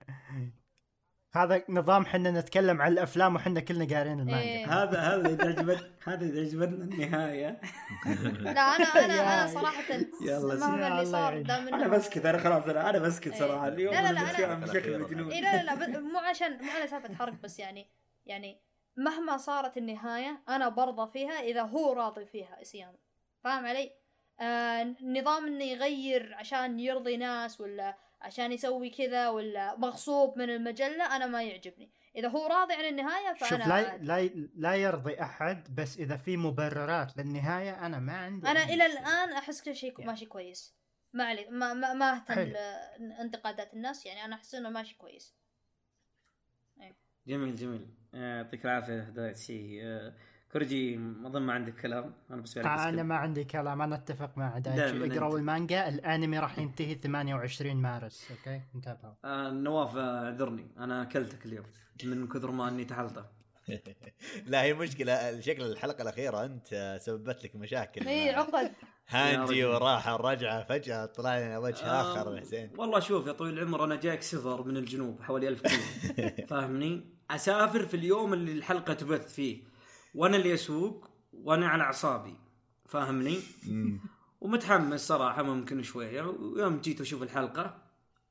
C: هذا نظام حنا نتكلم عن الافلام وحنا كلنا قارين المانجا.
B: إيه.
A: هذا هذا اذا عجبت هذا اذا عجبتنا النهايه.
B: لا انا انا انا صراحه
A: يلا
B: مهما اللي صار دام
A: انا بسكت. انا خلاص انا انا بسكت صراحه اليوم.
B: لا لا لا
A: أنا بشكل مجنون.
B: إيه لا لا لا مو عشان مو على سالفه حرق بس، يعني يعني مهما صارت النهايه انا برضى فيها اذا هو راضي فيها إسياما، فاهم علي؟ آه نظام انه يغير عشان يرضي ناس ولا عشان يسوي كذا ولا مغصوب من المجله، انا ما يعجبني. اذا هو راضي عن النهايه فانا
C: شوف لا لا لا يرضي احد، بس اذا في مبررات للنهايه انا ما عندي.
B: انا الى الان احس كل شيء ماشي كويس، ما علي ما ما, ما اهتم لانتقادات الناس، يعني انا احس انه ماشي كويس. أيه.
A: جميل جميل يعطيك العافيه هداية شيء. كورجي ما اظن ما عندك كلام. انا بس
C: انا ما عندي كلام، انا اتفق مع دايتشي. اقرأوا المانجا، الانمي راح ينتهي ثمانية وعشرين مارس. اوكي انتبهوا.
A: آه نواف اعذرني انا اكلتك اليوم من كثر ما اني تحلطه.
D: لا هي مشكله شكل الحلقه الاخيره انت سببت لك مشاكل.
B: اي عقد
D: هانجي وراحه الرجعه فجاه طلع لنا وجه آه اخر. حسين
A: والله شوف يا طويل العمر انا جايك سفر من الجنوب حوالي ألف كيلو فاهمني، اسافر في اليوم اللي الحلقه تبث فيه وانا اللي اسوق وانا على اعصابي فاهمني. ومتحمس صراحه ممكن شويه، ويوم جيت اشوف الحلقه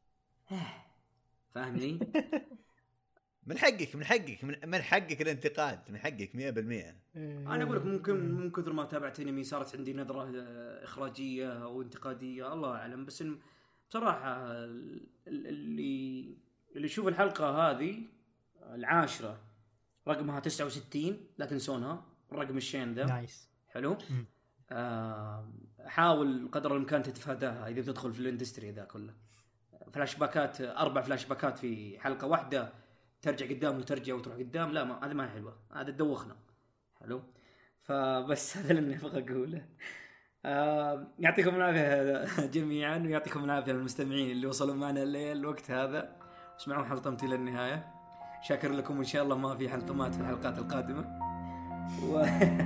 A: فاهمني.
D: من حقك من حقك من حقك الانتقاد، من حقك مية بالمية.
A: انا اقول لك ممكن من كثر ما تابعت انمي صارت عندي نظره اخراجيه او انتقاديه الله اعلم، بس بصراحه اللي اللي يشوف الحلقه هذه العاشره رقمها تسعة وستين لا تنسونها الرقم الشين ذا.
C: نايس
A: حلو. آه حاول قدر الامكان تتفاداها اذا بتدخل في الاندستري ذا كله. فلاش باكات اربع فلاش باكات في حلقه واحده، ترجع قدام وترجع وتروح قدام، لا ما هذا ما حلوه، هذا تدوخنا. حلو. فبس هذا اللي ابغى اقوله. آه يعطيكم العافيه جميعا، ويعطيكم العافيه المستمعين اللي وصلوا معنا الليل الوقت هذا اسمعوا حلقتي الى النهايه. شاكر لكم، وان شاء الله ما في حلقات في الحلقات القادمه،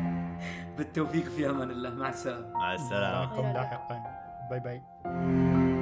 A: وبالتوفيق في امان الله. مع السلامه.
D: مع السلامه.
C: لاحقا. باي باي.